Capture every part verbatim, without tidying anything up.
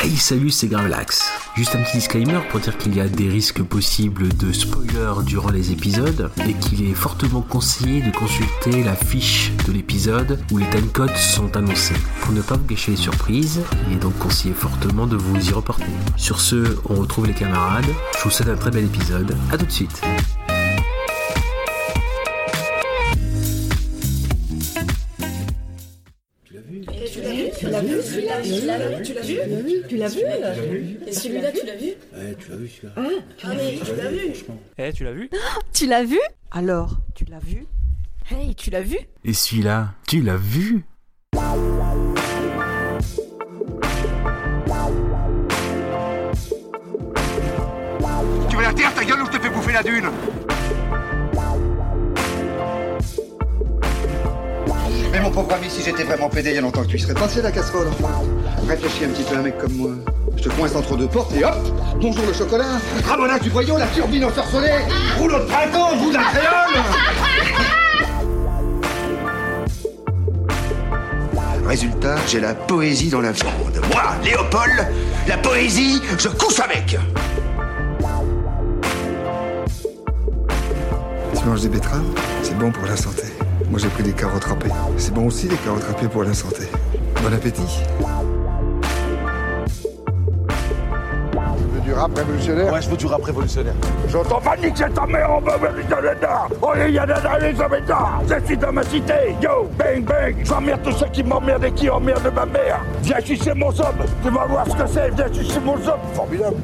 Hey salut, c'est Gravelax. Juste un petit disclaimer pour dire qu'il y a des risques possibles de spoilers durant les épisodes et qu'il est fortement conseillé de consulter la fiche de l'épisode où les timecodes sont annoncés. Pour ne pas vous gâcher les surprises, il est donc conseillé fortement de vous y reporter. Sur ce, on retrouve les camarades. Je vous souhaite un très bel épisode. A tout de suite. Tu l'as vu celui-là? Tu l'as vu? Tu l'as vu? Tu l'as vu? Et celui-là, tu l'as vu? Ouais, tu l'as vu celui-là. Ah, ah mais tu l'as vu? Eh, tu l'as vu? Tu l'as vu? Alors, tu l'as vu? Hey, tu l'as vu? Et celui-là, tu l'as vu? Tu vas la terre ta gueule ou je te fais bouffer la dune? Mais mon pauvre ami, si j'étais vraiment pédé il y a longtemps que tu y serais passé la casserole, enfin. Réfléchis un petit peu, un mec comme moi. Je te coince entre deux portes et hop, bonjour le chocolat, ramonage du boyau, la turbine ensorcelée, rouleau de printemps, bout d'un créole. Résultat, j'ai la poésie dans la viande. Moi, Léopold, la poésie, je couche avec. Tu manges des betteraves? C'est bon pour la santé. Moi j'ai pris des carottes râpées. C'est bon aussi les carottes râpées pour la santé. Bon appétit. Tu veux du rap révolutionnaire? Ouais, je veux du rap révolutionnaire. J'entends pas niquer ta mère en bas, mais oh, il y a des je suis dans ma cité. Yo, bang, bang. J'emmerde tous ceux qui m'emmerdent et qui emmerdent ma mère. Viens sucer mon zob. Tu vas voir ce que c'est. Viens sucer mon zob. Formidable.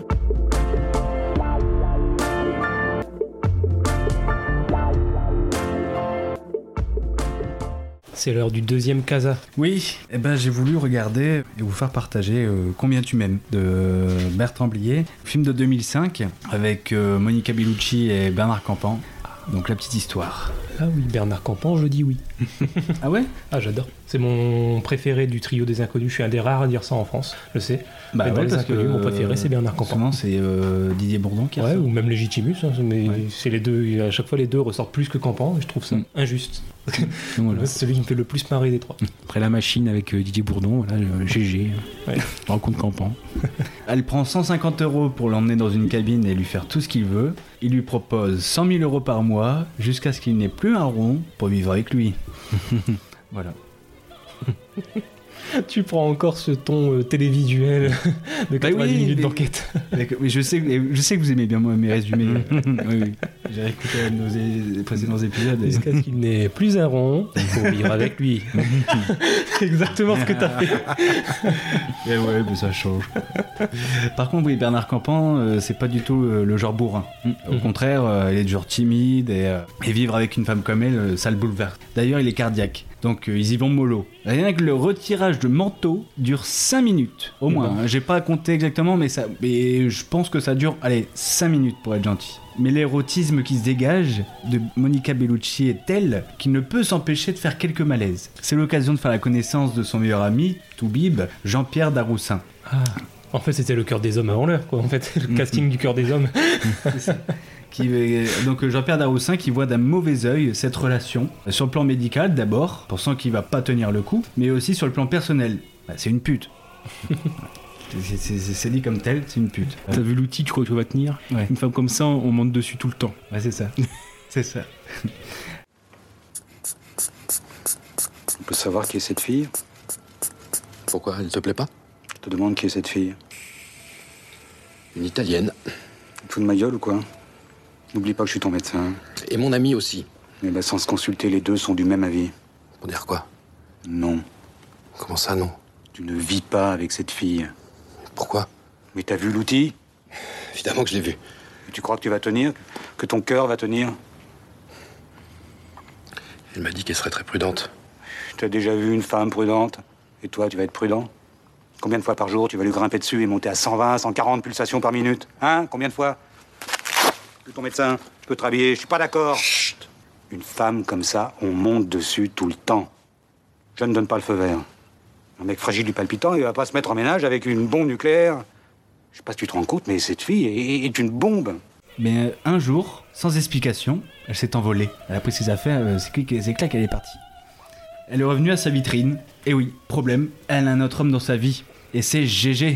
C'est l'heure du deuxième casa. Oui, eh ben, j'ai voulu regarder et vous faire partager euh, Combien tu m'aimes de Bertrand Blier, film de deux mille cinq avec euh, Monica Bellucci et Bernard Campan. Donc la petite histoire. Ah oui, Bernard Campan, je dis oui. Ah ouais? Ah, j'adore. C'est mon préféré du trio des inconnus. Je suis un des rares à dire ça en France, je sais. Bah mais dans ouais, les parce inconnus, que, mon préféré, c'est Bernard Campan. Souvent, c'est euh, Didier Bourdon qui a Ouais, ça. ou même Légitimus. Hein, mais Ouais. c'est les deux. À chaque fois, les deux ressortent plus que Campan. Et je trouve ça Mm. injuste. Donc, voilà. C'est celui qui me fait le plus marrer des trois. Après la machine avec euh, Didier Bourdon, voilà, le G G, Ouais. rencontre Campan. Elle prend cent cinquante euros pour l'emmener dans une cabine et lui faire tout ce qu'il veut. Il lui propose cent mille euros par mois jusqu'à ce qu'il n'ait plus un rond pour vivre avec lui. Voilà. Tu prends encore ce ton euh, télévisuel de Bah quatre-vingt-dix oui, minutes mais- d'enquête. Mais je sais, que- je sais que vous aimez bien moi mes résumés. oui, oui. J'ai écouté nos é- précédents épisodes. Et... Jusqu'à ce qu'il n'ait plus un rond pour vivre avec lui. C'est exactement ce que t'as fait. Et ouais, mais ça change. Par contre, oui, Bernard Campan, euh, c'est pas du tout euh, le genre bourrin. Au Mhm. contraire, euh, il est du genre timide et, euh, et vivre avec une femme comme elle, euh, ça le bouleverse. D'ailleurs, il est cardiaque. Donc euh, ils y vont mollo. Rien que le retirage de manteau dure cinq minutes, au moins. Bon. Hein. J'ai pas compté exactement, mais, ça, mais je pense que ça dure, allez, cinq minutes pour être gentil. Mais l'érotisme qui se dégage de Monica Bellucci est tel qu'il ne peut s'empêcher de faire quelques malaises. C'est l'occasion de faire la connaissance de son meilleur ami, Toubib, Jean-Pierre Daroussin. Ah. En fait, c'était le cœur des hommes avant l'heure, quoi. En fait, le casting du cœur des hommes. Qui, euh, donc euh, Jean-Pierre Daroussin qui voit d'un mauvais œil cette relation, sur le plan médical d'abord, pensant qu'il va pas tenir le coup, mais aussi sur le plan personnel. Bah, c'est une pute. c'est, c'est- c'est- c'est dit comme tel, c'est une pute. T'as vu l'outil, tu crois que tu vas tenir? Ouais. Une femme comme ça, on monte dessus tout le temps. Ouais, c'est ça. c'est ça. On peut savoir qui est cette fille? Pourquoi, elle te plaît pas? Je te demande qui est cette fille. Une italienne. Tu te fous de ma gueule ou quoi? N'oublie pas que je suis ton médecin. Et mon ami aussi. Mais bah, sans se consulter, les deux sont du même avis. Pour dire quoi? Non, Comment ça, non? tu ne vis pas avec cette fille. Pourquoi? Mais t'as vu l'outil? Évidemment que je l'ai vu. Et tu crois que tu vas tenir? Que ton cœur va tenir? Elle m'a dit qu'elle serait très prudente. T'as déjà vu une femme prudente? Et toi, tu vas être prudent? Combien de fois par jour tu vas lui grimper dessus et monter à cent vingt, cent quarante pulsations par minute? Hein? Combien de fois? Je suis ton médecin, je peux te rhabiller, je suis pas d'accord. Chut. Une femme comme ça, on monte dessus tout le temps. Je ne donne pas le feu vert. Un mec fragile du palpitant, il va pas se mettre en ménage avec une bombe nucléaire. Je sais pas si tu te rends compte, mais cette fille est, est une bombe. Mais euh, un jour, sans explication, elle s'est envolée. Elle a pris ses affaires, euh, c'est clic et c'est clac, elle est partie. Elle est revenue à sa vitrine. Et oui, problème, elle a un autre homme dans sa vie. Et c'est Gégé.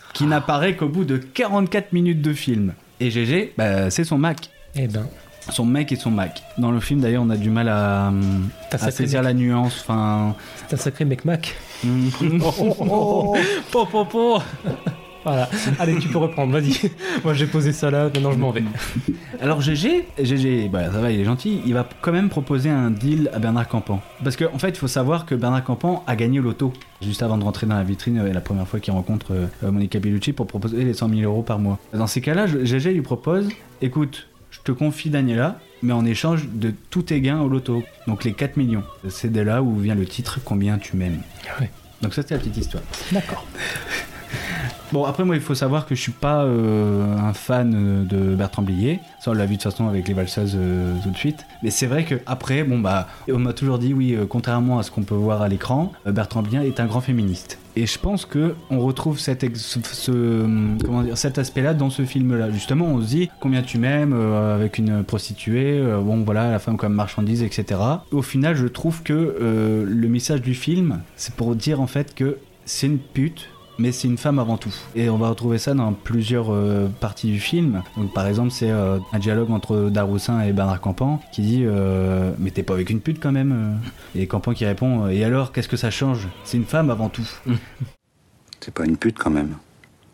qui n'apparaît qu'au bout de quarante-quatre minutes de film. Et G G, bah, c'est son Mac. Eh ben. Son mec et son Mac. Dans le film, d'ailleurs, on a du mal à, à saisir mec. La nuance. Enfin... C'est un sacré mec Mac. Mmh. oh, oh, oh, oh, oh, oh. Voilà. Allez, tu peux reprendre, vas-y. Moi, j'ai posé ça là, maintenant je m'en vais. Alors G G, G G, bah, ça va, il est gentil. Il va quand même proposer un deal à Bernard Campan. Parce qu'en en fait, il faut savoir que Bernard Campan a gagné au loto. Juste avant de rentrer dans la vitrine, euh, la première fois qu'il rencontre euh, Monica Bellucci pour proposer les cent mille euros par mois. Dans ces cas-là, G G lui propose, écoute, je te confie Daniela, mais en échange de tous tes gains au loto. Donc les quatre millions. C'est de là où vient le titre Combien tu m'aimes. Ouais. Donc ça, c'est la petite histoire. D'accord. Bon, après, moi, il faut savoir que je suis pas euh, un fan de Bertrand Blier. Ça, on l'a vu de toute façon avec Les Valseuses euh, tout de suite. Mais c'est vrai qu'après, bon, bah, on m'a toujours dit, oui, euh, contrairement à ce qu'on peut voir à l'écran, euh, Bertrand Blier est un grand féministe. Et je pense qu'on retrouve cet, ex- ce, ce, comment dire, cet aspect-là dans ce film-là. Justement, on se dit, combien tu m'aimes euh, avec une prostituée, euh, bon, voilà, la femme comme marchandise, et cetera. Au final, je trouve que euh, le message du film, c'est pour dire en fait que c'est une pute, mais c'est une femme avant tout. Et on va retrouver ça dans plusieurs euh, parties du film. Donc, par exemple, c'est euh, un dialogue entre Daroussin et Bernard Campan qui dit euh, « Mais t'es pas avec une pute quand même euh. ?» Et Campan qui répond « Et alors, qu'est-ce que ça change ? C'est une femme avant tout. » C'est pas une pute quand même. Hein ?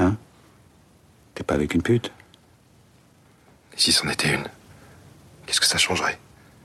T'es pas avec une pute ? Et si c'en était une ? Qu'est-ce que ça changerait ?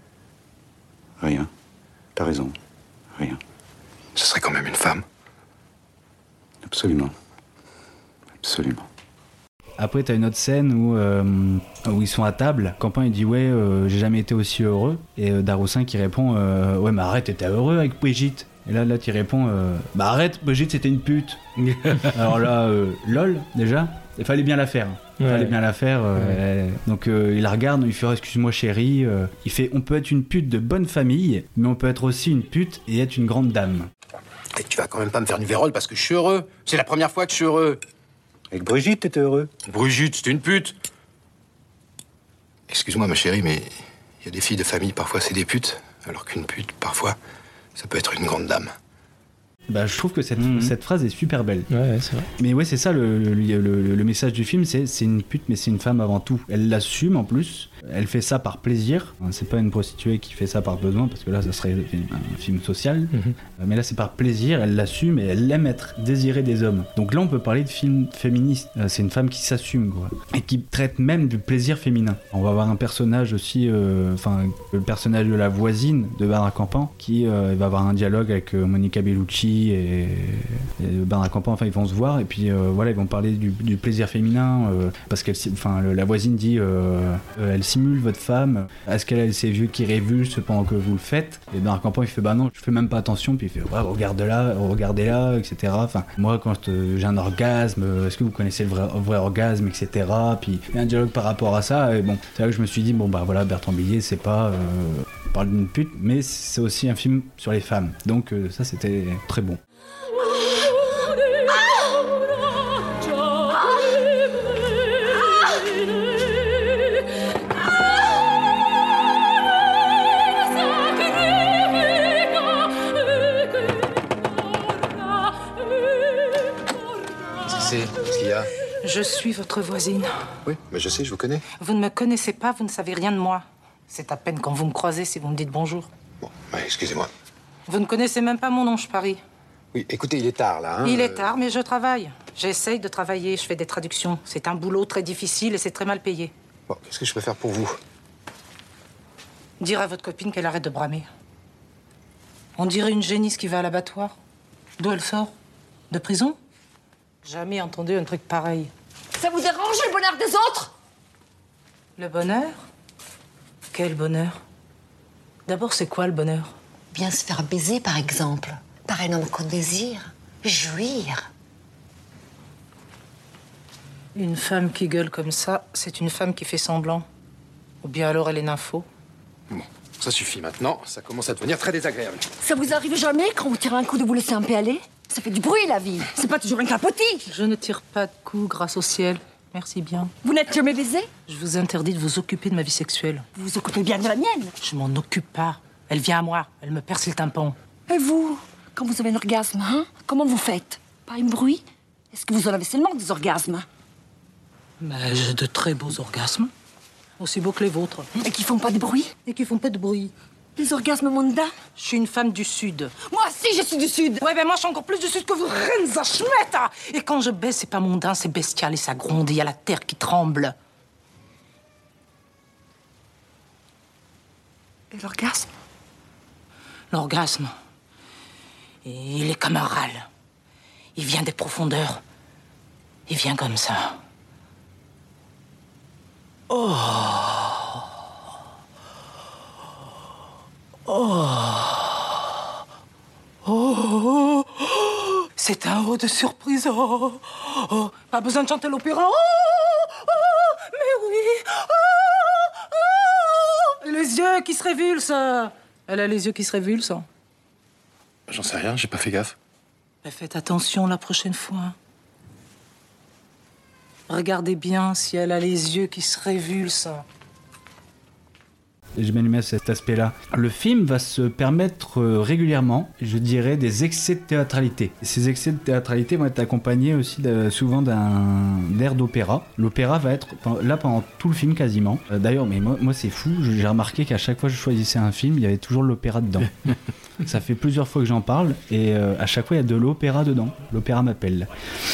Rien. T'as raison. Rien. Ce serait quand même une femme. Absolument. Absolument. Après, t'as une autre scène où, euh, où ils sont à table. Campan, il dit « Ouais, euh, j'ai jamais été aussi heureux. » Et euh, Daroussin qui répond euh, « Ouais, mais arrête, t'étais heureux avec Brigitte. » Et là, là, tu réponds euh, « Bah arrête, Brigitte, c'était une pute. » Alors là, euh, lol, déjà. Il fallait bien la faire. Il ouais. fallait bien la faire. Euh, ouais. elle... Donc euh, il la regarde, il fait oh, « Excuse-moi chérie. Euh, » Il fait « On peut être une pute de bonne famille, mais on peut être aussi une pute et être une grande dame. » Et tu vas quand même pas me faire une vérole parce que je suis heureux. C'est la première fois que je suis heureux. Avec Brigitte, t'étais heureux. Brigitte, c'était une pute. Excuse-moi, ma chérie, mais il y a des filles de famille, parfois c'est des putes, alors qu'une pute, parfois, ça peut être une grande dame. Bah, je trouve que cette, mmh. cette phrase est super belle. Ouais, ouais, c'est vrai. Mais ouais, c'est ça le, le, le, le message du film, c'est c'est une pute, mais c'est une femme avant tout. Elle l'assume en plus. Elle fait ça par plaisir. C'est pas une prostituée qui fait ça par besoin, parce que là, ça serait un film social. Mmh. Mais là, c'est par plaisir. Elle l'assume et elle aime être désirée des hommes. Donc là, on peut parler de film féministe. C'est une femme qui s'assume, quoi, et qui traite même du plaisir féminin. On va avoir un personnage aussi, enfin, euh, le personnage de la voisine de Bernard Campan, qui euh, va avoir un dialogue avec euh, Monica Bellucci et, et Bernard Campan. Enfin, ils vont se voir et puis euh, voilà, ils vont parler du, du plaisir féminin euh, parce qu'elle, enfin, la voisine dit, euh, euh, elle simule votre femme. Est-ce qu'elle a ses vieux qui révulsent pendant que vous le faites? Et Bernard Campan il fait bah non, je fais même pas attention. Puis il fait ouais, regarde-la, regardez-la, et cetera. Enfin, moi quand euh, j'ai un orgasme, est-ce que vous connaissez le vrai, vrai orgasme, et cetera. Puis il y a un dialogue par rapport à ça. Et bon, c'est là que je me suis dit bon bah voilà, Bertrand Blier, c'est pas euh, parle d'une pute, mais c'est aussi un film sur les femmes. Donc euh, ça c'était très bon. Qu'est-ce qu'il y a? Je suis votre voisine. Oui, mais je sais, je vous connais. Vous ne me connaissez pas, vous ne savez rien de moi. C'est à peine quand vous me croisez si vous me dites bonjour. Bon, bah, excusez-moi. Vous ne connaissez même pas mon nom, je parie. Oui, écoutez, il est tard, là. Hein, il euh... est tard, mais je travaille. J'essaye de travailler, je fais des traductions. C'est un boulot très difficile et c'est très mal payé. Bon, qu'est-ce que je peux faire pour vous? Dire à votre copine qu'elle arrête de bramer. On dirait une génisse qui va à l'abattoir. D'où elle sort? De prison? Jamais entendu un truc pareil. Ça vous dérange, le bonheur des autres? Le bonheur? Quel bonheur? D'abord, c'est quoi le bonheur? Bien se faire baiser, par exemple, par un homme qu'on désire. Jouir. Une femme qui gueule comme ça, c'est une femme qui fait semblant. Ou bien alors elle est nympho. Bon, ça suffit maintenant. Ça commence à devenir très désagréable. Ça vous arrive jamais, quand vous tirez un coup, de vous laisser un peu aller? Ça fait du bruit, la vie. C'est pas toujours un clapotis. Je ne tire pas de coups, grâce au ciel. Merci bien. Vous n'êtes jamais baisé? Je vous interdis de vous occuper de ma vie sexuelle. Vous vous occupez bien de la mienne. Je m'en occupe pas. Elle vient à moi. Elle me perce le tympan. Et vous, quand vous avez un orgasme, hein? Comment vous faites? Pas un bruit? Est-ce que vous en avez seulement des orgasmes? Mais j'ai de très beaux orgasmes. Aussi beaux que les vôtres. Et qui font pas de bruit? Et qui font pas de bruit. Des orgasmes mondains? Je suis une femme du Sud. Moi aussi, je suis du Sud. Ouais, ben moi, je suis encore plus du Sud que vous, Renza Schmetta. Et quand je baisse, c'est pas mondain, c'est bestial et ça gronde. Il y a la terre qui tremble. Et l'orgasme? L'orgasme, il est comme un râle. Il vient des profondeurs. Il vient comme ça. Oh. Oh. Oh. C'est un haut de surprise. Oh. Oh. Pas besoin de chanter l'opéra. Oh. Oh. Mais oui. Oh. Oh. Les yeux qui se révulsent. Elle a les yeux qui se révulsent. J'en sais rien, j'ai pas fait gaffe. Mais faites attention la prochaine fois. Regardez bien si elle a les yeux qui se révulsent. Et je m'anime à cet aspect-là. Le film va se permettre euh, régulièrement, je dirais, des excès de théâtralité. Et ces excès de théâtralité vont être accompagnés aussi de, souvent d'un d'air d'opéra. L'opéra va être là pendant tout le film quasiment. Euh, d'ailleurs, mais moi, moi c'est fou, j'ai remarqué qu'à chaque fois que je choisissais un film, il y avait toujours de l'opéra dedans. Ça fait plusieurs fois que j'en parle et euh, à chaque fois il y a de l'opéra dedans. L'opéra m'appelle.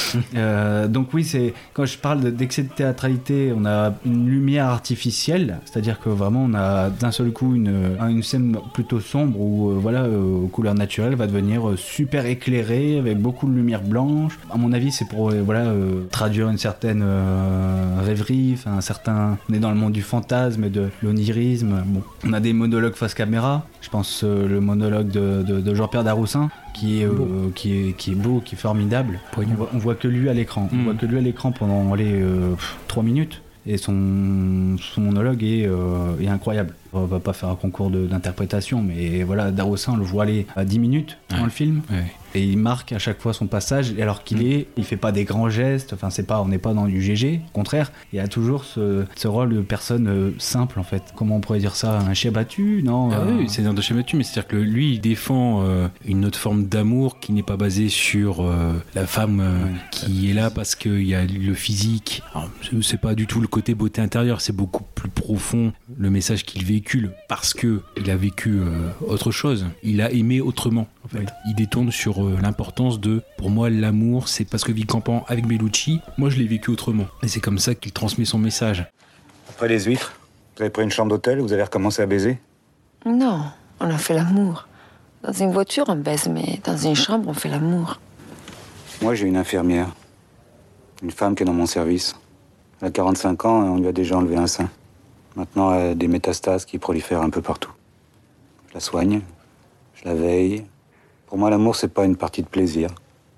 euh, donc oui, c'est quand je parle de, d'excès de théâtralité, on a une lumière artificielle, c'est-à-dire que vraiment on a d'un seul coup une, une scène plutôt sombre où euh, voilà, euh, aux couleurs naturelles va devenir euh, super éclairée avec beaucoup de lumière blanche. À mon avis, c'est pour euh, voilà euh, traduire une certaine euh, rêverie, un certain. On est dans le monde du fantasme et de l'onirisme. Bon, on a des monologues face caméra. Je pense euh, le monologue de, de, de Jean-Pierre Daroussin qui est, euh, qui est qui est beau, qui est formidable. On voit, on voit que lui à l'écran. On Mm. voit que lui à l'écran pendant les euh, trois minutes. Et son, son monologue est, euh, est incroyable. On va pas faire un concours de, d'interprétation, mais voilà, Daroussin, on le voit aller à dix minutes dans Ouais. le film. Ouais. Et il marque à chaque fois son passage, et alors qu'il Mm. est, il fait pas des grands gestes, enfin c'est pas, on n'est pas dans du G G, au contraire, il y a toujours ce, ce rôle de personne euh, simple en fait. Comment on pourrait dire ça? Un chien battu? Non Ah euh, oui, c'est un de chez Mathieu, mais c'est-à-dire que lui, il défend euh, une autre forme d'amour qui n'est pas basée sur euh, la femme euh, Ouais. qui est là parce qu'il y a le physique. Alors, c'est- c'est pas du tout le côté beauté intérieure, c'est beaucoup plus profond le message qu'il véhicule parce que il a vécu euh, autre chose. Il a aimé autrement. En fait, Oui. il détourne sur euh, l'importance de, pour moi, l'amour, c'est parce que Vilcampan avec Bellucci, moi je l'ai vécu autrement. Et c'est comme ça qu'il transmet son message. Après les huîtres, vous avez pris une chambre d'hôtel, vous avez recommencé à baiser? Non, on a fait l'amour. Dans une voiture, on baise, mais dans une chambre, on fait l'amour. Moi, j'ai une infirmière. Une femme qui est dans mon service. Elle a quarante-cinq ans et on lui a déjà enlevé un sein. Maintenant, elle a des métastases qui prolifèrent un peu partout. Je la soigne, je la veille. Pour moi, l'amour, c'est pas une partie de plaisir.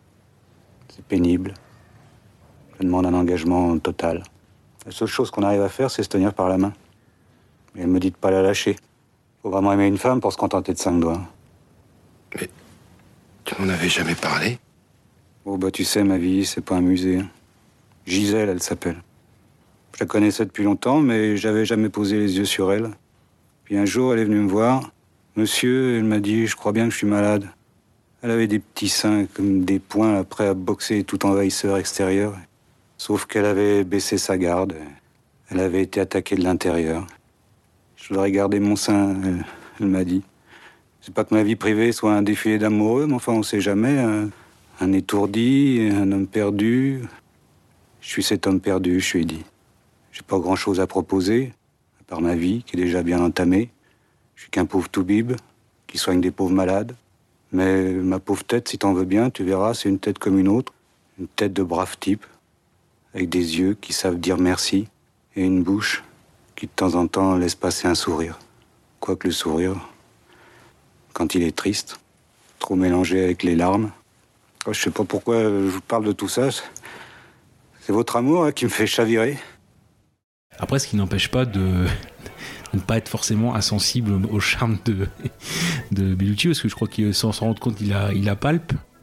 C'est pénible. Je demande un engagement total. La seule chose qu'on arrive à faire, c'est se tenir par la main. Mais elle me dit de pas la lâcher. Faut vraiment aimer une femme pour se contenter de cinq doigts. Tu m'en avais jamais parlé? Oh bah tu sais, ma vie, c'est pas un musée. hein. Gisèle, elle s'appelle. Je la connaissais depuis longtemps, mais j'avais jamais posé les yeux sur elle. Puis un jour, elle est venue me voir. Monsieur, elle m'a dit, je crois bien que je suis malade. Elle avait des petits seins comme des poings là, prêts à boxer tout envahisseur extérieur. Sauf qu'elle avait baissé sa garde. Elle avait été attaquée de l'intérieur. Je voudrais garder mon sein, elle, elle m'a dit. C'est pas que ma vie privée soit un défilé d'amoureux, mais enfin, on sait jamais. Un, un étourdi, un homme perdu. Je suis cet homme perdu, je lui ai dit. J'ai pas grand-chose à proposer, à part ma vie, qui est déjà bien entamée. Je suis qu'un pauvre toubib, qui soigne des pauvres malades. Mais ma pauvre tête, si t'en veux bien, tu verras, c'est une tête comme une autre. Une tête de brave type, avec des yeux qui savent dire merci, et une bouche qui de temps en temps laisse passer un sourire. Quoique le sourire, quand il est triste, trop mélangé avec les larmes. Oh, je sais pas pourquoi je vous parle de tout ça. C'est votre amour hein, qui me fait chavirer. Après, ce qui n'empêche pas de, de ne pas être forcément insensible au charme de, de Bellucci, parce que je crois qu'il, sans s'en rendre compte, il a, il a palpe.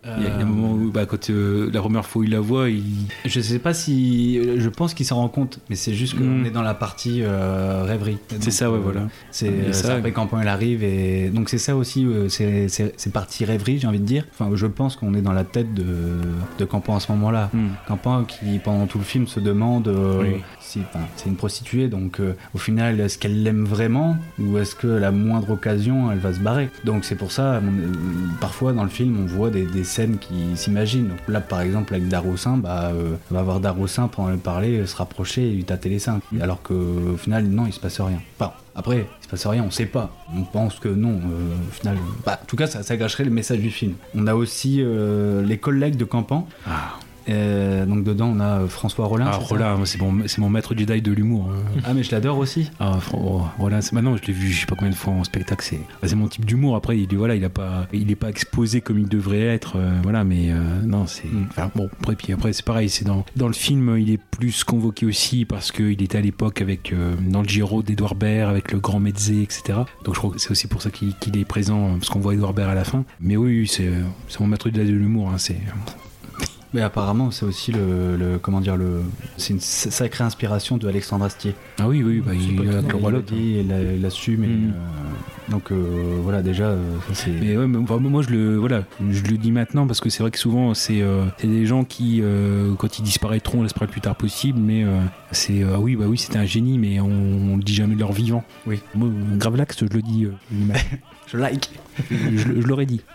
Il y a un moment où, bah, quand euh, la première fois où il la voit, il... Je sais pas si... Je pense qu'il s'en rend compte, mais c'est juste qu'on mm. est dans la partie euh, rêverie. C'est donc, ça, ouais, euh, voilà. C'est, euh, ça, après, Campan, il arrive, et... Donc c'est ça aussi, euh, c'est, c'est, c'est partie rêverie, j'ai envie de dire. Enfin, je pense qu'on est dans la tête de, de Campan à ce moment-là. Mm. Campan qui, pendant tout le film, se demande euh, oui. si... Enfin, c'est une prostituée, donc euh, au final, est-ce qu'elle l'aime vraiment, ou est-ce que à la moindre occasion, elle va se barrer? Donc c'est pour ça, mon... parfois, dans le film, on voit des, des scènes qui s'imaginent. Donc là, par exemple, avec Daroussin, bah, euh, on va voir Daroussin pendant le parler, se rapprocher et lui tâter les seins. Mmh. Alors qu'au final, non, il se passe rien. Enfin, après, il se passe rien, on sait pas. On pense que non, euh, au final. Bah, en tout cas, ça, ça gâcherait le message du film. On a aussi euh, les collègues de Campan. Ah. Euh, donc dedans on a François Rollin. Ah, Rollin, c'est mon, c'est mon maître Jedi de l'humour. Hein. Ah mais je l'adore aussi. Ah oh, Rollin, c'est, maintenant je l'ai vu je sais pas combien de fois en spectacle. C'est, c'est mon type d'humour. Après il voilà il a pas il est pas exposé comme il devrait être. Euh, voilà mais euh, non c'est mm. enfin, bon après puis après c'est pareil c'est dans dans le film il est plus convoqué aussi parce que il était à l'époque avec euh, dans le Giro d'Edouard Baird avec le grand Mezzé et cetera. Donc je crois que c'est aussi pour ça qu'il, qu'il est présent parce qu'on voit Edouard Baird à la fin. Mais oui, oui c'est c'est mon maître Jedi de l'humour. Hein, c'est mais apparemment, c'est aussi le, le comment dire le, c'est une sacrée inspiration de Alexandre Astier. Ah oui, oui, bah, il, il, il, il l'a dit, il, il l'assume. Et, mm. euh, donc euh, voilà, déjà, euh, ça c'est. Mais ouais, mais, enfin, moi je le, voilà, je le dis maintenant parce que c'est vrai que souvent c'est, euh, c'est des gens qui, euh, quand ils disparaîtront, on l'espère le plus tard possible. Mais euh, c'est, ah euh, oui, bah oui, c'était un génie, mais on, on le dit jamais de leur vivant. Oui. Moi, Gravelax, je le dis. Euh, je like. je, je l'aurais dit.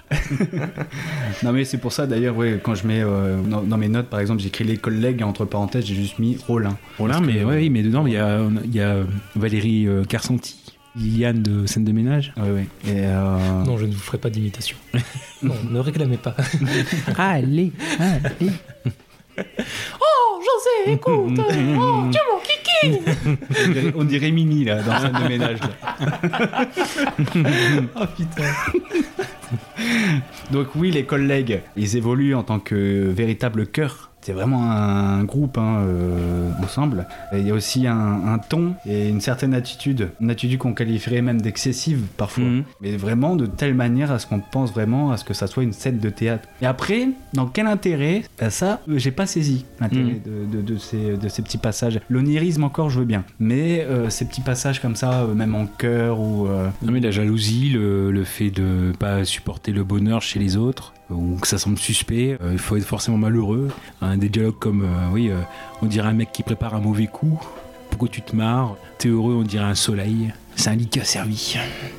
Non mais c'est pour ça d'ailleurs, ouais, quand je mets euh, dans, dans mes notes par exemple, j'écris les collègues et entre parenthèses j'ai juste mis Rollin. Rollin, mais que, ouais, mais dedans il y a, il y a Valérie euh, Carcenti, Liliane de Scène de Ménage. Oui, oui. Et euh... Non, je ne vous ferai pas d'imitation. Non, ne réclamez pas. Allez, allez. Oh, José, écoute. Oh, tu mon kiki. On dirait, on dirait Mimi là dans Scène de Ménage. Là. Oh putain. Donc oui, les collègues, ils évoluent en tant que véritable chœur. C'est vraiment un groupe hein, euh, ensemble. Et il y a aussi un, un ton et une certaine attitude, une attitude qu'on qualifierait même d'excessive parfois, mmh. mais vraiment de telle manière à ce qu'on pense vraiment à ce que ça soit une scène de théâtre. Et après, dans quel intérêt? Ça, j'ai pas saisi l'intérêt mmh. de, de, de, ces, de ces petits passages. L'onirisme encore, je veux bien, mais euh, ces petits passages comme ça, euh, même en chœur ou. Euh... Non mais la jalousie, le, le fait de pas supporter le bonheur chez les autres. Ou que ça semble suspect, euh, il faut être forcément malheureux. Hein, des dialogues comme, euh, oui, euh, on dirait un mec qui prépare un mauvais coup. Pourquoi tu te marres? T'es heureux, on dirait un soleil. C'est un lit qui a servi.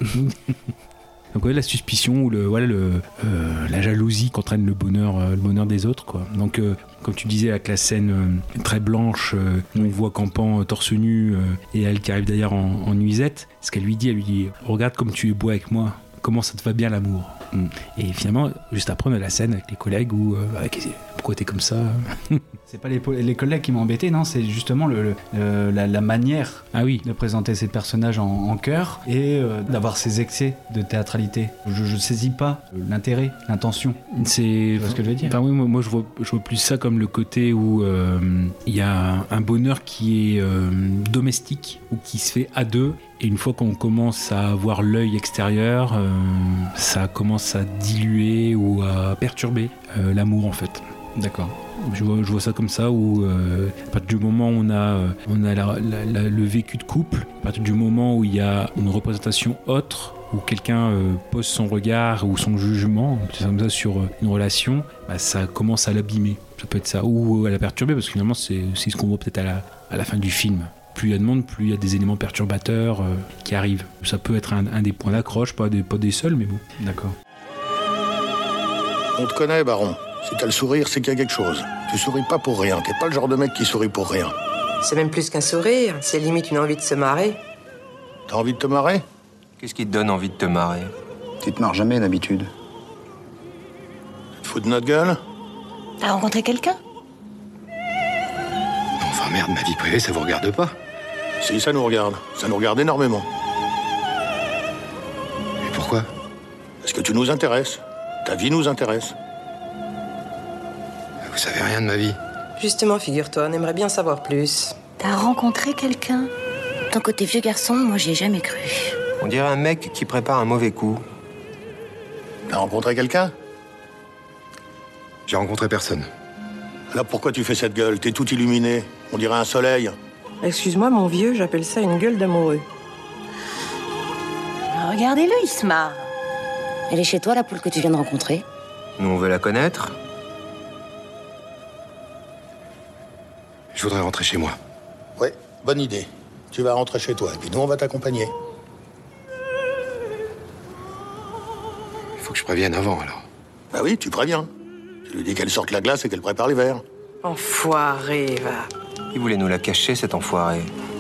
Donc ouais, la suspicion ou le, voilà, le, euh, la jalousie qu'entraîne le bonheur, euh, le bonheur des autres, quoi. Donc, euh, comme tu disais, avec la scène euh, très blanche, euh, on voit Campan euh, torse nu euh, et elle qui arrive d'ailleurs en, en nuisette. Ce qu'elle lui dit, elle lui dit « Regarde comme tu es beau avec moi. Comment ça te va bien l'amour ?» Et finalement, juste après, on a la scène avec les collègues où euh, pourquoi t'es comme ça? C'est pas les, les collègues qui m'ont embêté, non, c'est justement le, le, le, la, la manière ah oui. de présenter ces personnages en, en chœur et euh, d'avoir ces excès de théâtralité. Je, je saisis pas l'intérêt, l'intention. C'est tu vois ce que je veux dire. Enfin oui, moi, moi je vois, je vois plus ça comme le côté où il euh, y a un bonheur qui est euh, domestique ou qui se fait à deux. Et une fois qu'on commence à avoir l'œil extérieur, euh, ça commence à diluer ou à perturber euh, l'amour en fait. D'accord. Je vois, je vois ça comme ça où euh, à partir du moment où on a, euh, on a la, la, la, le vécu de couple, à partir du moment où il y a une représentation autre, où quelqu'un euh, pose son regard ou son jugement comme ça, sur une relation, bah, ça commence à l'abîmer. Ça peut être ça, ou à la perturber, parce que finalement c'est, c'est ce qu'on voit peut-être à la, à la fin du film. Plus il y a de monde, plus il y a des éléments perturbateurs euh, qui arrivent. Ça peut être un, un des points d'accroche, pas des, pas des seuls, mais bon. D'accord. On te connaît, Baron. Si t'as le sourire, c'est qu'il y a quelque chose. Tu souris pas pour rien. T'es pas le genre de mec qui sourit pour rien. C'est même plus qu'un sourire. C'est limite une envie de se marrer. T'as envie de te marrer? Qu'est-ce qui te donne envie de te marrer? Tu te marres jamais, d'habitude. Tu te fous de notre gueule? T'as rencontré quelqu'un? Enfin merde, ma vie privée, ça vous regarde pas? Si, ça nous regarde. Ça nous regarde énormément. Mais pourquoi? Parce que tu nous intéresses. Ta vie nous intéresse. Vous savez rien de ma vie. Justement, figure-toi, on aimerait bien savoir plus. T'as rencontré quelqu'un? Ton côté vieux garçon, moi j'y ai jamais cru. On dirait un mec qui prépare un mauvais coup. T'as rencontré quelqu'un? J'ai rencontré personne. Là, pourquoi tu fais cette gueule? T'es tout illuminé. On dirait un soleil. Excuse-moi, mon vieux, j'appelle ça une gueule d'amoureux. Regardez-le, il se marre. Elle est chez toi, la poule que tu viens de rencontrer? Nous, on veut la connaître. Je voudrais rentrer chez moi. Ouais, bonne idée. Tu vas rentrer chez toi, et puis nous, on va t'accompagner. Il faut que je prévienne avant, alors. Bah oui, tu préviens. Tu lui dis qu'elle sorte la glace et qu'elle prépare les verres. Enfoiré, va. Il voulait nous la cacher, cet enfoiré.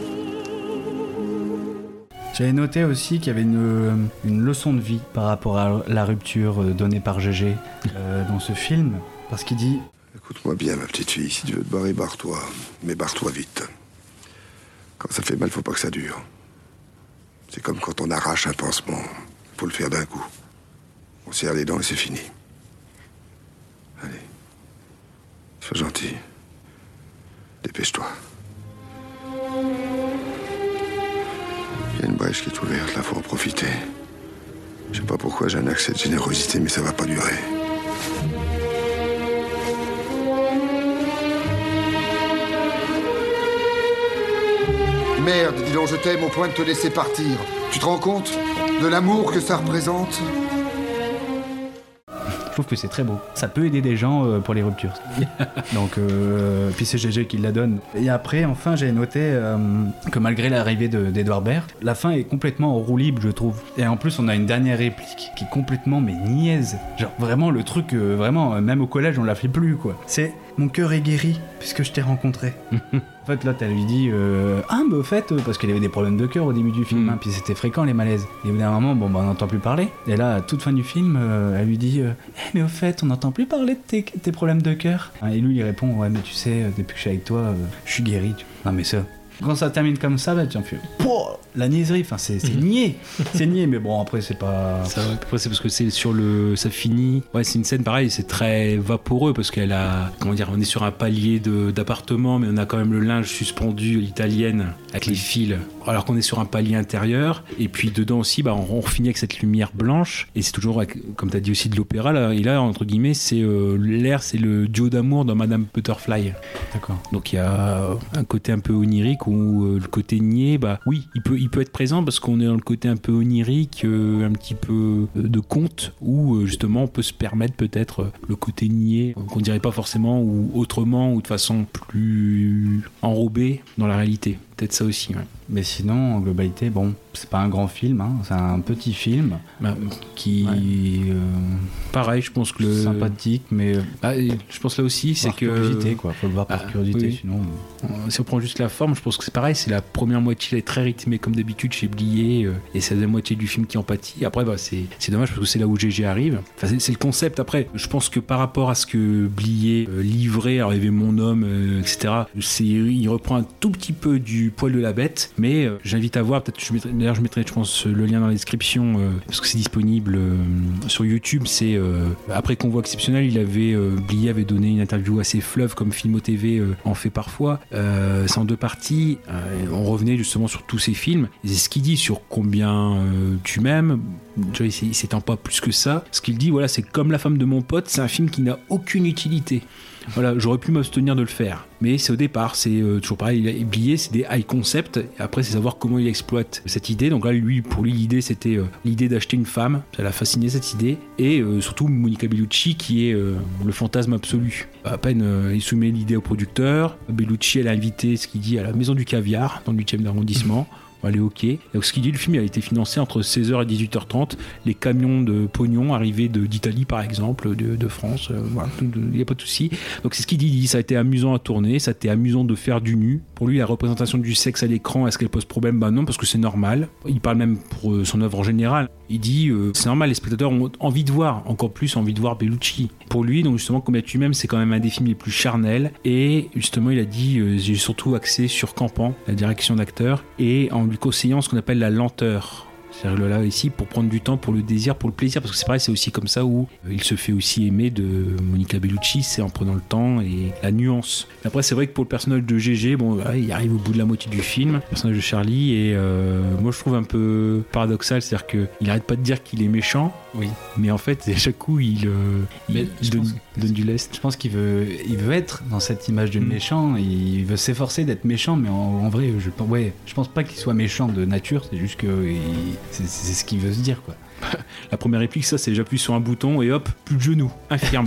J'avais noté aussi qu'il y avait une, une leçon de vie par rapport à la rupture donnée par Gégé euh, dans ce film, parce qu'il dit... Écoute-moi bien, ma petite fille, si tu veux te barrer, barre-toi. Mais barre-toi vite. Quand ça fait mal, faut pas que ça dure. C'est comme quand on arrache un pansement. Faut le faire d'un coup. On serre les dents et c'est fini. Allez. Sois gentil. Dépêche-toi. Il y a une brèche qui est ouverte, là, faut en profiter. Je sais pas pourquoi j'ai un accès de générosité, mais ça va pas durer. Merde, dis donc, je t'aime au point de te laisser partir. Tu te rends compte de l'amour que ça représente? Je trouve que c'est très beau. Ça peut aider des gens euh, pour les ruptures. Donc, euh, puis c'est Gégé qui la donne. Et après, enfin, j'ai noté euh, que malgré l'arrivée de, d'Edouard Baird, la fin est complètement en roue libre, je trouve. Et en plus, on a une dernière réplique qui est complètement mais niaise. Genre vraiment le truc, euh, vraiment, euh, même au collège, on la fait plus, quoi. C'est « Mon cœur est guéri puisque je t'ai rencontré ». En fait, là, elle lui dit euh, « Ah, mais au fait, euh, parce qu'il avait des problèmes de cœur au début du film, mm. hein, puis c'était fréquent, les malaises. » Et au bout d'un moment, bon, bah, on n'entend plus parler. Et là, à toute fin du film, euh, elle lui dit euh, « Eh, mais au fait, on n'entend plus parler de tes, tes problèmes de cœur. » Et lui, il répond « Ouais, mais tu sais, depuis que je suis avec toi, euh, je suis guéri. » Non, mais ça... Quand ça termine comme ça, bah, tu en fais pouah, la niaiserie, enfin c'est, c'est niais, c'est niais, mais bon après c'est pas. Ça, après c'est parce que c'est sur le, ça finit. Ouais, c'est une scène pareil, c'est très vaporeux parce qu'elle a, comment dire, on est sur un palier de, d'appartement, mais on a quand même le linge suspendu, l'italienne, avec les fils, alors qu'on est sur un palier intérieur. Et puis dedans aussi, bah on, on finit avec cette lumière blanche et c'est toujours, avec, comme t'as dit aussi de l'opéra là. Et là entre guillemets, c'est euh, l'air, c'est le duo d'amour dans Madame Butterfly. D'accord. Donc il y a un côté un peu onirique. Où euh, le côté niais, bah oui, il peut, il peut être présent parce qu'on est dans le côté un peu onirique, euh, un petit peu euh, de conte, où euh, justement on peut se permettre peut-être euh, le côté niais, euh, qu'on dirait pas forcément, ou autrement, ou de façon plus enrobée dans la réalité. Peut-être ça aussi, ouais. Mais sinon, en globalité, bon, c'est pas un grand film, hein, c'est un petit film bah, qui... Ouais. Euh, pareil, je pense que le... Sympathique, mais... Bah, je pense là aussi, c'est par que... curiosité, quoi. Faut le voir par ah, curiosité, oui. sinon... Si on prend juste la forme, je pense que c'est pareil, c'est la première moitié, elle est très rythmée comme d'habitude chez Blier, euh, et c'est la moitié du film qui en pâtit. Après, bah, c'est, c'est dommage parce que c'est là où Gégé arrive. Enfin, c'est, c'est le concept. Après, je pense que par rapport à ce que Blier euh, livrait, alors il y avait Mon Homme, euh, et cetera, c'est, il reprend un tout petit peu du Poil de la Bête, mais euh, j'invite à voir, peut-être, je mettrai, d'ailleurs je mettrai, je pense, le lien dans la description, euh, parce que c'est disponible euh, sur YouTube, c'est euh, après Convoi exceptionnel, il avait, euh, Blier avait donné une interview assez fleuve, comme Filmo T V euh, en fait parfois, euh, c'est en deux parties, euh, on revenait justement sur tous ces films, et c'est ce qu'il dit sur combien euh, tu m'aimes, il s'étend pas plus que ça, ce qu'il dit, voilà, c'est comme La femme de mon pote, c'est un film qui n'a aucune utilité. Voilà, j'aurais pu m'abstenir de le faire, mais c'est au départ, c'est euh, toujours pareil, il a oublié, c'est des high concepts, et après c'est savoir comment il exploite cette idée. Donc là, lui, pour lui, l'idée c'était euh, l'idée d'acheter une femme, ça l'a fasciné cette idée, et euh, surtout Monica Bellucci qui est euh, le fantasme absolu. À peine euh, il soumet l'idée au producteur, Bellucci elle a invité ce qu'il dit à la Maison du Caviar dans le huitième arrondissement. Allez, ok. Donc, ce qu'il dit, le film il a été financé entre seize heures et dix-huit heures trente. Les camions de pognon arrivés de, d'Italie, par exemple, de, de France, euh, voilà, il n'y a pas de souci. Donc, c'est ce qu'il dit, il dit. Ça a été amusant à tourner, ça a été amusant de faire du nu. Pour lui, la représentation du sexe à l'écran, est-ce qu'elle pose problème ? Bah non, parce que c'est normal. Il parle même pour son œuvre en général. Il dit, euh, c'est normal, les spectateurs ont envie de voir, encore plus envie de voir Bellucci. Pour lui, donc justement, Combien tu m'aimes, c'est quand même un des films les plus charnels. Et justement, il a dit, euh, j'ai surtout axé sur Campan, la direction d'acteur, et en lui conseillant ce qu'on appelle la lenteur. C'est-à-dire là, ici, pour prendre du temps, pour le désir, pour le plaisir, parce que c'est pareil, c'est aussi comme ça où euh, il se fait aussi aimer de Monica Bellucci, c'est en prenant le temps et la nuance. Et après, c'est vrai que pour le personnage de Gégé, bon, ouais, il arrive au bout de la moitié du film, le personnage de Charlie, et euh, moi je trouve un peu paradoxal, c'est-à-dire qu'il arrête pas de dire qu'il est méchant, Oui. Mais en fait, à chaque coup, il, euh, il, il donne, que, donne du lest. Je pense qu'il veut, il veut être dans cette image de mmh. méchant. Il veut s'efforcer d'être méchant, mais en, en vrai, je, ouais, je pense pas qu'il soit méchant de nature. C'est juste que il, c'est, c'est ce qu'il veut se dire, quoi. La première réplique, ça, c'est j'appuie sur un bouton et hop, plus de genoux, infirme.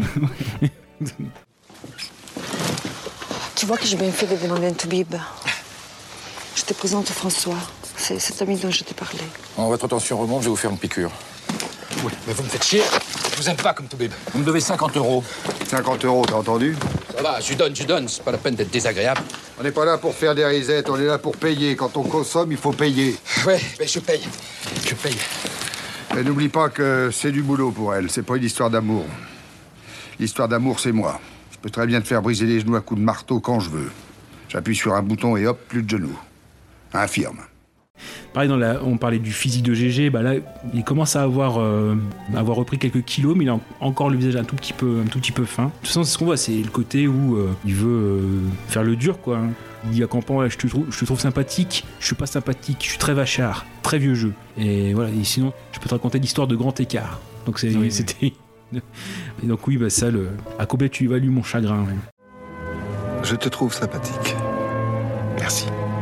Tu vois que j'ai bien fait de demander un toubib. Je te présente François. C'est cet ami dont je t'ai parlé. Quand votre tension remonte, je vais vous faire une piqûre. Oui, mais vous me faites chier. Je vous aime pas comme toubib. Vous me devez cinquante euros. cinquante euros, t'as entendu? Ça va, je lui donne, je lui donne. C'est pas la peine d'être désagréable. On n'est pas là pour faire des risettes, on est là pour payer. Quand on consomme, il faut payer. Ouais, mais je paye. Je paye. Et n'oublie pas que c'est du boulot pour elle. C'est pas une histoire d'amour. L'histoire d'amour, c'est moi. Je peux très bien te faire briser les genoux à coups de marteau quand je veux. J'appuie sur un bouton et hop, plus de genoux. Infirme. Pareil, dans la, on parlait du physique de G G, bah là, il commence à avoir, euh, avoir repris quelques kilos, mais il a encore le visage un tout petit peu, un tout petit peu fin. De toute façon, c'est ce qu'on voit, c'est le côté où euh, il veut euh, faire le dur, quoi. Il dit à Campan, ouais, je, te trouve, je te trouve sympathique, je suis pas sympathique, je suis très vachard, très vieux jeu. Et voilà, et sinon, je peux te raconter l'histoire de Grand Écart. Donc c'est, oui, c'était... Oui. Et donc oui, bah ça, le... à combien tu évalues mon chagrin? Ouais. Je te trouve sympathique. Merci.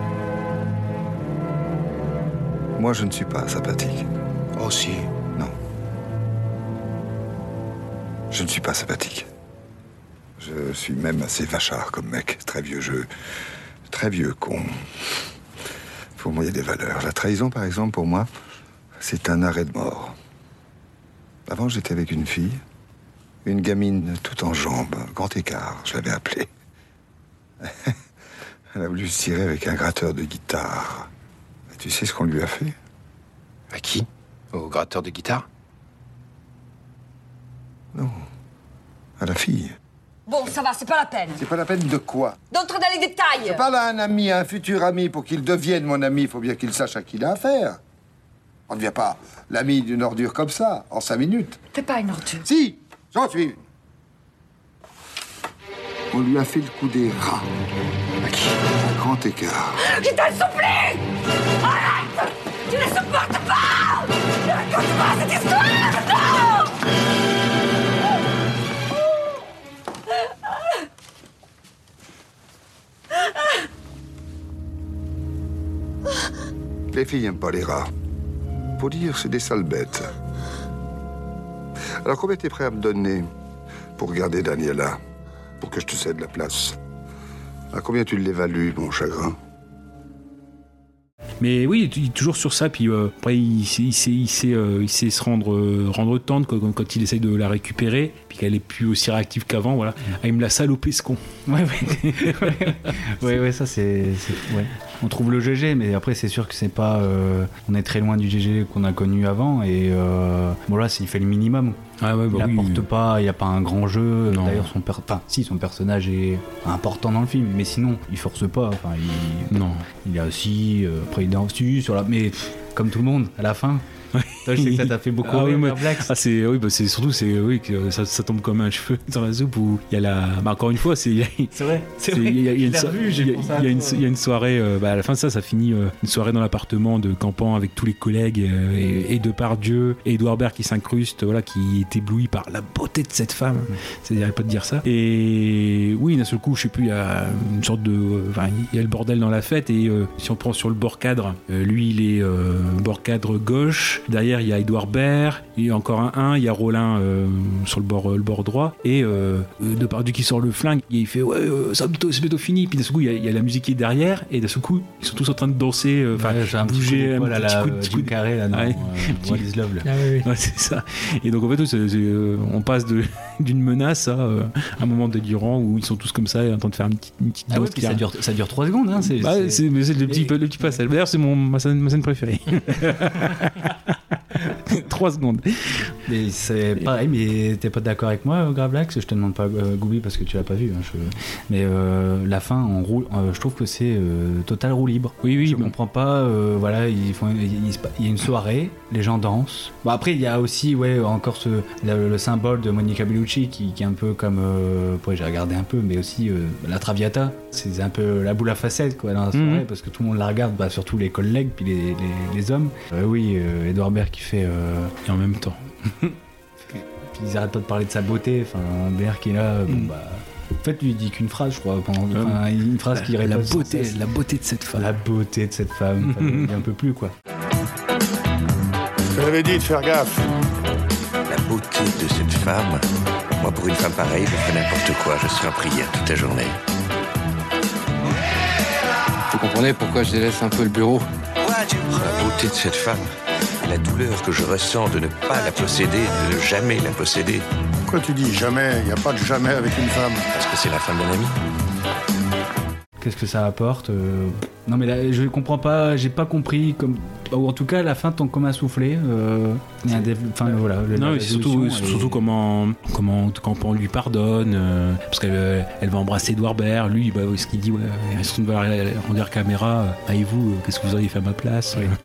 Moi, je ne suis pas sympathique. Oh si. Non. Je ne suis pas sympathique. Je suis même assez vachard comme mec. Très vieux jeu. Très vieux con. Pour moi, il y a des valeurs. La trahison, par exemple, pour moi, c'est un arrêt de mort. Avant, j'étais avec une fille. Une gamine tout en jambes. Grand Écart, je l'avais appelée. Elle a voulu se tirer avec un gratteur de guitare. Et tu sais ce qu'on lui a fait? À qui? Au gratteur de guitare? Non. À la fille. Bon, ça va, c'est pas la peine. C'est pas la peine de quoi? D'entrer dans les détails. Je parle à un ami, à un futur ami. Pour qu'il devienne mon ami, il faut bien qu'il sache à qui il a affaire. On ne devient pas l'ami d'une ordure comme ça, en cinq minutes. T'es pas une ordure. Si, j'en suis une. On lui a fait le coup des rats. À qui? À Grand Écart. Je t'en supplie! Arrête! Tu ne supportes pas! Ne raconte pas cette histoire! Non! Les filles n'aiment pas les rats. Faut dire, c'est des sales bêtes. Alors combien t'es prêt à me donner pour garder Daniela? Pour que je te cède la place? À combien tu l'évalues, mon chagrin? Mais oui, il est toujours sur ça, puis euh, après il sait, il sait, il sait, euh, il sait se rendre, euh, rendre tendre quand, quand il essaye de la récupérer, puis qu'elle est plus aussi réactive qu'avant, voilà. Ah, il me l'a salopé ce con. Ouais, ouais, ouais, ouais, ouais, ça c'est, c'est ouais. On trouve le G G, mais après c'est sûr que c'est pas, euh, on est très loin du G G qu'on a connu avant, et euh, bon là, il fait le minimum. Ah ouais, bah il oui, apporte oui. pas, il n'y a pas un grand jeu. Non. D'ailleurs, son per... enfin, si son personnage est important dans le film, mais sinon, il force pas. Enfin, il, non, il est assis, euh, après il est dessus sur la, mais pff, comme tout le monde, à la fin. Toi, je sais que ça t'a fait beaucoup ah, rire, oui, Black. Ah, c'est, oui, bah, c'est surtout c'est, oui, que ça, ça tombe comme un cheveu dans la soupe où il y a la. Bah, encore une fois, c'est. C'est vrai, c'est c'est, vrai. Il y a, il y a une, so... vu, il y a, il y a une, il y a une soirée. Euh, bah, à la fin de ça, ça finit euh, une soirée dans l'appartement de Campan avec tous les collègues euh, et, et Depardieu et Edouard Baird qui s'incruste, voilà, qui est ébloui par la beauté de cette femme. Mmh. C'est-à-dire pas de dire ça. Et oui, d'un seul coup, je sais plus, il y a une sorte de. Enfin, il y a le bordel dans la fête et euh, si on prend sur le bord cadre, euh, lui, il est euh, bord cadre gauche. Derrière, il y a Edouard Baird, il y a encore un un, il y a Rollin euh, sur le bord, le bord droit, et euh, Depardieu qui sort le flingue, et il fait ouais, euh, ça, c'est bientôt fini, puis d'un seul coup, il y, a, il y a la musique qui est derrière, et d'un seul coup, ils sont tous en train de danser, enfin, euh, ouais, bouger, un petit coup de, la, coup de, coup de carré là, non, ouais. euh, What is Love, là. Ah, oui, oui. Ouais, c'est ça. Et donc en fait, c'est, c'est, euh, on passe de, d'une menace à euh, un moment délirant où ils sont tous comme ça, en train de faire une petite, une petite ah danse. Ouais, ça dure, ça dure trois secondes, hein. C'est, bah, c'est... c'est, c'est le petit, et... le petit passage. D'ailleurs, c'est mon ma scène, ma scène préférée. trois secondes. Mais c'est pareil, mais t'es pas d'accord avec moi, Gravelax? Je te demande pas euh, Goubi parce que tu l'as pas vu. Hein, je... Mais euh, la fin, en roue, euh, je trouve que c'est euh, total roue libre. Oui, oui. Je bon. comprends pas. Euh, voilà, ils font, il, il y a une soirée, les gens dansent. Bon, après, il y a aussi, ouais, encore ce le, le symbole de Monica Bellucci qui, qui est un peu comme, euh, ouais, j'ai regardé un peu, mais aussi euh, la Traviata. C'est un peu la boule à facettes quoi dans la soirée mm-hmm. parce que tout le monde la regarde, bah, surtout les collègues puis les, les, les hommes. Euh, oui, euh, Edouard Baird qui fait. Euh, et en même temps. Puis ils arrêtent pas de parler de sa beauté, enfin, Béar qui est là, bon Mm. bah... En fait, lui il dit qu'une phrase, je crois, pendant, enfin, une phrase qui la, répète. la beauté, la beauté de cette femme. La beauté de cette femme, enfin, il un peu plus, quoi. Je t'avais dit de faire gaffe. La beauté de cette femme. Moi, pour une femme pareille, je ferais n'importe quoi. Je serais en prière toute la journée. Vous comprenez pourquoi je délaisse un peu le bureau? La beauté de cette femme. Et la douleur que je ressens de ne pas la posséder, de ne jamais la posséder. Quoi tu dis jamais? Il n'y a pas de jamais avec une femme. Parce que c'est la femme d'un ami. Qu'est-ce que ça apporte euh... Non mais là, je comprends pas, j'ai pas compris, comme... ou en tout cas la fin tombe comme un soufflé. Euh... Il y a un dév... enfin, voilà, non, mais surtout, et... surtout comment, comment Campan lui pardonne, euh, parce qu'elle elle va embrasser Edouard Baird, lui, bah, ce qu'il dit, ouais, il se tourne vers la regard caméra, ah, et vous, qu'est-ce que vous auriez fait à ma place? Oui.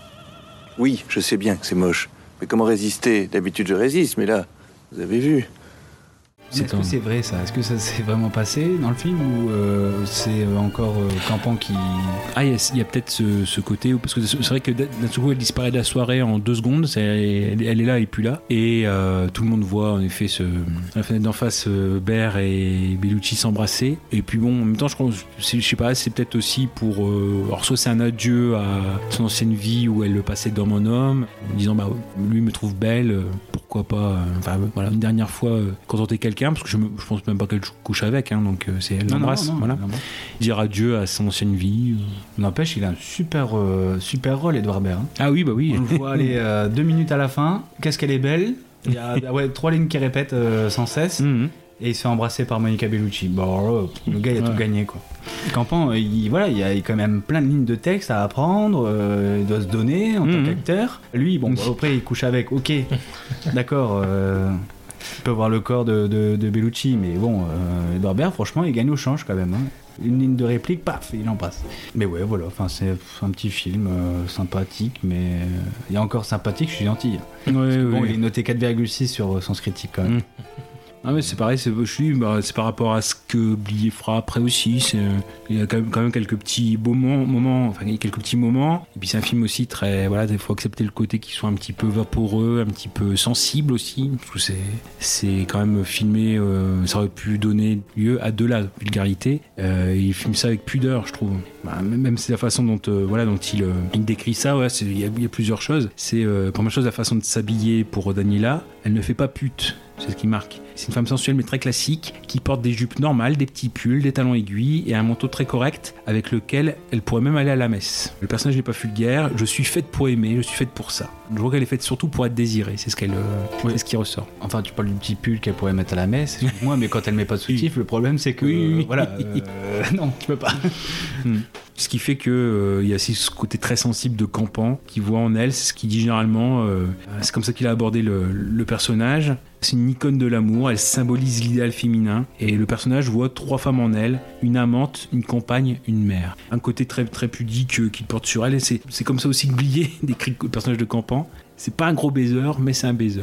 Oui, je sais bien que c'est moche, mais comment résister? D'habitude je résiste, mais là, vous avez vu. Est-ce que c'est vrai ça? Est-ce que ça s'est vraiment passé dans le film ou euh, c'est encore euh, Campan qui... Ah, il y a, a peut-être ce, ce côté, où, parce que c'est vrai que Natsuko elle disparaît de la soirée en deux secondes, c'est, elle, elle est là et plus là, et euh, tout le monde voit en effet ce, à la fenêtre d'en face euh, Baird et Bellucci s'embrasser, et puis bon, en même temps je crois, je sais pas, c'est peut-être aussi pour... Euh, alors soit c'est un adieu à son ancienne vie où elle le passait d'homme en homme, en disant bah lui me trouve belle, euh, pourquoi pas, euh, enfin voilà, une dernière fois euh, contenter quelqu'un, parce que je, me, je pense même pas qu'elle couche avec, hein, donc euh, c'est elle l'embrasse, voilà. Dire adieu à son ancienne vie. Euh. N'empêche, il a un super, euh, super rôle, Edouard Baird. Hein. Ah oui, bah oui. On le voit aller euh, deux minutes à la fin. Qu'est-ce qu'elle est belle. Il y a ouais, trois lignes qui répètent euh, sans cesse. Mm-hmm. Et il se fait embrasser par Monica Bellucci. Bon, le gars, il a ouais. tout gagné, quoi. Campan, il, voilà, il y a quand même plein de lignes de texte à apprendre. Euh, il doit se donner en mm-hmm. tant qu'acteur. Lui, bon, bah, après, il couche avec. Ok, d'accord. Euh, il peut voir le corps de, de, de Bellucci, mais bon, euh, Edouard Baird, franchement, il gagne au change quand même. Hein. Une ligne de réplique, paf, il en passe. Mais ouais, voilà, enfin, c'est un petit film euh, sympathique, mais euh, il y a encore sympathique, je suis gentil. Ouais, ouais, bon, ouais. il est noté quatre virgule six sur Sens Critique quand même. Mmh. Ah mais c'est pareil, c'est, je suis, bah, c'est par rapport à ce que Blier fera après aussi. C'est, il y a quand même, quand même quelques petits beaux moments, moments, enfin quelques petits moments. Et puis c'est un film aussi très, voilà, il faut accepter le côté qui soit un petit peu vaporeux, un petit peu sensible aussi. Parce que c'est, c'est quand même filmé, euh, ça aurait pu donner lieu à de la vulgarité. Euh, il filme ça avec pudeur, je trouve. Bah, même c'est la façon dont, euh, voilà, dont il, euh, il décrit ça. Ouais, il y, y a plusieurs choses. C'est euh, première chose, la façon de s'habiller pour Daniela. Elle ne fait pas pute. C'est ce qui marque. C'est une femme sensuelle mais très classique qui porte des jupes normales, des petits pulls, des talons aiguilles et un manteau très correct avec lequel elle pourrait même aller à la messe. Le personnage n'est pas vulgaire. Je suis faite pour aimer, je suis faite pour ça. Je vois qu'elle est faite surtout pour être désirée. C'est ce qu'elle, oui. c'est ce qui ressort. Enfin, tu parles du petit pull qu'elle pourrait mettre à la messe. Excuse-moi, mais quand elle met pas de soutif, le problème c'est que oui, oui. Euh, voilà, euh, non, tu peux pas. hmm. Ce qui fait que euh, il y a aussi ce côté très sensible de Campan qui voit en elle, c'est ce qu'il dit généralement. Euh, c'est comme ça qu'il a abordé le, le personnage. C'est une icône de l'amour, elle symbolise l'idéal féminin et le personnage voit trois femmes en elle, une amante, une compagne, une mère. Un côté très, très pudique euh, qu'il porte sur elle et c'est, c'est comme ça aussi que Blier décrit le personnage de Campan. C'est pas un gros baiser, mais c'est un baiser.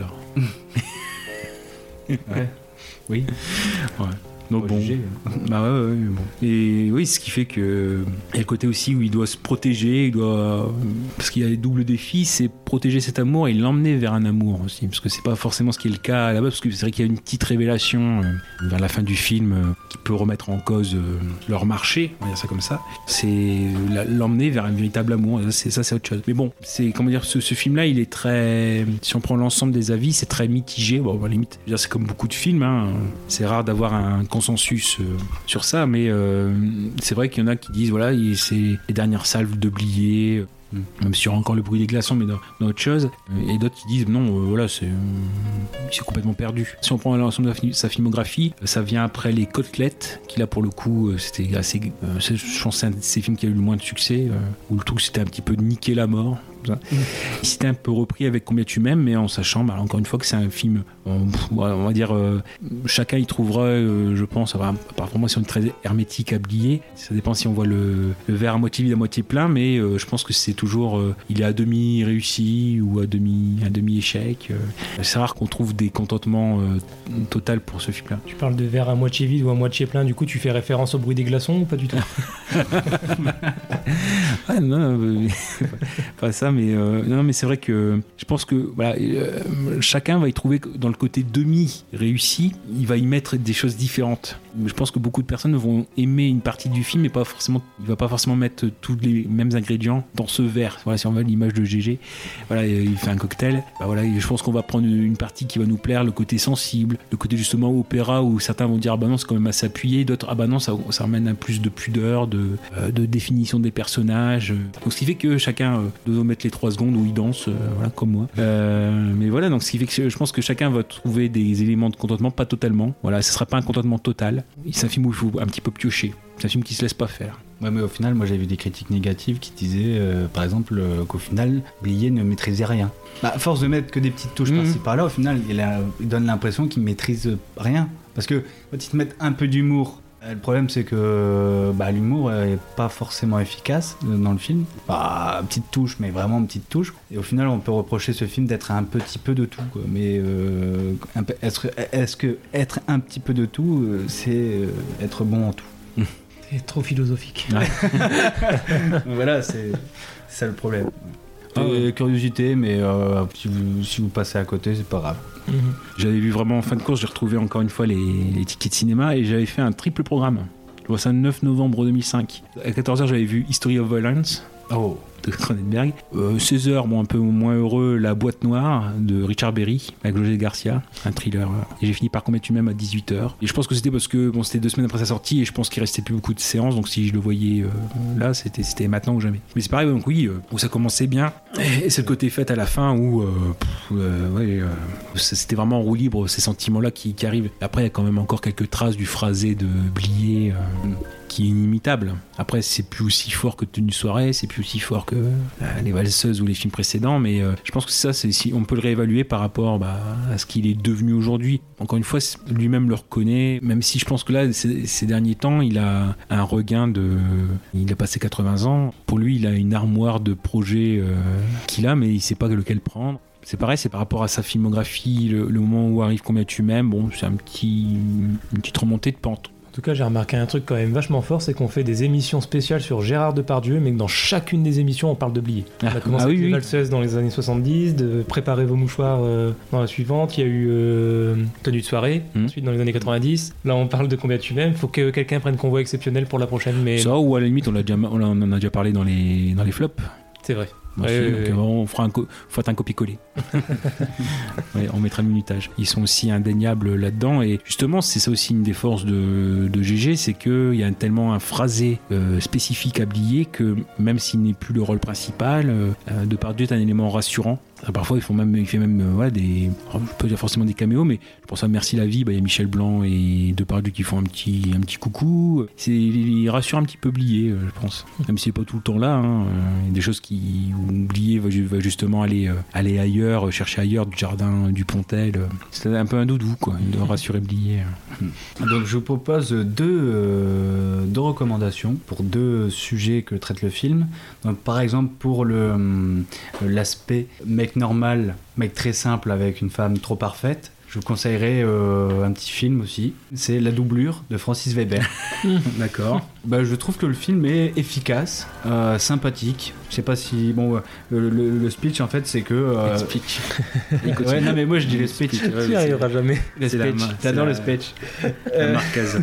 Ouais. Oui. Ouais. Donc bon, juger. Bah ouais, ouais, bon. Et oui, ce qui fait que il y a le côté aussi où il doit se protéger, il doit, parce qu'il y a des doubles défis, c'est protéger cet amour et l'emmener vers un amour aussi, parce que c'est pas forcément ce qui est le cas à la base, parce que c'est vrai qu'il y a une petite révélation euh, vers la fin du film euh, qui peut remettre en cause euh, leur marché, on va dire ça comme ça. C'est la, l'emmener vers un véritable amour. Et c'est ça, c'est autre chose. Mais bon, c'est comment dire, ce, ce film-là, il est très, si on prend l'ensemble des avis, c'est très mitigé. Bon, à la limite, c'est comme beaucoup de films. Hein, c'est rare d'avoir un consensus euh, sur ça, mais euh, c'est vrai qu'il y en a qui disent voilà, c'est les dernières salves de Blier, euh, même s'il y aura encore le bruit des glaçons, mais dans, dans autre chose, et d'autres qui disent non, euh, voilà, c'est, euh, c'est complètement perdu. Si on prend l'ensemble de sa filmographie, ça vient après Les Côtelettes, qui là pour le coup, c'était assez, euh, c'est, je pense que c'est un de ces films qui a eu le moins de succès, euh, où le truc c'était un petit peu de niquer la mort. Mmh. Il s'était un peu repris avec Combien tu m'aimes, mais en sachant bah, encore une fois que c'est un film, on, on va dire euh, chacun y trouvera, euh, je pense, enfin, pour moi c'est une très hermétique à Blier, ça dépend si on voit le, le verre à moitié vide à moitié plein, mais euh, je pense que c'est toujours euh, il est à demi réussi ou à demi, à demi échec. Euh, c'est rare qu'on trouve des contentements euh, total pour ce film là. Tu parles de verre à moitié vide ou à moitié plein, du coup tu fais référence au bruit des glaçons ou pas du tout? Ah non, euh, pas ça. ça, mais euh, non, mais c'est vrai que je pense que voilà, euh, chacun va y trouver que dans le côté demi réussi, il va y mettre des choses différentes. Je pense que beaucoup de personnes vont aimer une partie du film, mais pas forcément, il va pas forcément mettre tous les mêmes ingrédients dans ce verre. Voilà, si on veut l'image de G G, voilà, il fait un cocktail. Bah voilà, je pense qu'on va prendre une partie qui va nous plaire, le côté sensible, le côté justement opéra où certains vont dire ah bah non c'est quand même assez appuyé, d'autres ah bah non ça, ça ramène à plus de pudeur, de, euh, de définition des personnages. Donc ce qui fait que chacun euh, doit mettre les trois secondes où il danse, euh, voilà comme moi. Euh, mais voilà, donc ce qui fait que je pense que chacun va trouver des éléments de contentement, pas totalement. Voilà, ce sera pas un contentement total. C'est un film où il faut un petit peu piocher. C'est un film qui se laisse pas faire. Ouais, mais au final, moi j'ai vu des critiques négatives qui disaient, euh, par exemple, euh, qu'au final, Blier ne maîtrisait rien. Bah, à force de mettre que des petites touches mmh. par-ci par-là, au final, il, a, il donne l'impression qu'il maîtrise rien. Parce que quand ils te mettent un peu d'humour, le problème c'est que bah, l'humour est pas forcément efficace dans le film. Bah, petite touche, mais vraiment petite touche. Et au final, on peut reprocher ce film d'être un petit peu de tout. Quoi. Mais euh, est-ce, est-ce que être un petit peu de tout, c'est être bon en tout? C'est trop philosophique. Ouais. Voilà, c'est, c'est ça le problème. Ah ouais. Curiosité, mais euh, si, vous, si vous passez à côté, c'est pas grave. Mmh. J'avais vu vraiment en fin de course, j'ai retrouvé encore une fois les, les tickets de cinéma et j'avais fait un triple programme. Je vois ça le neuf novembre deux mille cinq. À quatorze heures, j'avais vu History of Violence. Oh. De Cronenberg. Euh, seize heures, bon, un peu moins heureux, La Boîte Noire de Richard Berry avec José Garcia, un thriller. Et j'ai fini par Combien tu m'aimes à dix-huit heures. Et je pense que c'était parce que bon, c'était deux semaines après sa sortie et je pense qu'il restait plus beaucoup de séances, donc si je le voyais euh, là, c'était, c'était maintenant ou jamais. Mais c'est pareil, donc oui, euh, où ça commençait bien. Et c'est le côté fête à la fin où euh, pff, euh, ouais, euh, c'était vraiment en roue libre, ces sentiments-là qui, qui arrivent. Après, il y a quand même encore quelques traces du phrasé de Blier. Euh, mm. qui est inimitable. Après, c'est plus aussi fort que Tenue Soirée, c'est plus aussi fort que euh, Les Valseuses ou les films précédents, mais euh, je pense que c'est ça, c'est, si on peut le réévaluer par rapport bah, à ce qu'il est devenu aujourd'hui. Encore une fois, lui-même le reconnaît, même si je pense que là, ces, ces derniers temps, il a un regain de... Il a passé quatre-vingts ans. Pour lui, il a une armoire de projets euh, qu'il a, mais il sait pas lequel prendre. C'est pareil, c'est par rapport à sa filmographie, le, le moment où arrive Combien tu m'aimes, bon, c'est un petit, une petite remontée de pente. En tout cas, j'ai remarqué un truc quand même vachement fort, c'est qu'on fait des émissions spéciales sur Gérard Depardieu, mais que dans chacune des émissions, on parle de Blier. On a commencé ah, avec oui, les oui. Valseuses dans les années soixante-dix, de Préparez vos mouchoirs euh, dans la suivante, il y a eu euh, Tenue de soirée, mmh. ensuite dans les années quatre-vingt-dix. Là, on parle de Combien tu m'aimes, il faut que quelqu'un prenne Convoi exceptionnel pour la prochaine. Mais... Ça, ou à la limite, on, l'a déjà, on en a déjà parlé dans les, dans les flops. C'est vrai. Bon, ouais, ouais, donc, ouais. On fera un, co- faut un copier-coller. Ouais, on mettra le minutage. Ils sont aussi indéniables là-dedans et justement c'est ça aussi une des forces de, de G G, c'est qu'il y a tellement un phrasé euh, spécifique à Blier que même s'il n'est plus le rôle principal, euh, Depardieu est un élément rassurant. Parfois il, font même, il fait même euh, ouais, des, je peux dire forcément des caméos, mais je pense à Merci la vie, bah, il y a Michel Blanc et Depardieu qui font un petit, un petit coucou. C'est, il rassure un petit peu Blier, euh, je pense, même si c'est pas tout le temps là, hein. Il y a des choses qui où Blier va, va justement aller, euh, aller ailleurs, euh, chercher ailleurs du jardin du Pontel. Euh. C'est un peu un doudou quoi, il doit rassurer Blier. Donc je vous propose deux, euh, deux recommandations pour deux sujets que traite le film. Donc, par exemple pour le, l'aspect mec normal, mec très simple avec une femme trop parfaite, je vous conseillerais euh, un petit film aussi. C'est La doublure de Francis Weber. D'accord. Bah, je trouve que le film est efficace, euh, sympathique. Je sais pas si bon euh, le, le, le speech en fait c'est que euh... le speech. Ouais non mais moi je dis le speech. Tu n'y arriveras jamais. Le speech. T'adores le speech. La marquise.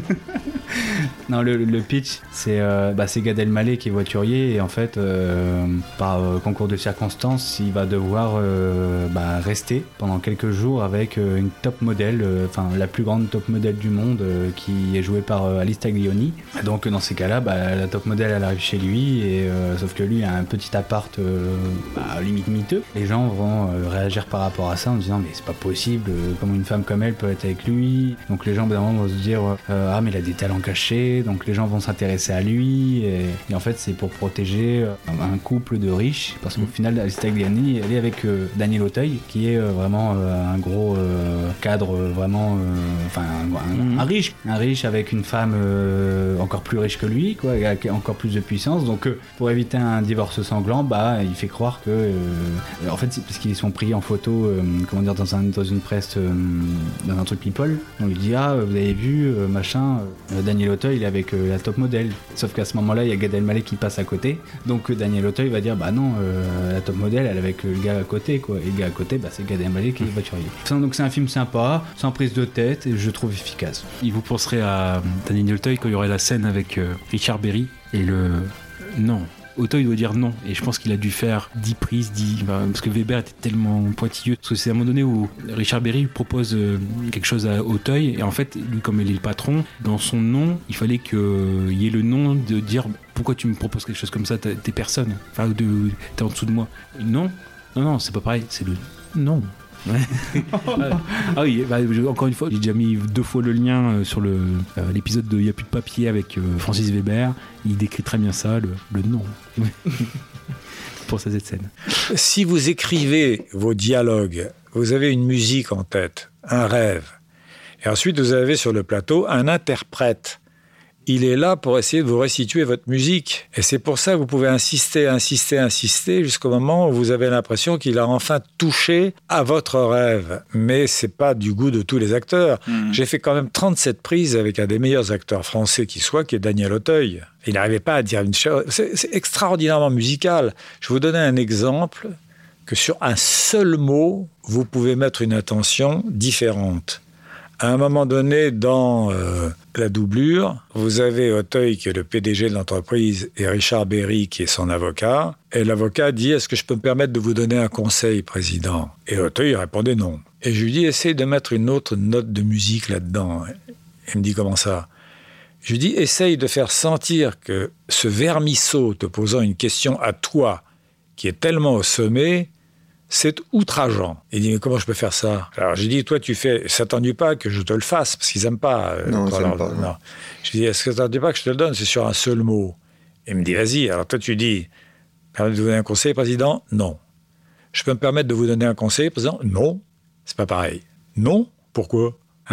Non le, le pitch c'est euh, bah, c'est Gad Elmaleh qui est voiturier et en fait euh, par euh, concours de circonstances il va devoir euh, bah, rester pendant quelques jours avec euh, une top modèle, enfin euh, la plus grande top modèle du monde euh, qui est jouée par euh, Alice Taglioni. Donc dans ces cas-là, bah, la top modèle elle arrive chez lui et euh, sauf que lui a un petit appart euh, bah, limite miteux. Les gens vont euh, réagir par rapport à ça en disant mais c'est pas possible, euh, comment une femme comme elle peut être avec lui. Donc les gens évidemment vont se dire euh, ah mais il a des talents cachés, donc les gens vont s'intéresser à lui et, et en fait c'est pour protéger euh, un couple de riches parce qu'au final Alice Taglioni elle est avec euh, Daniel Auteuil qui est euh, vraiment euh, un gros euh, cadre euh, vraiment enfin euh, un, un, un riche un riche avec une femme euh, encore plus riche que lui quoi, avec encore plus de puissance. Donc euh, pour éviter un divorce sanglant, bah il fait croire que euh, en fait c'est parce qu'ils sont pris en photo euh, comment dire dans, un, dans une presse euh, dans un truc People. On lui dit ah vous avez vu euh, machin euh, Daniel Auteuil Auteuil, il est avec euh, la top modèle. Sauf qu'à ce moment-là, il y a Gad Elmaleh qui passe à côté. Donc euh, Daniel Auteuil va dire bah non, euh, la top modèle, elle est avec euh, le gars à côté, quoi. Et le gars à côté, bah, c'est Gad Elmaleh qui est voiturier. Donc c'est un film sympa, sans prise de tête, et je trouve efficace. Il vous penserez à Daniel Auteuil quand il y aurait la scène avec euh, Richard Berry et le non. Auteuil doit dire non, et je pense qu'il a dû faire dix prises, dix... parce que Weber était tellement pointilleux. Parce que c'est à un moment donné où Richard Berry lui propose quelque chose à Auteuil, et en fait, lui, comme il est le patron, dans son nom, il fallait qu'il y ait le nom de dire pourquoi tu me proposes quelque chose comme ça, t'es personne, enfin, de, t'es en dessous de moi. Non, non, non, c'est pas pareil, c'est le non. Ouais. Ah oui, bah, encore une fois, j'ai déjà mis deux fois le lien sur le, euh, l'épisode de Y a plus de papier avec euh, Francis Weber. Il décrit très bien ça, le, le nom. Pour cette scène. Si vous écrivez vos dialogues, vous avez une musique en tête, un rêve. Et ensuite, vous avez sur le plateau un interprète. Il est là pour essayer de vous restituer votre musique. Et c'est pour ça que vous pouvez insister, insister, insister jusqu'au moment où vous avez l'impression qu'il a enfin touché à votre rêve. Mais c'est pas du goût de tous les acteurs. Mmh. J'ai fait quand même trente-sept prises avec un des meilleurs acteurs français qui soit, qui est Daniel Auteuil. Il n'arrivait pas à dire une chose. C'est, c'est extraordinairement musical. Je vais vous donner un exemple que sur un seul mot, vous pouvez mettre une intention différente. À un moment donné, dans euh, la doublure, vous avez Auteuil qui est le P D G de l'entreprise et Richard Berry qui est son avocat. Et l'avocat dit « Est-ce que je peux me permettre de vous donner un conseil, président ?» Et Auteuil répondait non. Et je lui dis « Essaye de mettre une autre note de musique là-dedans. » Il me dit « Comment ça ?» Je lui dis « Essaye de faire sentir que ce vermisseau te posant une question à toi qui est tellement au sommet, c'est outrageant. » Il dit « Mais comment je peux faire ça ?» Alors j'ai dit « Toi, tu fais... Ça t'ennuie pas que je te le fasse, parce qu'ils n'aiment pas. Euh, non, ça leur... pas. Non. Je lui dis « Est-ce que ça t'ennuie pas que je te le donne ? C'est sur un seul mot. » Il me dit « Vas-y. » Alors toi, tu dis « Permets de vous donner un conseil, président ? Non. Je peux me permettre de vous donner un conseil, président ? Non. C'est pas pareil. Non ? Pourquoi ? Hein ?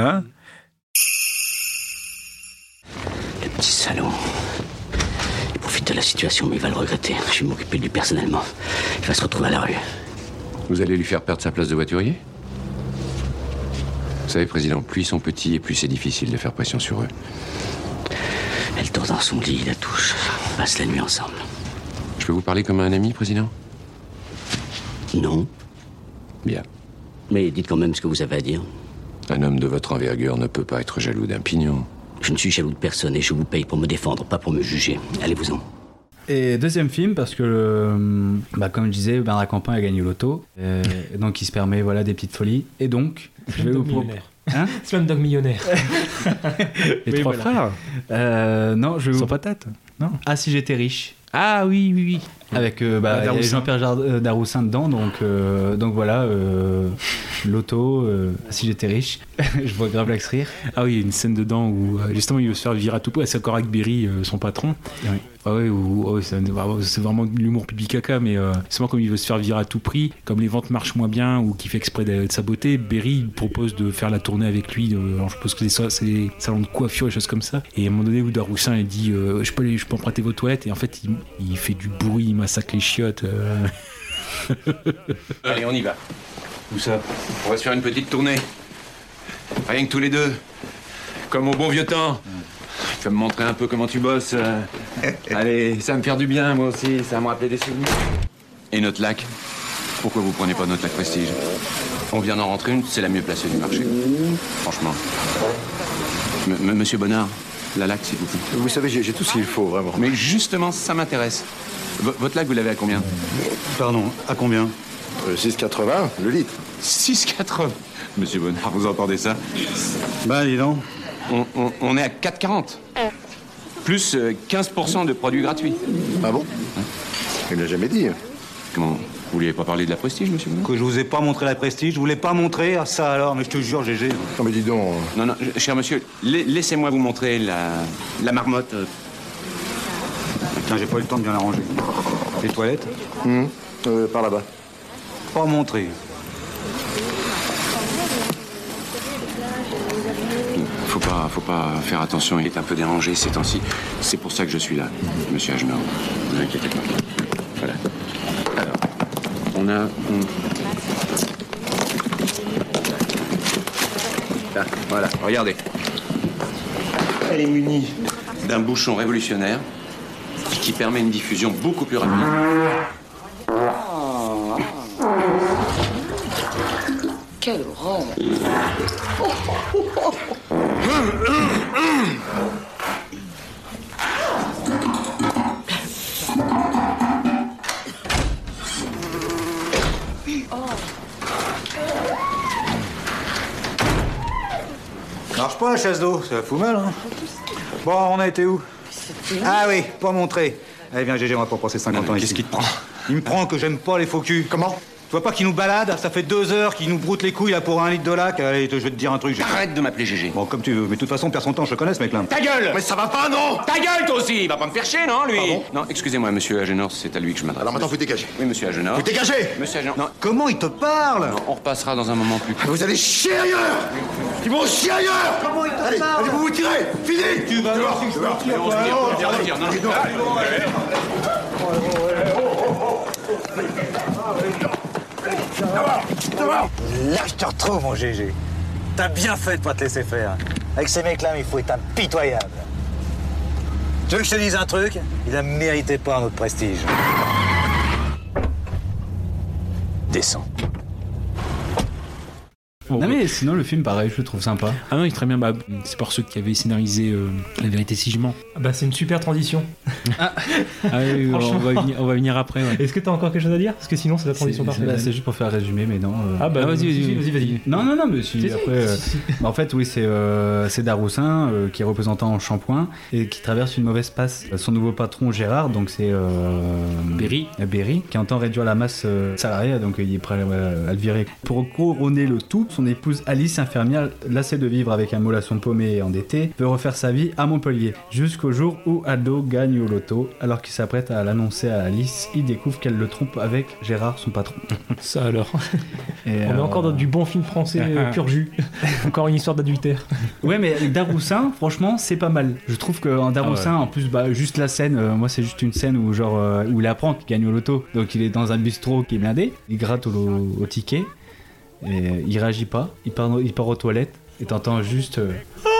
Le petit salaud. Il profite de la situation, mais il va le regretter. Je vais m'occuper de lui personnellement. Il va se retrouver à la rue. Vous allez lui faire perdre sa place de voiturier ? Vous savez, Président, plus ils sont petits et plus c'est difficile de faire pression sur eux. Elle dort dans son lit, la touche. On passe la nuit ensemble. Je peux vous parler comme un ami, Président ? Non. Bien. Mais dites quand même ce que vous avez à dire. Un homme de votre envergure ne peut pas être jaloux d'un pignon. Je ne suis jaloux de personne et je vous paye pour me défendre, pas pour me juger. Allez-vous-en. Et deuxième film, parce que, le, bah, comme je disais, Bernard Campan a gagné l'auto, euh, donc il se permet voilà, des petites folies. Et donc, je vais vous proposer... Hein Slumdog Millionnaire. Les oui, trois voilà. frères euh, Non, je vais Sans vous... patate. Non. Ah, si j'étais riche. Ah oui, oui, oui. Avec euh, bah, Ah, il y a Jean-Pierre Jard- euh, Daroussin dedans, donc, euh, donc voilà, euh, l'auto, euh, si j'étais riche, je vois grave l'axe rire. Ah oui, il y a une scène dedans où euh, justement il veut se faire virer à tout prix. C'est encore avec Berry, euh, son patron. Oui. Ah ouais, où, oh, c'est, c'est vraiment de l'humour pipi caca, mais euh, c'est vraiment comme il veut se faire virer à tout prix, comme les ventes marchent moins bien ou qu'il fait exprès de, de saboter. Berry il propose de faire la tournée avec lui. Euh, alors je suppose que c'est, c'est des salons de coiffure et choses comme ça. Et à un moment donné où Daroussin il dit euh, je peux aller, je peux emprunter vos toilettes, et en fait il, il fait du bruit, il massacre les chiottes. Euh... Allez, on y va. Où ça ? On va se faire une petite tournée. Rien que tous les deux. Comme au bon vieux temps. Tu vas me montrer un peu comment tu bosses. euh. Allez, ça va me faire du bien, moi aussi. Ça va me rappeler des souvenirs. Et notre lac ? Pourquoi vous prenez pas notre lac Prestige ? On vient d'en rentrer une, c'est la mieux placée du marché. Franchement. M- M- Monsieur Bonnard, la lac, s'il vous plaît. Vous savez, j'ai, j'ai tout ce qu'il faut, vraiment. Mais justement, ça m'intéresse. V- votre lac, vous l'avez à combien ? Pardon, à combien ? Euh, six quatre-vingts, le litre. six quatre-vingts. Monsieur Bonnard, vous entendez ça ? Bah, dis donc. On, on, on est à quatre quarante. Plus euh, quinze pour cent de produits gratuits. Ah bon ? Il ne l'a jamais dit. Comment ? Vous vouliez pas parler de la Prestige, monsieur Bonnard ? Que je vous ai pas montré la Prestige, je voulais pas montrer ah, ça alors, mais je te jure, Gégé. Non mais dis donc... Non, non, cher monsieur, la- laissez-moi vous montrer la, la marmotte. Tiens, j'ai pas eu le temps de bien la ranger. Les toilettes ? Hum, euh, par là-bas. Pas montrer. Faut pas, faut pas faire attention, il est un peu dérangé ces temps-ci. C'est pour ça que je suis là, monsieur Agenor. Ne vous inquiétez pas. Voilà. Alors, on a... On... Là, voilà, regardez. Elle est munie d'un bouchon révolutionnaire qui permet une diffusion beaucoup plus rapide. Quelle horreur! Marche pas la chasse d'eau, ça fout mal, hein. Bon, on a été où? Ah oui, pas montré. Allez, viens, Gégé, on va pas passer cinquante ans ici. Qu'est-ce qui te prend? Il me prend que j'aime pas les faux culs. Comment? Tu vois pas qu'il nous balade? Ça fait deux heures qu'il nous broute les couilles là pour un litre de lac. Allez, je vais te dire un truc. Gégé. Arrête de m'appeler Gégé. Bon, comme tu veux, mais de toute façon, perds son temps, je te connais ce mec-là. Ta gueule! Mais ça va pas, non? Ta gueule, toi aussi! Il va pas me faire chier, non, lui? Pardon? Non, excusez-moi, monsieur Agenor, c'est à lui que je m'adresse. Alors maintenant, vous dégagez. Oui, monsieur Agenor. Vous dégagez! Monsieur Agenor. Non, Comment il te parle? non, on repassera dans un moment plus tard. Vous allez chier ailleurs! Ils vont chier ailleurs! Comment il te Allez, parle? allez, vous vous tirez! Fini! Tu vas voir si je te tire, On se tire, on se tire, on se tire, non, non. Là, je te retrouve, mon Gégé. T'as bien fait de pas te laisser faire. Avec ces mecs-là, il faut être impitoyable. Tu veux que je te dise un truc? Il ne méritait pas notre prestige. Descends. Oh, non mais sinon le film pareil je le trouve sympa. Ah non il est très bien, bah, c'est pour ceux qui avaient scénarisé euh, La vérité si je mens. Ah bah c'est une super transition. Ah, ah oui, on, va venir, on va venir après. Ouais. Est-ce que t'as encore quelque chose à dire? Parce que sinon c'est la transition parfaite. C'est, c'est juste pour faire résumer mais non. Euh... Ah bah ah, vas-y, vas-y, vas-y, vas-y, vas-y. Non non non mais si, si, après. si, si. Euh, bah, en fait oui c'est euh, c'est Daroussin euh, qui est représentant en shampoing et qui traverse une mauvaise passe. Son nouveau patron Gérard donc c'est euh, Berry. Berry qui entend réduire la masse euh, salariée donc il est prêt à, à le virer. Pour couronner le tout, son épouse Alice, infirmière lassée de vivre avec un mollasson paumé et endetté, veut refaire sa vie à Montpellier. Jusqu'au jour où Aldo gagne au loto. Alors qu'il s'apprête à l'annoncer à Alice, il découvre qu'elle le trompe avec Gérard, son patron. Ça alors. Et on euh... est encore dans du bon film français euh, pur jus. Encore une histoire d'adultère. Ouais mais Daroussin, franchement, c'est pas mal. Je trouve qu'en Daroussin, ah ouais. en plus, bah, juste la scène, euh, moi c'est juste une scène où genre euh, où il apprend qu'il gagne au loto. Donc il est dans un bistrot qui est blindé, il gratte au, au ticket. Et il réagit pas, il part, il part aux toilettes et t'entends juste. Euh...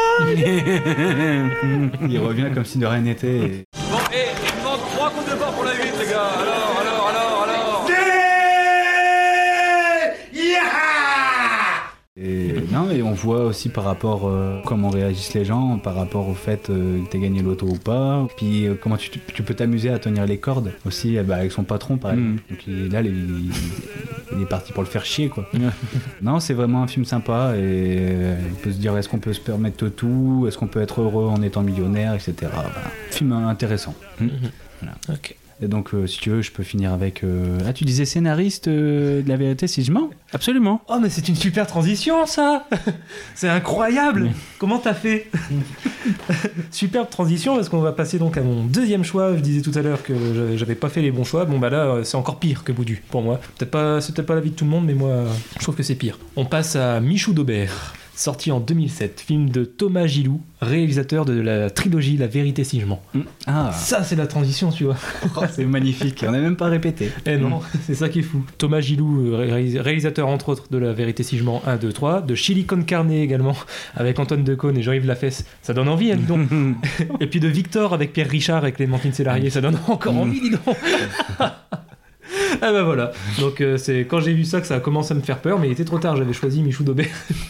il revient comme si de rien n'était. Et... Bon, et hey, il manque trois coups de bord pour la huit, les gars. Alors, alors, alors, alors. Et non, et on voit aussi par rapport euh, comment réagissent les gens, par rapport au fait euh, que t'aies gagné l'auto ou pas, puis euh, comment tu, tu peux t'amuser à tenir les cordes aussi bah, avec son patron par exemple. Mm. Donc il, là, il, il, il est parti pour le faire chier quoi. Non, c'est vraiment un film sympa et euh, on peut se dire est-ce qu'on peut se permettre tout, est-ce qu'on peut être heureux en étant millionnaire, et cetera. Voilà. Film intéressant. Mm-hmm. Voilà. Ok. Et donc, euh, si tu veux, je peux finir avec... Euh... Ah, tu disais scénariste euh, de La vérité si je mens? Absolument. Oh, mais c'est une super transition, ça. C'est incroyable. Comment t'as fait? Superbe transition, parce qu'on va passer donc à mon deuxième choix. Je disais tout à l'heure que j'avais pas fait les bons choix. Bon, bah là, c'est encore pire que Boudu, pour moi. Peut-être pas, c'est peut-être pas l'avis de tout le monde, mais moi, je trouve que c'est pire. On passe à Michou d'Aubert. Sorti en deux mille sept, film de Thomas Gilou, réalisateur de la trilogie La vérité si je mens. Mmh. Ah. Ça, c'est la transition, tu vois. Oh, c'est magnifique, on n'a même pas répété. Eh non, mmh. c'est ça qui est fou. Thomas Gilou, réalisateur entre autres de La vérité si je mens un, deux, trois, de Chili con Carne également, avec Antoine Decaune et Jean-Yves Lafesse. Ça donne envie, hein, dis donc. Et puis de Victor avec Pierre Richard et Clémentine Sélarié, ça donne encore envie, dis donc. Ah bah voilà, donc euh, c'est quand j'ai vu ça que ça a commencé à me faire peur, mais il était trop tard, j'avais choisi Michou d'Aubert.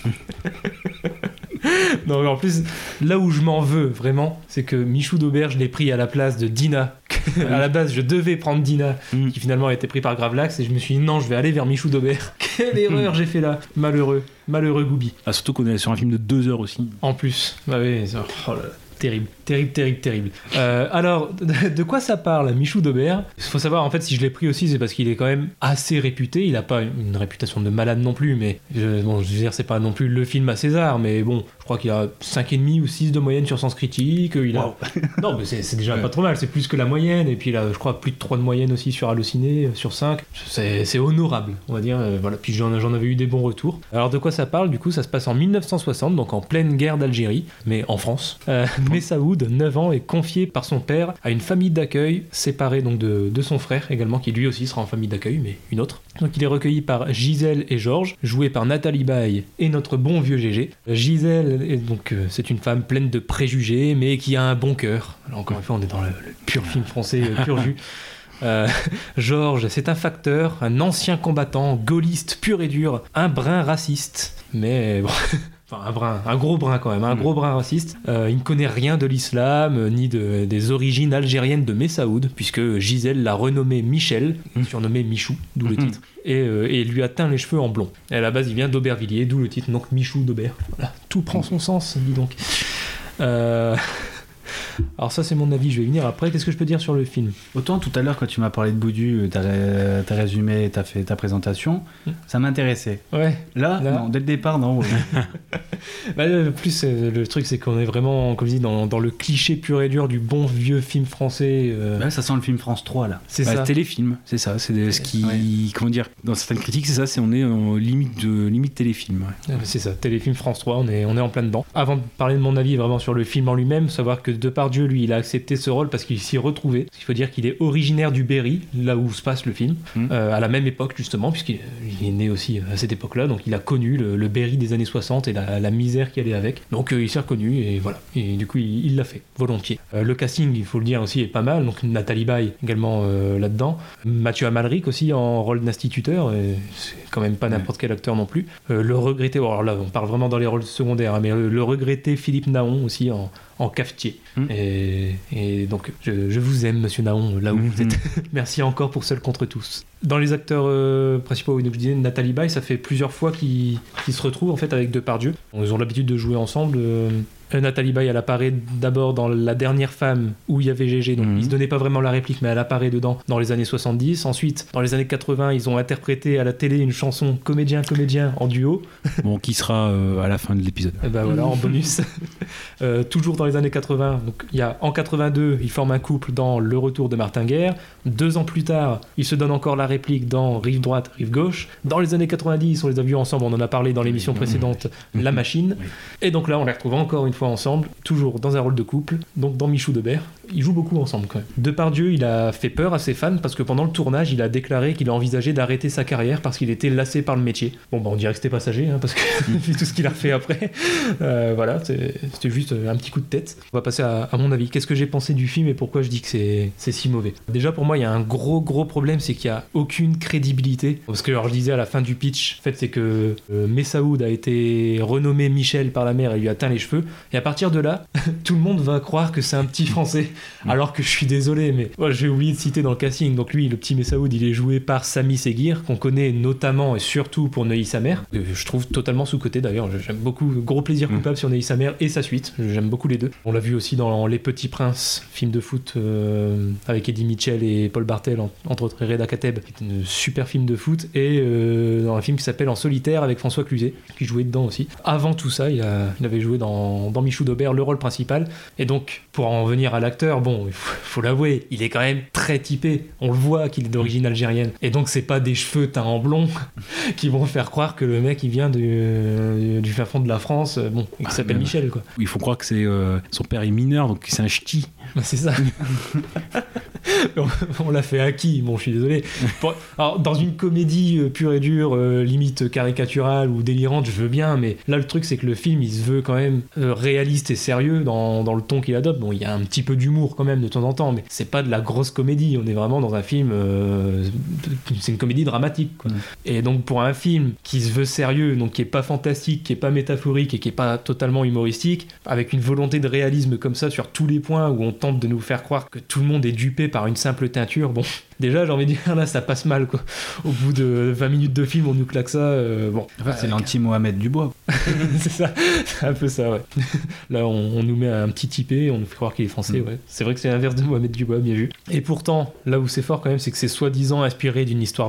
Non, en plus, là où je m'en veux vraiment, c'est que Michou d'Aubert, je l'ai pris à la place de Dina. À la base, je devais prendre Dina, mm. qui finalement a été pris par Gravelax, et je me suis dit non, je vais aller vers Michou d'Aubert. Quelle erreur j'ai fait là, malheureux, malheureux Goubi. Ah, surtout qu'on est sur un film de deux heures aussi. En plus, bah oui, oh là là. Terrible, terrible, terrible, terrible. Euh, alors, de, de quoi ça parle, Michou d'Aubert? Il faut savoir, en fait, si je l'ai pris aussi, c'est parce qu'il est quand même assez réputé. Il n'a pas une réputation de malade non plus, mais je, bon, je veux dire, c'est pas non plus le film à César, mais bon, je crois qu'il a cinq virgule cinq ou six de moyenne sur Sens Critique. Il a... wow. Non, mais c'est, c'est déjà ouais. pas trop mal, c'est plus que la moyenne. Et puis il a, je crois, plus de trois de moyenne aussi sur Allociné, sur cinq. C'est, c'est honorable, on va dire. Euh, voilà. Puis j'en, j'en avais eu des bons retours. Alors, de quoi ça parle? Du coup, ça se passe en mille neuf cent soixante, donc en pleine guerre d'Algérie, mais en France. Euh, Messaoud, neuf ans, est confié par son père à une famille d'accueil séparée donc de, de son frère également, qui lui aussi sera en famille d'accueil, mais une autre. Donc il est recueilli par Gisèle et Georges, joués par Nathalie Baye et notre bon vieux Gégé. Gisèle, est donc, euh, c'est une femme pleine de préjugés, mais qui a un bon cœur. Alors encore une fois, on est dans le, le pur film français, euh, pur jus. Euh, Georges, c'est un facteur, un ancien combattant, gaulliste pur et dur, un brin raciste, mais bon... Enfin, un brin, un gros brin quand même, un gros brin raciste. Euh, il ne connaît rien de l'islam, euh, ni de, des origines algériennes de Messaoud, puisque Gisèle l'a renommé Michel, surnommé Michou, d'où le titre, et, euh, et lui a teint les cheveux en blond. Et à la base, il vient d'Aubervilliers, d'où le titre, donc Michou d'Aubert. Voilà, tout prend son sens, dis donc. Euh... Alors ça c'est mon avis, je vais venir après. Qu'est-ce que je peux dire sur le film ? Autant tout à l'heure quand tu m'as parlé de Boudu, t'as, ré... t'as résumé, t'as fait ta présentation, mmh. ça m'intéressait. Ouais. Là, Là... non, dès le départ, non. Ouais. bah, le plus, le truc c'est qu'on est vraiment, comme je dis, dans, dans le cliché pur et dur du bon vieux film français. Euh... Bah, ça sent le film France trois là. C'est bah, ça. Téléfilm, c'est ça. C'est ce qui, ouais. comment dire, dans certaines critiques, c'est ça. C'est on est en limite de limite téléfilm. Ouais. C'est ça, téléfilm France trois, on est on est en plein dedans. Avant de parler de mon avis vraiment sur le film en lui-même, savoir que Depardieu, lui, il a accepté ce rôle parce qu'il s'y retrouvait. Il faut dire qu'il est originaire du Berry, là où se passe le film, mmh. euh, à la même époque justement, puisqu'il il est né aussi à cette époque-là, donc il a connu le, le Berry des années soixante et la, la misère qui allait avec. Donc euh, il s'est reconnu et voilà. Et du coup, il, il l'a fait, volontiers. Euh, le casting, il faut le dire aussi, est pas mal. Donc Nathalie Baye également euh, là-dedans. Mathieu Amalric aussi en rôle d'instituteur. Et c'est quand même pas n'importe quel acteur non plus. Euh, le regretté, bon, alors là, on parle vraiment dans les rôles secondaires, hein, mais le, le regretté Philippe Naon aussi en en cafetier. Mmh. Et, et donc, je, je vous aime, monsieur Naon, là où mmh. vous êtes. Merci encore pour Seul contre tous. Dans les acteurs euh, principaux, donc je disais Nathalie Baye, ça fait plusieurs fois qu'ils, qu'ils se retrouvent en fait avec Depardieu. Ils ont l'habitude de jouer ensemble. Euh, Nathalie Baye, elle apparaît d'abord dans La Dernière Femme où il y avait Gégé, donc mmh. ils se donnaient pas vraiment la réplique, mais elle apparaît dedans dans les années soixante-dix. Ensuite, dans les années quatre-vingts, ils ont interprété à la télé une chanson comédien-comédien en duo. Bon, qui sera euh, à la fin de l'épisode. Et ben voilà, en bonus. euh, toujours dans les années quatre-vingts, donc il y a en quatre-vingt-deux, ils forment un couple dans Le Retour de Martin Guerre. Deux ans plus tard, ils se donnent encore la réplique dans Rive droite, Rive gauche. Dans les années quatre-vingt-dix, on les a vus ensemble, on en a parlé dans l'émission précédente, La Machine. Et donc là, on les retrouve encore une fois ensemble, toujours dans un rôle de couple, donc dans Michou d'Aubert. Ils jouent beaucoup ensemble quand même. Depardieu, il a fait peur à ses fans parce que pendant le tournage, il a déclaré qu'il a envisagé d'arrêter sa carrière parce qu'il était lassé par le métier. Bon, bah on dirait que c'était passager, hein, parce que vu tout ce qu'il a fait après, euh, voilà, c'est, c'était juste un petit coup de tête. On va passer à, à mon avis. Qu'est-ce que j'ai pensé du film et pourquoi je dis que c'est, c'est si mauvais ? Déjà, pour moi, il y a un gros, gros problème, c'est qu'il n'y a aucune crédibilité. Parce que, alors, je disais à la fin du pitch, en fait, c'est que euh, Messaoud a été renommé Michel par la mère et lui a teint les cheveux. Et à partir de là, tout le monde va croire que c'est un petit Français. Alors que je suis désolé, mais ouais, j'ai oublié de citer dans le casting. Donc lui, le petit Messaoud, il est joué par Sami Seguir, qu'on connaît notamment et surtout pour Neuilly sa mère. Je trouve totalement sous-coté d'ailleurs. J'aime beaucoup. Gros plaisir coupable mmh. sur Neuilly sa mère et sa suite. J'aime beaucoup les deux. On l'a vu aussi dans Les Petits Princes, film de foot euh, avec Eddie Mitchell et Paul Bartel, entre autres, et Reda Kateb, qui est un super film de foot. Et euh, dans un film qui s'appelle En solitaire avec François Cluzet, qui jouait dedans aussi. Avant tout ça, il, a, il avait joué dans, dans Michou d'Aubert le rôle principal. Et donc, pour en venir à l'acteur, bon, il faut, faut l'avouer, il est quand même très typé. On le voit qu'il est d'origine algérienne. Et donc, c'est pas des cheveux teints en blond qui vont faire croire que le mec, il vient du, du fin fond de la France, bon, il s'appelle ah, Michel, quoi. Il faut croire que c'est euh, son père est mineur, donc c'est un ch'ti. Bah, c'est ça. on, on l'a fait acquis, bon, je suis désolé. Pour, alors, dans une comédie euh, pure et dure, euh, limite caricaturale ou délirante, je veux bien, mais là, le truc, c'est que le film, il se veut quand même euh, réaliste et sérieux dans, dans le ton qu'il adopte. Bon, il y a un petit peu d'humour quand même de temps en temps, mais c'est pas de la grosse comédie. On est vraiment dans un film, euh, c'est une comédie dramatique, quoi. Mmh. Et donc, pour un film qui se veut sérieux, donc qui est pas fantastique, qui est pas métaphorique et qui est pas totalement humoristique, avec une volonté de réalisme comme ça sur tous les points où on tente de nous faire croire que tout le monde est dupé par une simple teinture, bon, déjà j'ai envie de dire là ça passe mal, quoi. Au bout de vingt minutes de film on nous claque ça, euh, bon. En fait c'est l'anti-Mohamed Dubois. C'est ça, c'est un peu ça, ouais. Là on, on nous met un petit typé, on nous fait croire qu'il est français, mmh. ouais. C'est vrai que c'est l'inverse de Mohamed Dubois, bien vu. Et pourtant, là où c'est fort quand même, c'est que c'est soi-disant inspiré d'une histoire vraie.